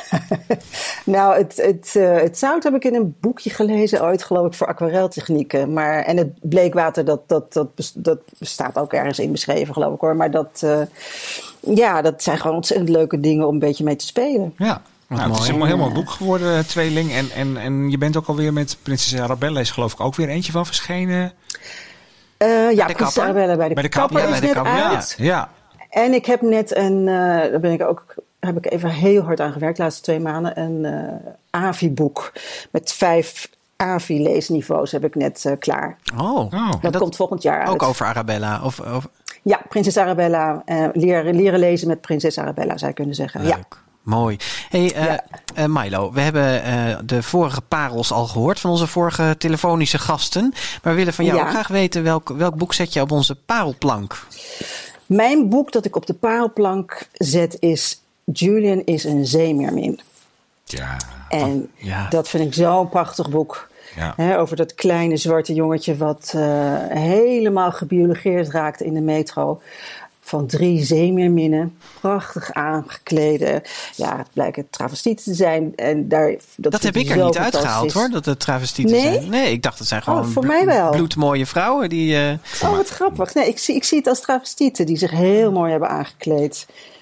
Nou, het, het, uh, het zout heb ik in een boekje gelezen ooit, geloof ik, voor aquareltechnieken. Maar, en het bleekwater, dat, dat, dat, dat bestaat ook ergens in beschreven, geloof ik hoor. Maar dat, uh, ja, dat zijn gewoon ontzettend leuke dingen om een beetje mee te spelen. Ja. Nou, het is helemaal, helemaal een boek geworden, Tweeling. En, en, en je bent ook alweer met Prinses Arabella, is geloof ik ook weer eentje van verschenen. Uh, ja, Prinses Arabella bij de, bij de kapper, kapper is ja, net kapper, uit. Ja, ja. En ik heb net een, uh, daar ben ik ook, heb ik even heel hard aan gewerkt, de laatste twee maanden, een uh, A V I-boek met vijf A V I-leesniveaus heb ik net uh, klaar. Oh, oh. Dat, dat komt volgend jaar uit. Ook over Arabella? Of, of... Ja, Prinses Arabella. Uh, leren, leren lezen met Prinses Arabella, zou je kunnen zeggen. Leuk. Ja. Mooi. Hey, uh, ja. uh, Milo, we hebben uh, de vorige parels al gehoord van onze vorige telefonische gasten. Maar we willen van jou ja. ook graag weten welk, welk boek zet je op onze parelplank? Mijn boek dat ik op de parelplank zet is Julian is een zeemeermin. Ja. En ja. dat vind ik zo'n prachtig boek. Ja. He, over dat kleine zwarte jongetje wat uh, helemaal gebiologeerd raakt in de metro. Van drie zeemeerminnen, prachtig aangekleden. Ja, het blijken travestieten te zijn. En daar, dat dat heb ik er niet uitgehaald hoor, dat het travestieten nee? zijn. Nee, ik dacht het zijn gewoon oh, voor mij wel. bloedmooie vrouwen. Die, uh... Oh, wat grappig. Nee, ik zie, ik zie het als travestieten die zich heel mooi hebben aangekleed.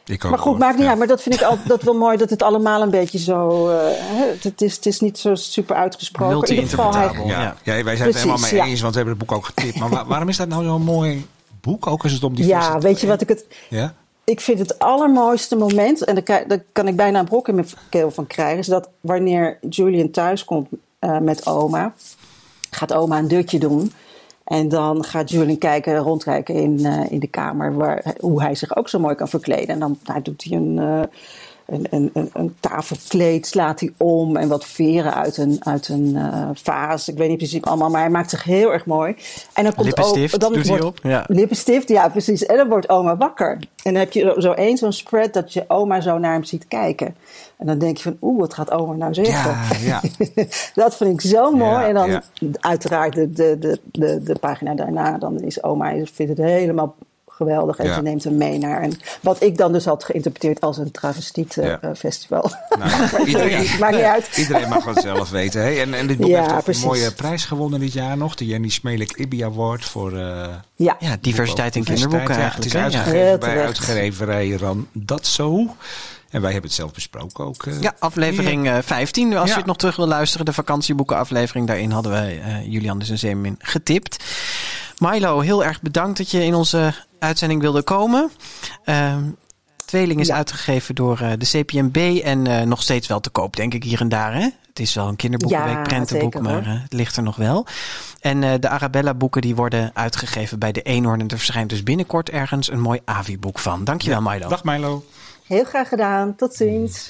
Ik ook, maar goed, hoor. maakt niet ja. uit. Maar dat vind ik altijd dat wel mooi, dat het allemaal een beetje zo... Uh, het, is, het is niet zo super uitgesproken. Multi-interpretabel. Ja. Ja. Ja, wij zijn het helemaal mee ja. eens, want we hebben het boek ook getipt. Maar waar, waarom is dat nou zo'n mooi boek? Ook als het om die Ja, weet je wat ik het... Ja? Ik vind het allermooiste moment, en daar, daar kan ik bijna een brok in mijn keel van krijgen, is dat wanneer Julian thuis komt uh, met oma, gaat oma een dutje doen. En dan gaat Julian kijken, rondkijken in, uh, in de kamer waar, hoe hij zich ook zo mooi kan verkleden. En dan nou, doet hij een, uh, een, een, een, een tafelkleed, slaat hij om en wat veren uit een, uit een uh, vaas. Ik weet niet precies allemaal, maar hij maakt zich heel erg mooi. En dan komt lippenstift ook, dan doet wordt, hij op. Ja. Lippenstift, ja precies. En dan wordt oma wakker. En dan heb je zo één zo'n spread dat je oma zo naar hem ziet kijken. En dan denk je van, oeh, wat gaat oma nou zeggen? Ja, ja. Dat vind ik zo mooi. Ja, en dan ja. uiteraard de, de, de, de, de pagina daarna, dan is oma, vindt het helemaal geweldig. En Ja. ze neemt hem mee naar een, wat ik dan dus had geïnterpreteerd als een travestiet-festival. Ja. Nou, iedereen, Maakt niet uit. Iedereen mag het zelf weten. Hè? En, en dit boek Ja, heeft ook precies. een mooie prijs gewonnen dit jaar nog. De Jenny Smelik Ibby Award voor... Uh, ja. ja, diversiteit in kinderboeken ja, eigenlijk. Het is hè? uitgegeven Heel bij terecht. uitgeverij Ran Dat Zo. En wij hebben het zelf besproken ook. Uh, Ja, aflevering uh, vijftien. Als Ja. je het nog terug wil luisteren, de vakantieboekenaflevering. Daarin hadden wij uh, Julian de Zeemermin getipt. Milo, heel erg bedankt dat je in onze uitzending wilde komen. Uh, Tweeling is Ja. uitgegeven door uh, de C P M B en uh, nog steeds wel te koop, denk ik, hier en daar. Hè? Het is wel een kinderboekenweek, Ja, prentenboek, zeker, maar hoor. uh, het ligt er nog wel. En uh, de Arabella-boeken die worden uitgegeven bij de Eenhoorn. En er verschijnt dus binnenkort ergens een mooi A V I-boek van. Dankjewel, ja. Milo. Dag Milo. Heel graag gedaan. Tot ziens.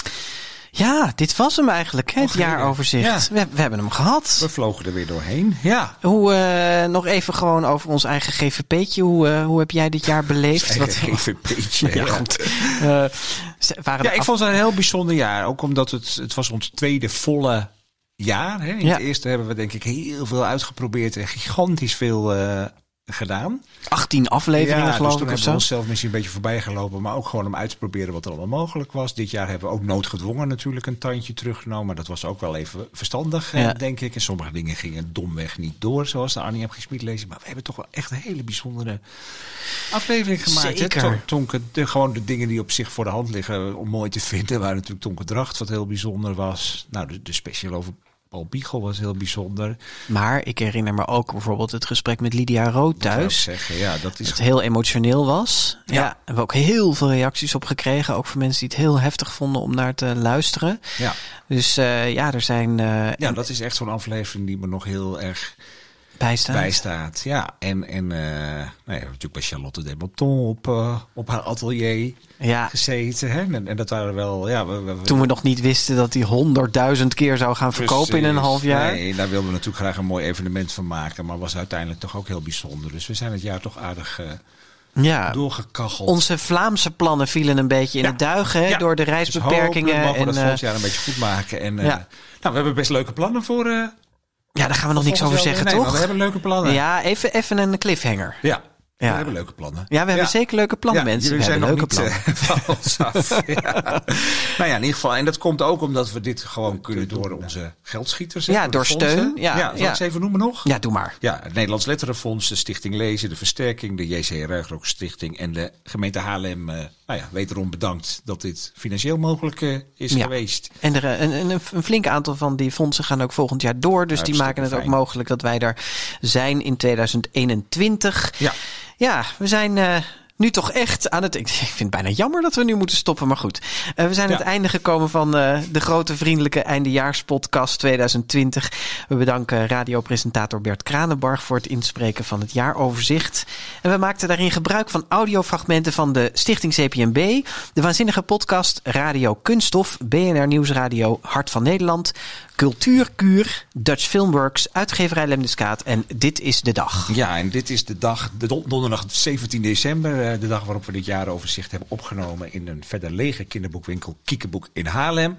Ja, dit was hem eigenlijk, hè, het Och, heerlijk. jaaroverzicht. Ja. We, we hebben hem gehad. We vlogen er weer doorheen. Ja. Hoe, uh, nog even gewoon over ons eigen G V P'tje. Hoe, uh, hoe heb jij dit jaar beleefd? Wat G V P'tje. Ja, goed. Uh, waren Ja, er ik af- vond het een heel bijzonder jaar. Ook omdat het, het was ons tweede volle jaar. Hè. In Ja. het eerste hebben we denk ik heel veel uitgeprobeerd en gigantisch veel uh, gedaan. achttien afleveringen, ja, geloof dus toen ik, of hebben we zo. onszelf misschien een beetje voorbij gelopen. Maar ook gewoon om uit te proberen wat er allemaal mogelijk was. Dit jaar hebben we ook noodgedwongen natuurlijk een tandje teruggenomen. Maar dat was ook wel even verstandig, Ja. eh, denk ik. En sommige dingen gingen domweg niet door, zoals de Arnie M. G. Smit lezen. Maar we hebben toch wel echt een hele bijzondere aflevering gemaakt. Zeker. Hè? Ton- Tonke, de, gewoon de dingen die op zich voor de hand liggen om mooi te vinden. Waren natuurlijk Tonke Dracht, wat heel bijzonder was. Nou, de, de special over Paul Biegel was heel bijzonder. Maar ik herinner me ook bijvoorbeeld het gesprek met Lydia Rood Dat wou ik thuis. zeggen, ja, dat is Het heel emotioneel was. Ja. Ja. ja, hebben we ook heel veel reacties op gekregen. Ook voor mensen die het heel heftig vonden om naar te luisteren. Ja. Dus uh, ja, er zijn uh, Ja, dat is echt zo'n aflevering die me nog heel erg bijstaat. bijstaat. Ja, en, en uh, nou ja, we hebben natuurlijk bij Charlotte de Botton op, uh, op haar atelier Ja. gezeten. Hè? En, en dat waren wel... Ja, we, we, Toen we nog niet wisten dat die honderdduizend keer zou gaan verkopen in een half jaar. Nee, daar wilden we natuurlijk graag een mooi evenement van maken. Maar was uiteindelijk toch ook heel bijzonder. Dus we zijn het jaar toch aardig uh, Ja. doorgekacheld. Onze Vlaamse plannen vielen een beetje in Ja. het duigen hè, Ja. door de Dus reisbeperkingen. hopelijk mogen we en, dat uh, volgend jaar een beetje goed maken. En, uh, ja. nou, we hebben best leuke plannen voor... Uh, ja, daar gaan we nog niks over zeggen, nee, toch? maar we hebben leuke plannen. Ja, even, even een cliffhanger. Ja. Ja. We hebben leuke plannen. Ja, we hebben Ja. zeker leuke plannen, Ja, mensen. We jullie zijn hebben nog leuke niet, plannen. uh, van ons af. Ja. Nou ja, in ieder geval. En dat komt ook omdat we dit gewoon kunnen door onze geldschieters. hè, Ja, de door fondsen. steun. Ja, Ja, zal ja. ik ze even noemen nog? Ja, doe maar. Ja, het Nederlands Letterenfonds, de Stichting Lezen, de Versterking, de J C Ruigrok Stichting en de gemeente Haarlem. Uh, nou ja, wederom bedankt dat dit financieel mogelijk uh, is Ja. geweest. En er, een, een, een flink aantal van die fondsen gaan ook volgend jaar door. Dus die Hartstikke maken het ook fijn. mogelijk dat wij daar zijn in tweeduizend eenentwintig. Ja. Ja, we zijn uh, nu toch echt aan het... Ik vind het bijna jammer dat we nu moeten stoppen, maar goed. Uh, we zijn aan Ja. het einde gekomen van uh, de grote vriendelijke eindejaarspodcast tweeduizend twintig. We bedanken radiopresentator Bert Kranenbarg voor het inspreken van het jaaroverzicht. En we maakten daarin gebruik van audiofragmenten van de Stichting C P M B, de waanzinnige podcast Radio Kunststof, B N R Nieuwsradio, Hart van Nederland, Cultuurkuur, Dutch Filmworks, uitgeverij Lemniskaat en Dit is de Dag. Ja, en dit is de dag, de don- donderdag zeventien december, uh, de dag waarop we dit jaaroverzicht hebben opgenomen in een verder lege kinderboekwinkel Kiekeboek in Haarlem.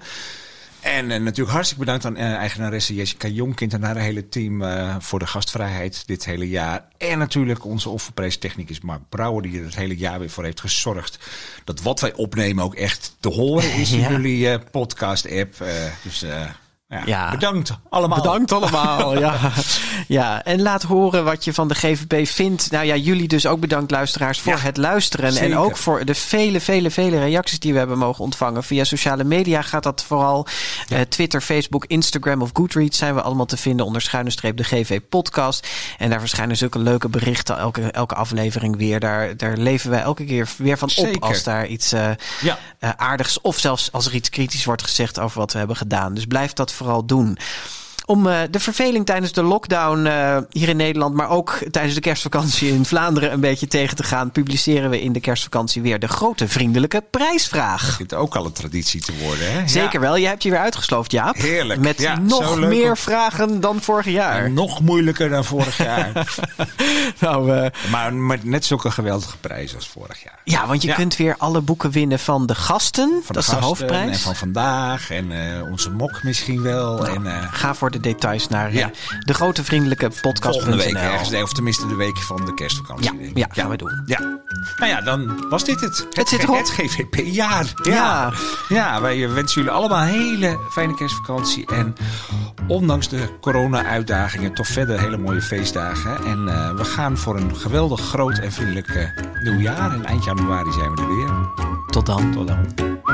En uh, natuurlijk hartstikke bedankt aan uh, eigenaresse Jessica Jonkind en haar hele team uh, voor de gastvrijheid dit hele jaar. En natuurlijk onze offerprijstechnicus Mark Brouwer, die er het hele jaar weer voor heeft gezorgd dat wat wij opnemen ook echt te horen is in Ja. jullie uh, podcast-app. Uh, dus uh, Ja, Ja. Bedankt allemaal. Bedankt allemaal. ja. ja, en laat horen wat je van de G V P vindt. Nou ja, jullie dus ook bedankt luisteraars voor Ja, het luisteren. zeker. En ook voor de vele, vele, vele reacties die we hebben mogen ontvangen. Via sociale media gaat dat vooral. Ja. Uh, Twitter, Facebook, Instagram of Goodreads zijn we allemaal te vinden onder schuine streep de G V podcast. En daar verschijnen zulke leuke berichten elke, elke aflevering weer. Daar, daar leven wij elke keer weer van Zeker. op als daar iets uh, ja. uh, aardigs of zelfs als er iets kritisch wordt gezegd over wat we hebben gedaan. Dus blijf dat vooral doen. Om uh, de verveling tijdens de lockdown uh, hier in Nederland, maar ook tijdens de kerstvakantie in Vlaanderen een beetje tegen te gaan, publiceren we in de kerstvakantie weer de grote vriendelijke prijsvraag. Dat begint ook al een traditie te worden, hè? Zeker ja. wel. Je hebt je weer uitgesloofd, Jaap. Heerlijk. Met ja, nog leuk meer om... vragen dan vorig jaar. En nog moeilijker dan vorig jaar. nou, uh... Maar met net zulke geweldige prijzen als vorig jaar. Ja, want je ja. kunt weer alle boeken winnen van de gasten. Van dat de is gasten de hoofdprijs. En van vandaag. En uh, onze mok misschien wel. Nou, en, uh... ga voor de details naar ja. de grote vriendelijke podcast. Volgende week ergens, of tenminste de week van de kerstvakantie. Ja, ja, gaan we doen. Ja. Nou ja, dan was dit het. Het, het zit erop. Het G V P-jaar. Ja. Ja. ja, wij wensen jullie allemaal een hele fijne kerstvakantie. En ondanks de corona-uitdagingen toch verder hele mooie feestdagen. En uh, we gaan voor een geweldig groot en vriendelijk uh, nieuwjaar. En eind januari zijn we er weer. Tot dan. Tot dan.